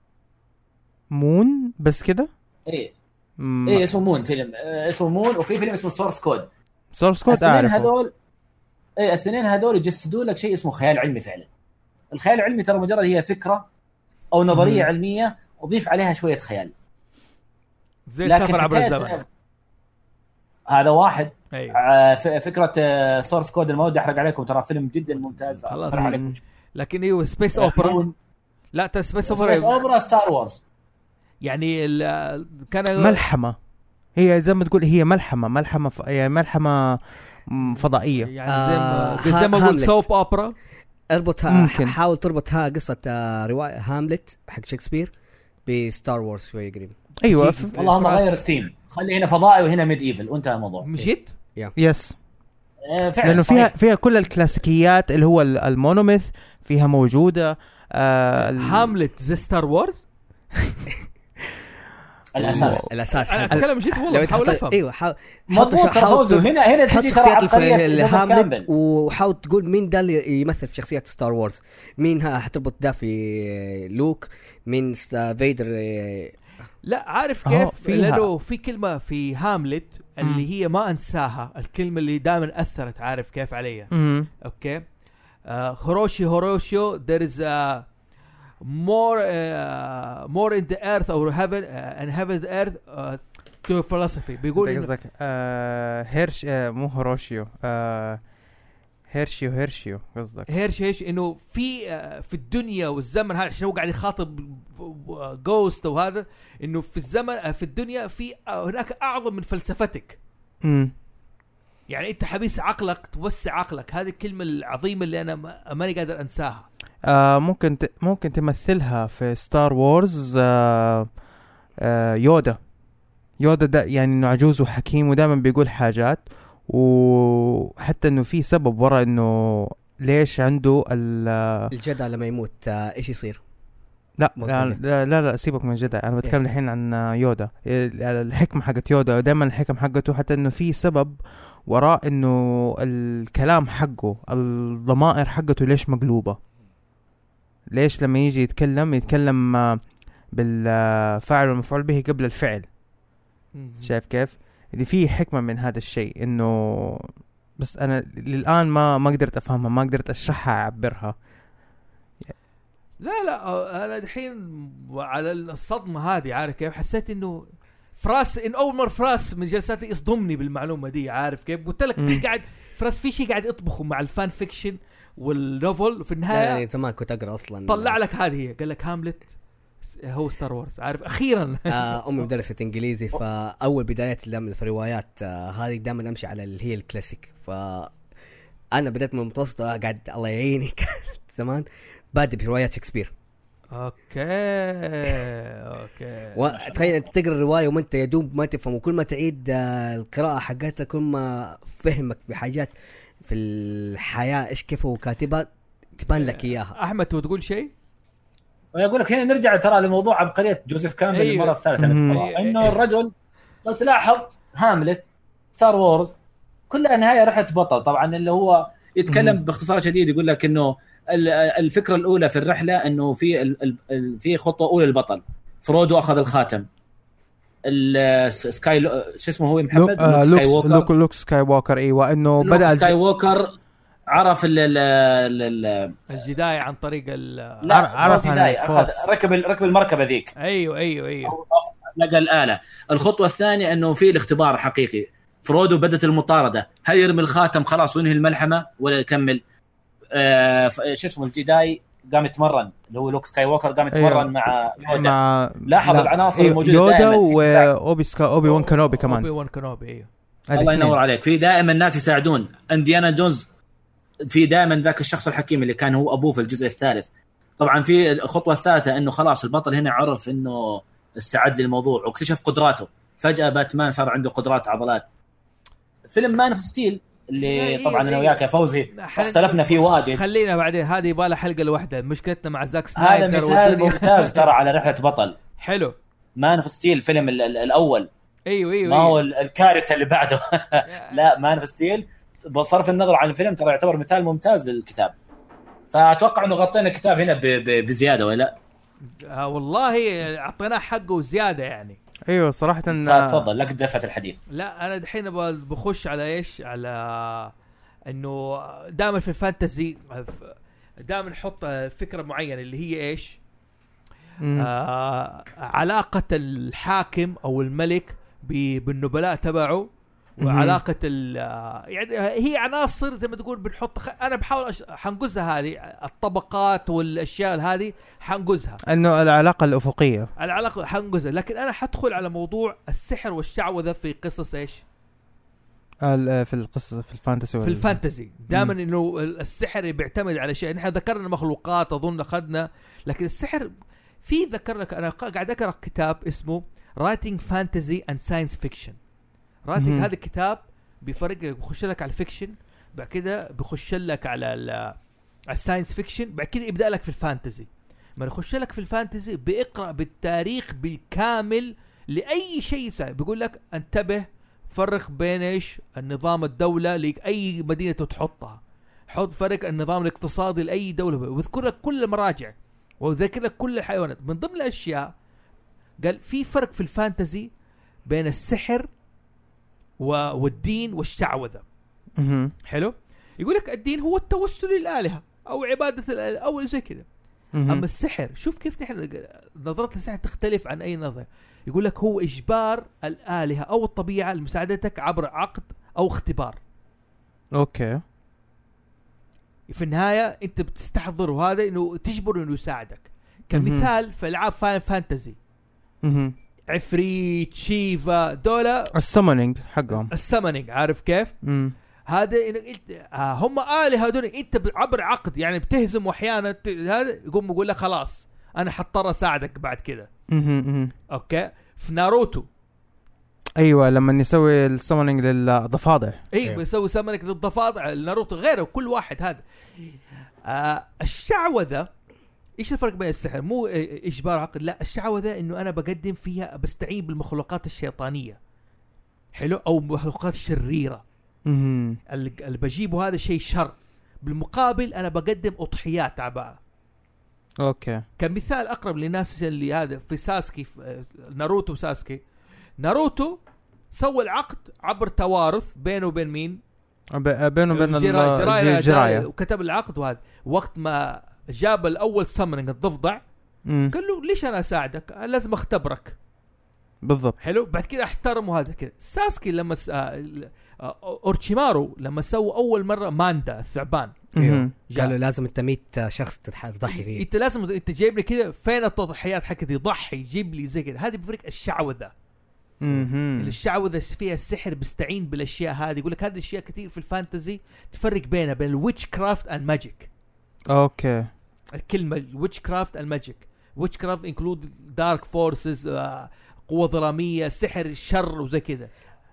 مون بس كده. ايه اسمه مون، فيلم اسمه مون، وفي فيلم اسمه سورس كود. اعرف هذول الاثنين هذول يجسدوا لك شيء اسمه خيال علمي. فعلا الخيال العلمي ترى مجرد هي فكره او نظريه علميه وضيف عليها شويه خيال، زي السفر عبر الزمن. هذا واحد. أيوة. فكره سورس كود المواد احرق عليكم، ترى فيلم جدا ممتاز. لكن ايوه سبيس اوبرا. لا سبيس اوبرا ستار وورز يعني كان ملحمه. هي زي ما تقول هي ملحمه فضائيه يعني زي ما اقول سوب اوبرا. اربطها، حاول تربطها قصه روايه هاملت حق شكسبير بستار وورز شويه قريب. ايوه والله ما غير الثيم، خلي هنا فضائي وهنا ميد ايفل وانتهى الموضوع. مشيت يس لانه فيها كل الكلاسيكيات اللي هو المونوميث فيها موجوده. هاملت زي ستار وورز. الاساس انا اتكلم جد والله، بحاول افهم. ايوه حاول هنا تجي ترى عبقريه هاملت، وحاول تقول مين ده اللي يمثل في شخصيه ستار وورز، مين حتربط ده في لوك، مين فيدر. لا عارف كيف، لانه في كلمه في هاملت اللي هي ما انساها، الكلمه اللي دائما اثرت، عارف كيف عليا. اوكي هوروشيو there is more in the earth or heaven and heaven the earth to philosophy. بيقول قصدك هيرش مو هوروشيو، هيرشيو قصدك. هيرش انه في الدنيا والزمن هذا، عشان هو قاعد يخاطب جوست وهذا، انه في الزمن في الدنيا في هناك اعظم من فلسفتك. يعني انت حبيس عقلك، توسع عقلك. هذه الكلمه العظيمه اللي انا ماني قادر انساها. ممكن تمثلها في ستار وورز. يودا ده يعني انه عجوز وحكيم ودائما بيقول حاجات، وحتى انه في سبب وراء انه ليش عنده الجدع لما يموت ايش يصير. لا سيبك من الجدع، انا بتكلم الحين عن يودا. الحكمه حقت يودا دائما، الحكم حقته حتى انه في سبب وراء انه الكلام حقه، الضمائر حقته ليش مقلوبه، ليش لما يجي يتكلم بالفاعل والمفعول به قبل الفعل. شايف كيف؟ اللي فيه حكمة من هذا الشيء، انه بس انا للآن ما قدرت افهمها، ما قدرت اشرحها اعبرها. لا انا الحين على الصدمة هذه، عارف كيف حسيت انه فراس اول مرة فراس من جلساتي يصدمني بالمعلومة دي. عارف كيف قلت لك قاعد فراس في شيء قاعد يطبخه مع الفان فيكشن والنوفل، وفي النهاية يعني زمان كنت اقرا اصلا طلع لك هذه، قال لك هاملت هو ستار وورز. عارف اخيرا امي مدرسة انجليزي، فاول بدايات اللي في الروايات هذه دائما امشي على اللي هي الكلاسيك. فانا بدأت من المتوسطة، قاعد الله يعينك زمان بادئ بروايات شكسبير. اوكي وتخيل انت تقرا الروايه وما انت يدوب ما تفهم، وكل ما تعيد القراءه حقتها كل ما فهمك بحاجات في الحياه ايش كيف هو كاتبها تبان لك اياها. احمد تقول شيء؟ ويقول لك هنا نرجع ترى لموضوع عبقريه جوزيف كامبل. المره الثالثه نتكلم انه الرجل لو تلاحظ هاملت ستار وورز كلها نهايه رحله بطل. طبعا اللي هو يتكلم باختصار شديد، يقول لك انه الفكره الاولى في الرحله انه في خطوه اولى للبطل. فرودو اخذ الخاتم، السكاي شو اسمه هو محمد لوك سكاي ووكر. ايوه انه بدا سكاي ووكر عرف الجداي عن طريق لا عرف عن أخذ ركب المركبة ذيك. ايوه لقى الآلة. الخطوة الثانية انه في الاختبار الحقيقي. فرودو بدت المطاردة، هل يرمي الخاتم خلاص وينهي الملحمة ولا يكمل؟ شو اسمه الجداي قام يتمرن، اللي هو لوك سكاي ووكر قام يتمرن مع يودا. لاحظ العناصر الموجودة يودا دائما اوبي وان كانوبي كمان. اوبي وان كانوبي ايوه. الله ينور عليك. في دائما الناس يساعدون. انديانا جونز في دائما ذاك الشخص الحكيم اللي كان هو ابوه في الجزء الثالث. طبعا في الخطوة الثالثة انه خلاص البطل هنا عرف انه استعد للموضوع واكتشف قدراته. فجأة باتمان صار عنده قدرات عضلات. فيلم مان اوف ستيل اللي طبعا انا وياك يا فوزي اختلفنا فيه واجد. خلينا بعدين، هذه يبغى حلقه لوحده. مشكلتنا مع زاك هذا سنايدر مثال ممتاز ترى على رحلة بطل. حلو. مان اوف ستيل فيلم الاول. ايوه ما هو الكارثة اللي بعده. لا مان اوف ستيل بصرف النظر عن الفيلم ترى يعتبر مثال ممتاز للكتاب. فأتوقع إنه غطينا الكتاب هنا بزيادة ولا؟ والله أعطيناه حقه وزيادة يعني. أيوة صراحة. تفضل لك دفة الحديث. لا أنا دحين بخش على إيش، على إنه دائما في الفانتزي دائما نحط فكرة معينة اللي هي إيش، علاقة الحاكم أو الملك بالنبلاء تبعه، وعلاقة يعني هي عناصر زي ما تقول بنحط أنا بحاول حنجزها هذه الطبقات والأشياء هذه حنجزها، إنه العلاقة الأفقية العلاقة حنجزها. لكن أنا حدخل على موضوع السحر والشعوذة في قصص إيش، في القصة في الفانتسي في الفانتسي دائما إنه السحر بيعتمد على شيء. نحن ذكرنا مخلوقات أظن أخذنا، لكن السحر في ذكرنا. أنا قاعد أقرأ كتاب اسمه Writing Fantasy and Science Fiction. راتب هذا الكتاب بيفرق، بيخش لك على الفيكشن، بعد كده بيخش لك على الساينس فيكشن، بعد كده يبدأ لك في الفانتزي. ما يخش لك في الفانتزي بيقرأ بالتاريخ بالكامل لأي شيء بيقول لك انتبه، فرق بين ايش النظام الدولة لأي مدينة تحطها، حط فرق النظام الاقتصادي لأي دولة، ويذكر لك كل المراجع ويذكر لك كل الحيوانات. من ضمن الأشياء قال في فرق في الفانتزي بين السحر والدين والشعوذة. حلو. يقول لك الدين هو التوسل للآلهة أو عبادة الآلهة أو زي كده. أما السحر شوف كيف نحن نظرة السحر تختلف عن أي نظرة. يقول لك هو إجبار الآلهة أو الطبيعة لمساعدتك عبر عقد أو اختبار. أوكي. في النهاية أنت بتستحضر هذا إنه تجبر إنه يساعدك. كمثال في ألعاب فاينل فانتزي عفريت شيفا دولا السمنينج حقهم، السمنينج عارف كيف؟ هذا هم آلهة هذول انت عبر عقد يعني بتهزم احيانا هذا يقوم يقول لك خلاص انا حضطر اساعدك بعد كده. اوكي. في ناروتو ايوه لما نسوي السمنينج للضفادع، ايوه بيسوي سمنينج للضفادع. ناروتو غيره كل واحد هذا. الشعوذة ايش الفرق بين السحر؟ مو اجبار عقد، لا الشعوذة انه انا بقدم فيها بستعين بالمخلوقات الشيطانية. حلو. او مخلوقات شريرة اللي بجيبه هذا شيء شر، بالمقابل انا بقدم اضحيات عباء. اوكي. كمثال اقرب للناس اللي هذا في ساسكي، في ناروتو ساسكي، ناروتو سوى العقد عبر توارث بينه وبين مين؟ بينه وبين الجراية، وكتب العقد. وهذا وقت ما جاب الأول سمنينج الضفدع قال له ليش أنا أساعدك؟ لازم أختبرك. بالضبط. حلو. بعد كده احترموا هذا كده. ساسكي لما أورتشيمارو لما سوى أول مرة ماندا الثعبان قالوا لازم انت 100 شخص تضحي فيه، انت لازم انت جايب لي كده فين التضحيات حقتي، يضحي يجيب لي زي كده. هذه بفرق الشعوذة. الشعوذة فيها السحر بيستعين بالاشياء هذه. يقول لك هذه الاشياء كثير في الفانتزي تفرق بينها بين الويتش كرافت اند ماجيك. اوكي. الكلمة الويتش كرافت اند ماجيك. ويتش كرافت انكلود دارك فورسز، قوة ظلامية، سحر، الشر وزي كده.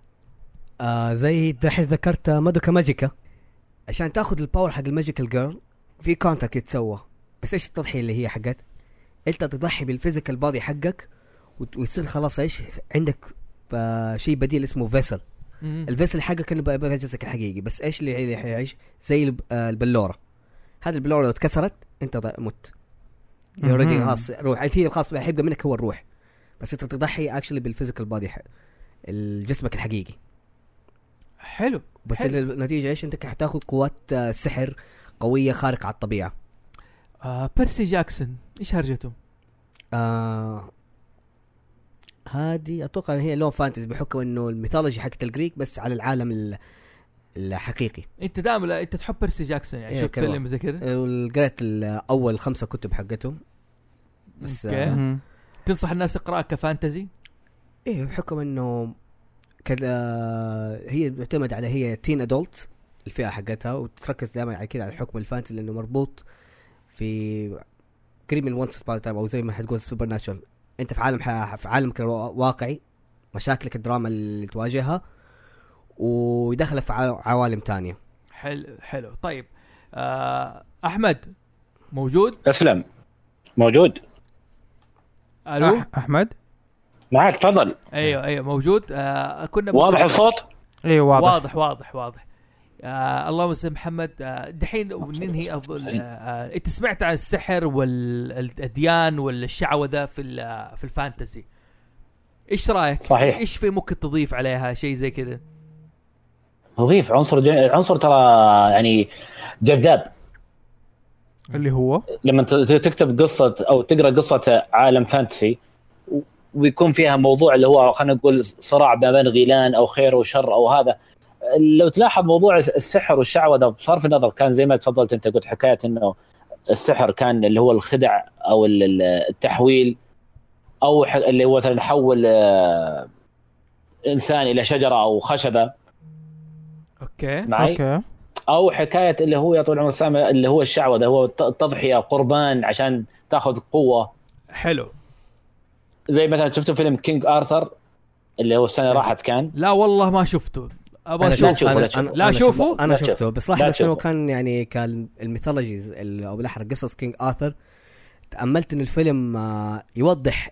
زي دحين ذكرت مادوكا ماجيكا، عشان تاخذ الباور حق الماجيكال جيرل في كونتاكت يتسوى. بس ايش التضحية اللي هي حقت؟ انت تضحي بالفيزيكال بادي حقك ويصير خلاص ايش عندك شيء بديل اسمه فيسل. الفيسل حقك انه بقى جسدك الحقيقي، بس ايش اللي حيعيش زي البلورة. هذه البلورة لو اتكسرت انت مت. اوريدي خلاص روح هي خلاص حيبقى منك هو الروح، بس انت تضحي اكشلي بالفيزيكال بادي جسمك الحقيقي. حلو. بس حلو. النتيجه ايش؟ انت حتاخذ قوات سحر قويه خارقه على الطبيعه. بيرسي جاكسون ايش هرجته؟ هذه اتوقع هي لون فانتزي بحكم انه الميثولوجي حقت الجريك بس على العالم الحقيقي. انت دائما انت تحب بيرسي جاكسون يعني إيه شفت كده. فيلم زي كده؟ قريت اول 5 كتب حقته بس. أوكي. تنصح الناس يقرأها كفانتزي؟ ايه بحكم انه كذا هي معتمد على هي تين ادولت الفئه حقتها، وتركز دائما على كده على الحكم الفانتزي لانه مربوط في قريب من وانس ابون تايم او زي ما حتقول سوبر ناتشورال. انت في عالمك واقعي، مشاكلك الدراما اللي تواجهها ويدخلك في عوالم تانية. حلو. طيب احمد موجود؟ اسلم موجود. الو احمد معك تفضل. ايوه موجود. كنا واضح الصوت؟ ايه واضح. واضح. اللهم صل محمد. دحين ننهي انت سمعت عن السحر والاديان والشعوذه في الفانتسي، ايش رايك؟ صحيح. ايش في ممكن تضيف عليها شيء زي كذا؟ نضيف عنصر ترى يعني جذاب، اللي هو لما تكتب قصة أو تقرأ قصة عالم فانتسي ويكون فيها موضوع اللي هو خلينا نقول صراع ما بين غيلان أو خير وشر أو هذا. لو تلاحظ موضوع السحر والشعوذة بصرف النظر كان زي ما تفضلت أنت قلت حكاية إنه السحر كان اللي هو الخدع أو التحويل أو اللي هو مثلا نحول إنسان إلى شجرة أو خشبة. اوكي معي؟ اوكي. او حكايه اللي هو يا طول العمر سامع اللي هو الشعوذه، هو التضحيه قربان عشان تاخذ قوه. حلو. زي مثلا شفتوا فيلم كينج آرثر اللي هو السنه راحت كان؟ لا والله ما شفته. ابغى أنا اشوف. لا شوفه. انا لا شفته شوف. بس لاحظ لا بس انه شوفه. كان يعني كان الميثولوجيز او بالاحرى قصص كينج آرثر. تأملت ان الفيلم يوضح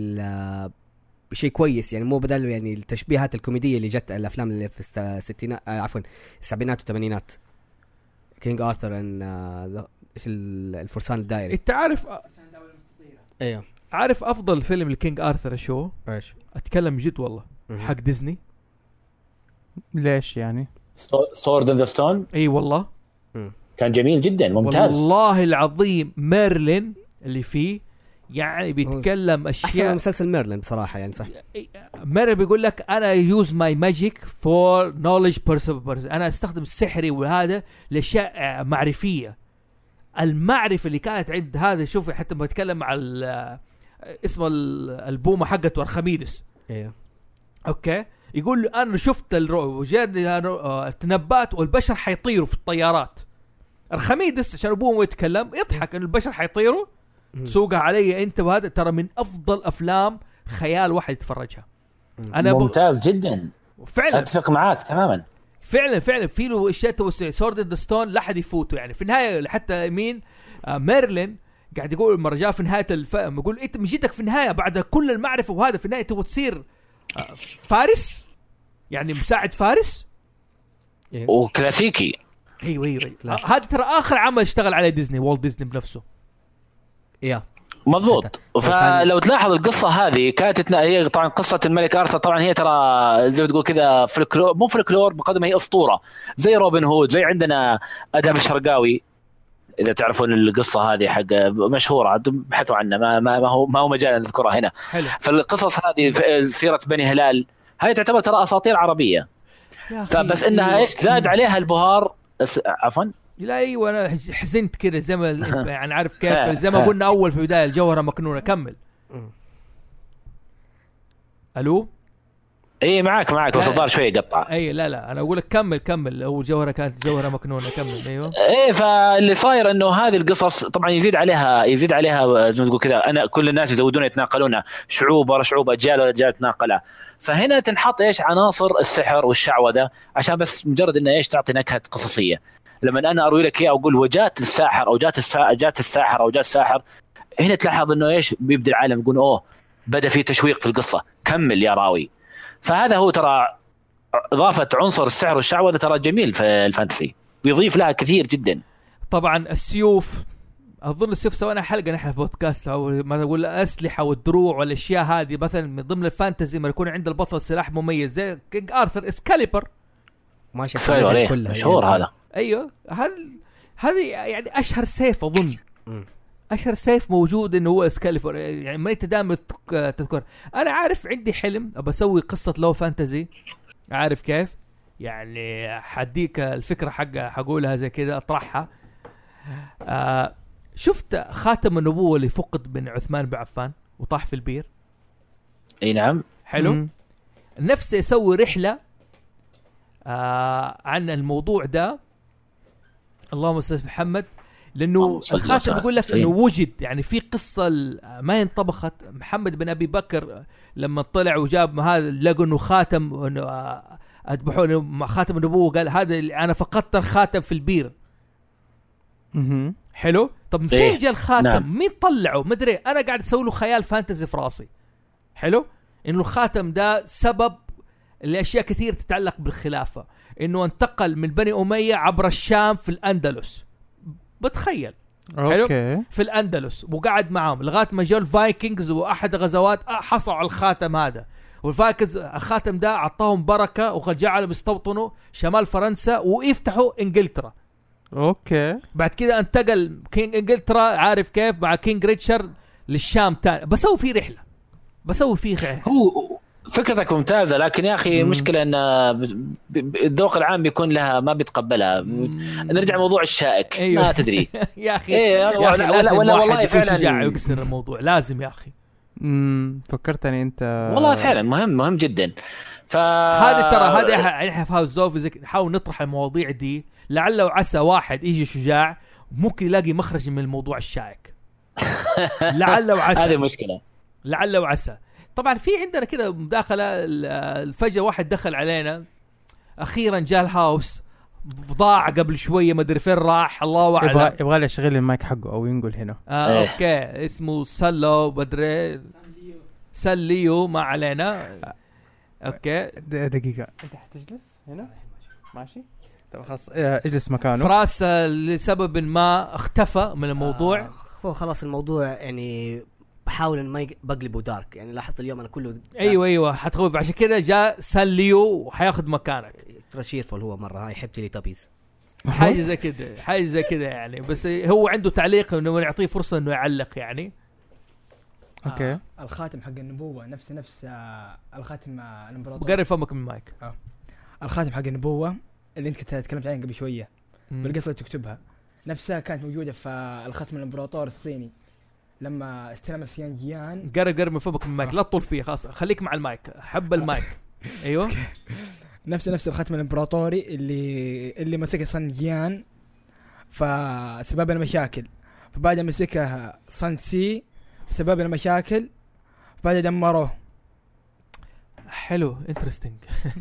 بشيء كويس، يعني مو بدل يعني التشبيهات الكوميديه اللي جت الافلام اللي في الستينات عفوا السبعينات والثمانينات. كينج آرثر الفرسان الدائري. انت عارف ايوه عارف افضل فيلم لكينج آرثر شو؟ ايش؟ اتكلم جد والله حق ديزني. ليش يعني؟ سورد ان ذا ستون. اي والله كان جميل جدا ممتاز والله العظيم. ميرلين اللي فيه يعني بيتكلم احسن من اشياء. مسلسل ميرلين بصراحه يعني صح. ميرلين بيقول لك انا يوز ماي ماجيك فور نوليدج بيرسون، انا استخدم سحري وهذا لاشياء معرفيه. المعرفه اللي كانت عند هذا، شوفي حتى ما بتكلم على اسمه البومه حقته ارخميدس. ايوه اوكي. يقول له انا شفت وجاني تنبأت والبشر حيطيروا في الطيارات. ارخميدس عشان ابوه يتكلم يضحك ان البشر حيطيروا. تسوقها علي انت، وهذا ترى من افضل افلام خيال واحد يتفرجها. انا ممتاز جدا فعلا اتفق معاك تماما. فعلا في له اشياء توسع. سورد ان ذا ستون لا حد يفوته يعني في النهايه. حتى مين ميرلين قاعد يقول مره جاء في نهايه الفيلم يقول انت من جدك في النهايه بعد كل المعرفه وهذا في النهايه تبغى تصير فارس، يعني مساعد فارس وكلاسيكي. ايوه هذا ترى اخر عمل اشتغل عليه ديزني، والت ديزني بنفسه. يا مضبوط. فلو تلاحظ القصه هذه كانت هي طبعا قصه الملك آرثر. طبعا هي ترى زي ما تقول كذا فلكلور، مو فلكلور بقدر ما هي اسطوره، زي روبن هود، زي عندنا ادهم الشرقاوي اذا تعرفون القصه هذه حق مشهوره بحثوا عنها، ما هو مجال نذكرها هنا. حلو. فالقصص هذه سيره بني هلال هاي تعتبر ترى اساطير عربيه، فبس انها ايش زاد عليها البهار. عفوا لا ايوه انا حزنت كده زي ما يعني عارف كيف زي ما قلنا اول في بدايه الجوهره مكنونه. كمل. الو اي معاك بس الظاهر شويه قطع. اي لا انا اقول لك كمل. اول جوهره كانت جوهره مكنونه. كمل. ايوه ايه. فاللي صاير انه هذه القصص طبعا يزيد عليها زي ما تقول كذا، انا كل الناس يزودون يتناقلونها شعوب ورا شعوب، اجيال ورا اجيال تناقلها. فهنا تنحط ايش عناصر السحر والشعوذه عشان بس مجرد انه ايش تعطي نكهه قصصيه. لما انا اروي لك اياه اقول وجات الساحر او جات الساحر او جاء الساحر، هنا تلاحظ انه ايش بيبدا العالم يقول اوه بدا في تشويق في القصه، كمل يا راوي. فهذا هو ترى اضافه عنصر السحر والشعوذه ترى جميل في الفانتسي، بيضيف لها كثير جدا. طبعا السيوف، اظن السيوف سوينا حلقه نحن في بودكاست ما نقول الاسلحه والدروع والاشياء هذه. مثلا من ضمن الفانتسي ما يكون عند البطل سلاح مميز زي كينج آرثر اسكاليبر. ما شاف سألوا عليه كلها مشهور يعني. هذا. ايوه هذه يعني اشهر سيف اظن. مم. اشهر سيف موجود انه هو اسكاليفور. يعني ما انت دائما تذكر. انا عارف عندي حلم ابى اسوي قصه لو فانتزي، عارف كيف يعني، حديك الفكره حقولها زي كذا اطرحها. شفت خاتم النبوه اللي فقد من عثمان بن عفان وطاح في البير؟ اي نعم. حلو. نفسه يسوي رحله عن الموضوع ده. اللهم صل على محمد. لانه الخاتم يقول لك انه وجد يعني في قصه ما انطبخت. محمد بن ابي بكر لما طلع وجاب هذا لقوا انه خاتم، انه اذبحوا خاتم النبوه، قال هذا انا فقدت الخاتم في البير. حلو. طب فين جاء الخاتم؟ نعم. مين طلعه؟ ما ادري. انا قاعد اسوي له خيال فانتزي في راسي. حلو. انه الخاتم ده سبب لاشياء كثير تتعلق بالخلافه، انه انتقل من بني اميه عبر الشام في الاندلس. بتخيل. حلو. في الاندلس وقعد معهم لغايه ما جاء الفايكنجز، واحد غزوات حصلوا على الخاتم هذا. والفايكنجز الخاتم ده عطاهم بركه وجعلهم يستوطنوا شمال فرنسا ويفتحوا انجلترا. اوكي. بعد كده انتقل كينج انجلترا، عارف كيف، مع كينج ريتشارد للشام تاني. بسوي فيه رحله. هو فكرتك ممتازة، لكن يا أخي مشكلة أن الذوق العام بيكون لها ما بيتقبلها. نرجع موضوع الشائك. أيوه. ما تدري يا أخي يا أخي لازم ولا والله واحد فعلا شجاع يكسر الموضوع لازم يا أخي. فكرتني أنت والله فعلا مهم جدا. هذه ترى هذه احنا في هاوس اوف نحاول نطرح المواضيع دي، لعل وعسى واحد يجي شجاع ممكن يلاقي مخرج من الموضوع الشائك. لعل وعسى. هذه مشكلة. لعل وعسى. طبعا في عندنا كده مداخله الفجأة واحد دخل علينا اخيرا جاء الهاوس، ضاع قبل شويه ما ادري فين راح، الله اعلم. يبغى لي اشغل المايك حقه او ينقل هنا. اوكي. اسمه سلو بدري سليو ما علينا. اوكي دقيقه انت حتجلس هنا ماشي؟ طب خلاص اجلس مكانه. فراس لسبب ما اختفى من الموضوع. هو خلاص الموضوع يعني بحاول ان ما بقلبه دارك. يعني لاحظت اليوم انا كله ايوه حتخوف، عشان كده جاء سليو وحياخذ مكانك. ترشيرفول هو مره هاي حبتي لي تبيز حاجه زي كده يعني. بس هو عنده تعليق انه نعطيه فرصه انه يعلق يعني. اوكي. الخاتم حق النبوه نفس الخاتم الامبراطور. بقرب فمك من المايك. الخاتم حق النبوه اللي انت تكلمت عنه قبل شويه بالقصه اللي تكتبها نفسها كانت موجوده في الخاتم الامبراطور الصيني لما استلم السيانجيان. قرب من فمك من المايك. لا تطول فيه خلاص، خليك مع المايك. حب المايك. ايوه. نفس الختم الامبراطوري اللي مسكه سانجيان فسبب المشاكل، فبعد مسكه سانسي سبب المشاكل بعد دمروه. حلو انترستينج.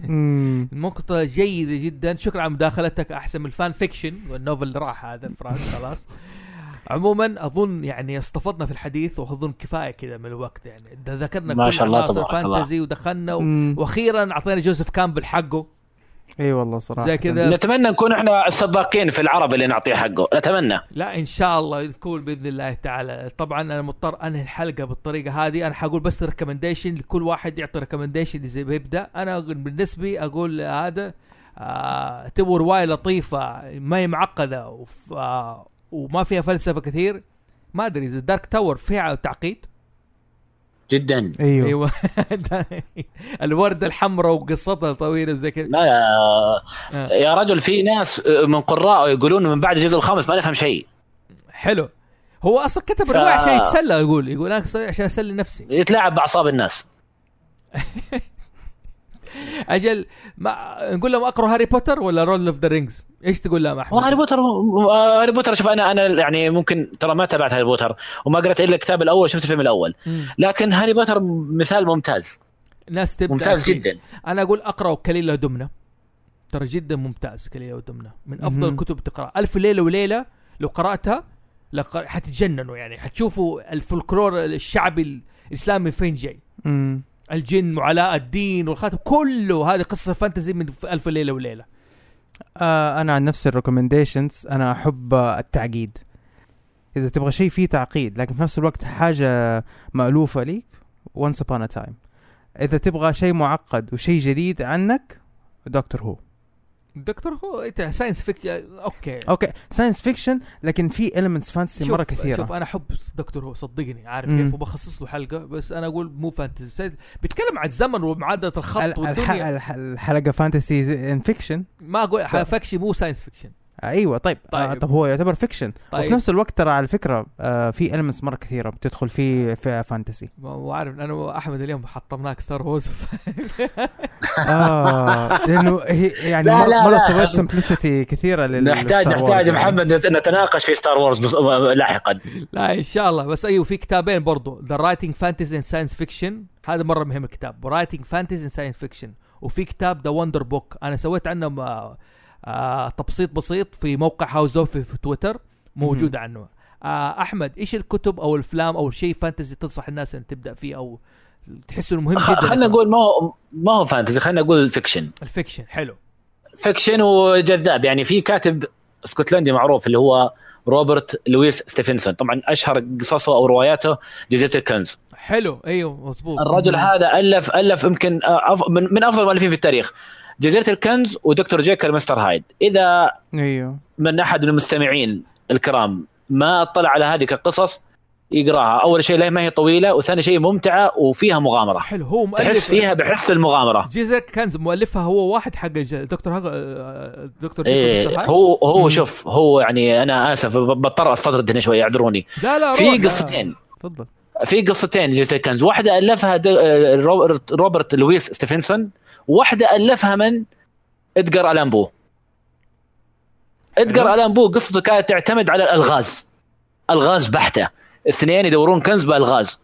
نقطة جيدة جدا. شكرا على مداخلتك. احسن من الفان فيكشن والنوفل راح هذا الفراس خلاص. عموما اظن يعني استفدنا في الحديث واظن كفايه كذا من الوقت. يعني ذكرنا ما شاء الله تبارك فانتزي ودخلنا واخيرا اعطينا جوزيف كامبل حقه. اي والله صراحه زي كذا. نتمنى نكون احنا السباقين في العرب اللي نعطيه حقه. نتمنى. لا ان شاء الله يكون باذن الله تعالى. طبعا انا مضطر انهي الحلقه بالطريقه هذه. انا حقول بس ريكومنديشن لكل واحد يعطي ريكومنديشن زي بيبدا. انا بالنسبه لي اقول هذا تبغوا روايه لطيفه ما هي معقده وما فيها فلسفه كثير. ما ادري اذا دارك تاور فيها تعقيد جدا. ايوه. الوردة الحمراء وقصتها طويلة زي كذا. لا يا رجل في ناس من قراء يقولون من بعد الجزء الخامس ما نفهم شيء. حلو. هو اصلا كتب رواية عشان يتسلى. يقول انا عشان اسلي نفسي، يتلاعب باعصاب الناس. اجل ما نقول لهم اقرأ هاري بوتر ولا رول اوف ذا رينجز؟ ايش تقول لهم احمد؟ هاري بوتر شوف انا يعني ممكن ترى ما تابعت هاري بوتر وما قرأت الا الكتاب الاول، شفت الفيلم الاول. لكن هاري بوتر مثال ممتاز. ناس تبدأ ممتاز جدا. انا اقول اقرأ كليلة ودمنة، ترى جدا ممتاز. كليلة ودمنة من افضل الكتب تقرأ. 1000 ليلة وليلة لو قرأتها حتتجننوا يعني. حتشوفوا الفولكلور الشعبي الاسلامي فين جاي. الجن وعلاء الدين والخاتم كله هذه قصة فانتزي من 1000 ليلة وليلة. أنا عن نفس الريكومنديشنز أنا أحب التعقيد. إذا تبغى شيء فيه تعقيد لكن في نفس الوقت حاجة مألوفة ليك Once Upon a Time. إذا تبغى شيء معقد وشيء جديد عنك دكتور هو. دكتور هو انت ساينس فيك اوكي ساينس فيكشن لكن في elements فانتسي مره كثيره. شوف انا احب دكتور هو صدقني عارف كيف وبخصص له حلقه بس انا اقول مو فانتسي بيتكلم عن الزمن ومعادله الخط والدنيا الحلقه فانتسي ان فيكشن ما اقول فاكشن مو ساينس فيكشن. ايوه طيب طب هو يعتبر فيكشن طيب. وفي نفس الوقت ترى على فكره في elements مره كثيره بتدخل في فانتسي. وعارف انا واحمد اليوم حطمناك ستار وورز لانه يعني مره سويت سمبلسيتي كثيره نحتاج محمد نتناقش في ستار وورز لاحقا. لا ان شاء الله. بس ايوه في كتابين برضو The Writing Fantasy and Science Fiction هذا مره مهم الكتاب Writing Fantasy and Science Fiction وفي كتاب The Wonder Book انا سويت عنه تبسيط بسيط في موقع هاوزوفي في تويتر موجود عنه. احمد ايش الكتب او الافلام او شيء فانتزي تنصح الناس ان تبدا فيه او تحس انه مهم جدا؟ خلينا نقول ما هو فانتزي خلينا نقول فيكشن. الفيكشن حلو فيكشن وجذاب. يعني في كاتب اسكتلندي معروف اللي هو روبرت لويس ستيفنسون طبعا اشهر قصصه او رواياته جزيرة الكنز. حلو ايوه مظبوط. الرجل هذا الف يمكن من افضل المؤلفين في التاريخ جزيرة الكنز ودكتور جيكل مستر هايد. إذا من أحد المستمعين الكرام ما اطلع على هذه القصص يقراها. أول شيء ما هي طويلة وثاني شيء ممتعة وفيها مغامرة. حلو هو مؤلف تحس فيها بحس المغامرة. جزيرة الكنز مؤلفها هو واحد حق دكتور جيكل مستر هايد. هو شوف هو يعني أنا آسف بضطر أستطرد هنا شوية اعذروني. لا في قصتين تفضل. في قصتين جزيرة الكنز واحدة ألفها روبرت لويس ستيفنسون واحدة ألفها من إدغار ألان بو. إدغار ألان بو قصته كانت تعتمد على الألغاز بحتة. اثنين يدورون كنز بألغاز.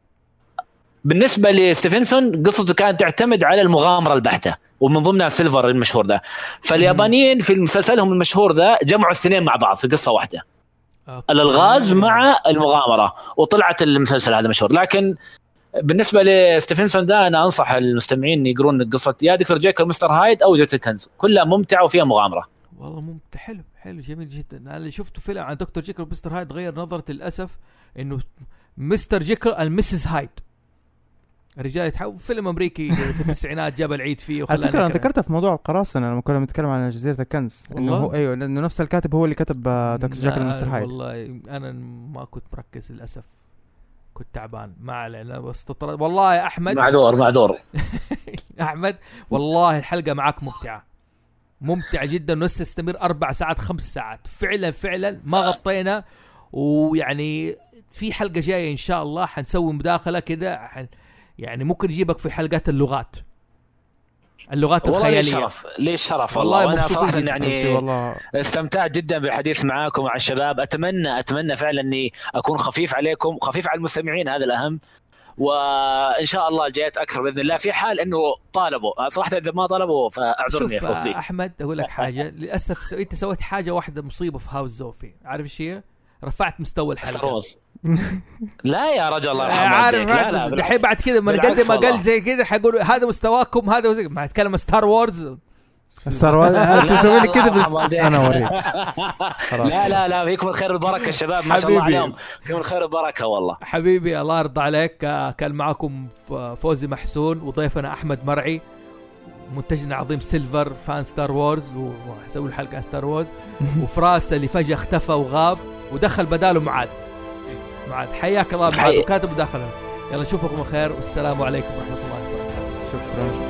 بالنسبة لستيفنسون قصته كانت تعتمد على المغامرة البحتة ومن ضمنها سيلفر المشهور ذا. فاليابانيين في مسلسلهم المشهور ذا جمعوا الاثنين مع بعض في قصة واحدة. الألغاز مع المغامرة وطلعت المسلسل هذا مشهور. لكن بالنسبه لستيفنسون ده انا انصح المستمعين يقرون قصه يا دكتور جيكل مستر هايد او جزيرة الكنز كلها ممتعه وفيها مغامره. والله ممتع حلو جميل جدا. انا اللي شفته فيلم عن دكتور جيكل مستر هايد غير نظرتي للاسف انه مستر جيكل المسز هايد رجال يتحول فيلم امريكي في التسعينات جاب العيد فيه. على فكره انا ذكرتها في موضوع القراصنه لما كنا بنتكلم عن جزيره الكنز انه هو ايوه لانه نفس الكاتب هو اللي كتب دكتور جيكل مستر هايد. والله انا ما كنت مركز للاسف كنت تعبان ما علينا بس والله يا احمد معذور احمد والله الحلقه معك ممتعه جدا ونفس تستمر 4 ساعات 5 ساعات فعلا ما غطينا. ويعني في حلقه جايه ان شاء الله حنسوي مداخله كده يعني ممكن نجيبك في حلقات اللغات الخياليه. ليش شرف والله. وانا صراحه يعني والله استمتعت جدا بالحديث معاكم مع الشباب. اتمنى فعلا اني اكون خفيف عليكم خفيف على المستمعين هذا الاهم. وان شاء الله جاءت اكثر باذن الله في حال انه طالبوا صراحه اذا ما طلبوا فاعذرني يا فوزي. احمد اقول لك حاجه للاسف انت سويت حاجه واحده مصيبه في هاوس زوفي عارف ايش هي؟ رفعت مستوى الحلقه. لا يا رجل الله يرحمه عارف دحين بعد كده ما نقدم اقل زي كده حيقولوا هذا مستواكم هذا ما اتكلم ستار وورز تسوي لي كده بس انا اوريك. لا فيكم الخير والبركه الشباب ما شاء الله عليهم فيكم الخير والبركه والله حبيبي الله يرضى عليك. كان معكم فوزي محسون وضيفنا احمد مرعي منتجنا عظيم سيلفر فان ستار وورز وحسوي الحلقه ستار وورز وفراس اللي فجاه اختفى وغاب ودخل بداله معاذ حياك الله معاذ وكاتب مداخله. يلا نشوفكم الخير والسلام عليكم ورحمه الله وبركاته. شكرا.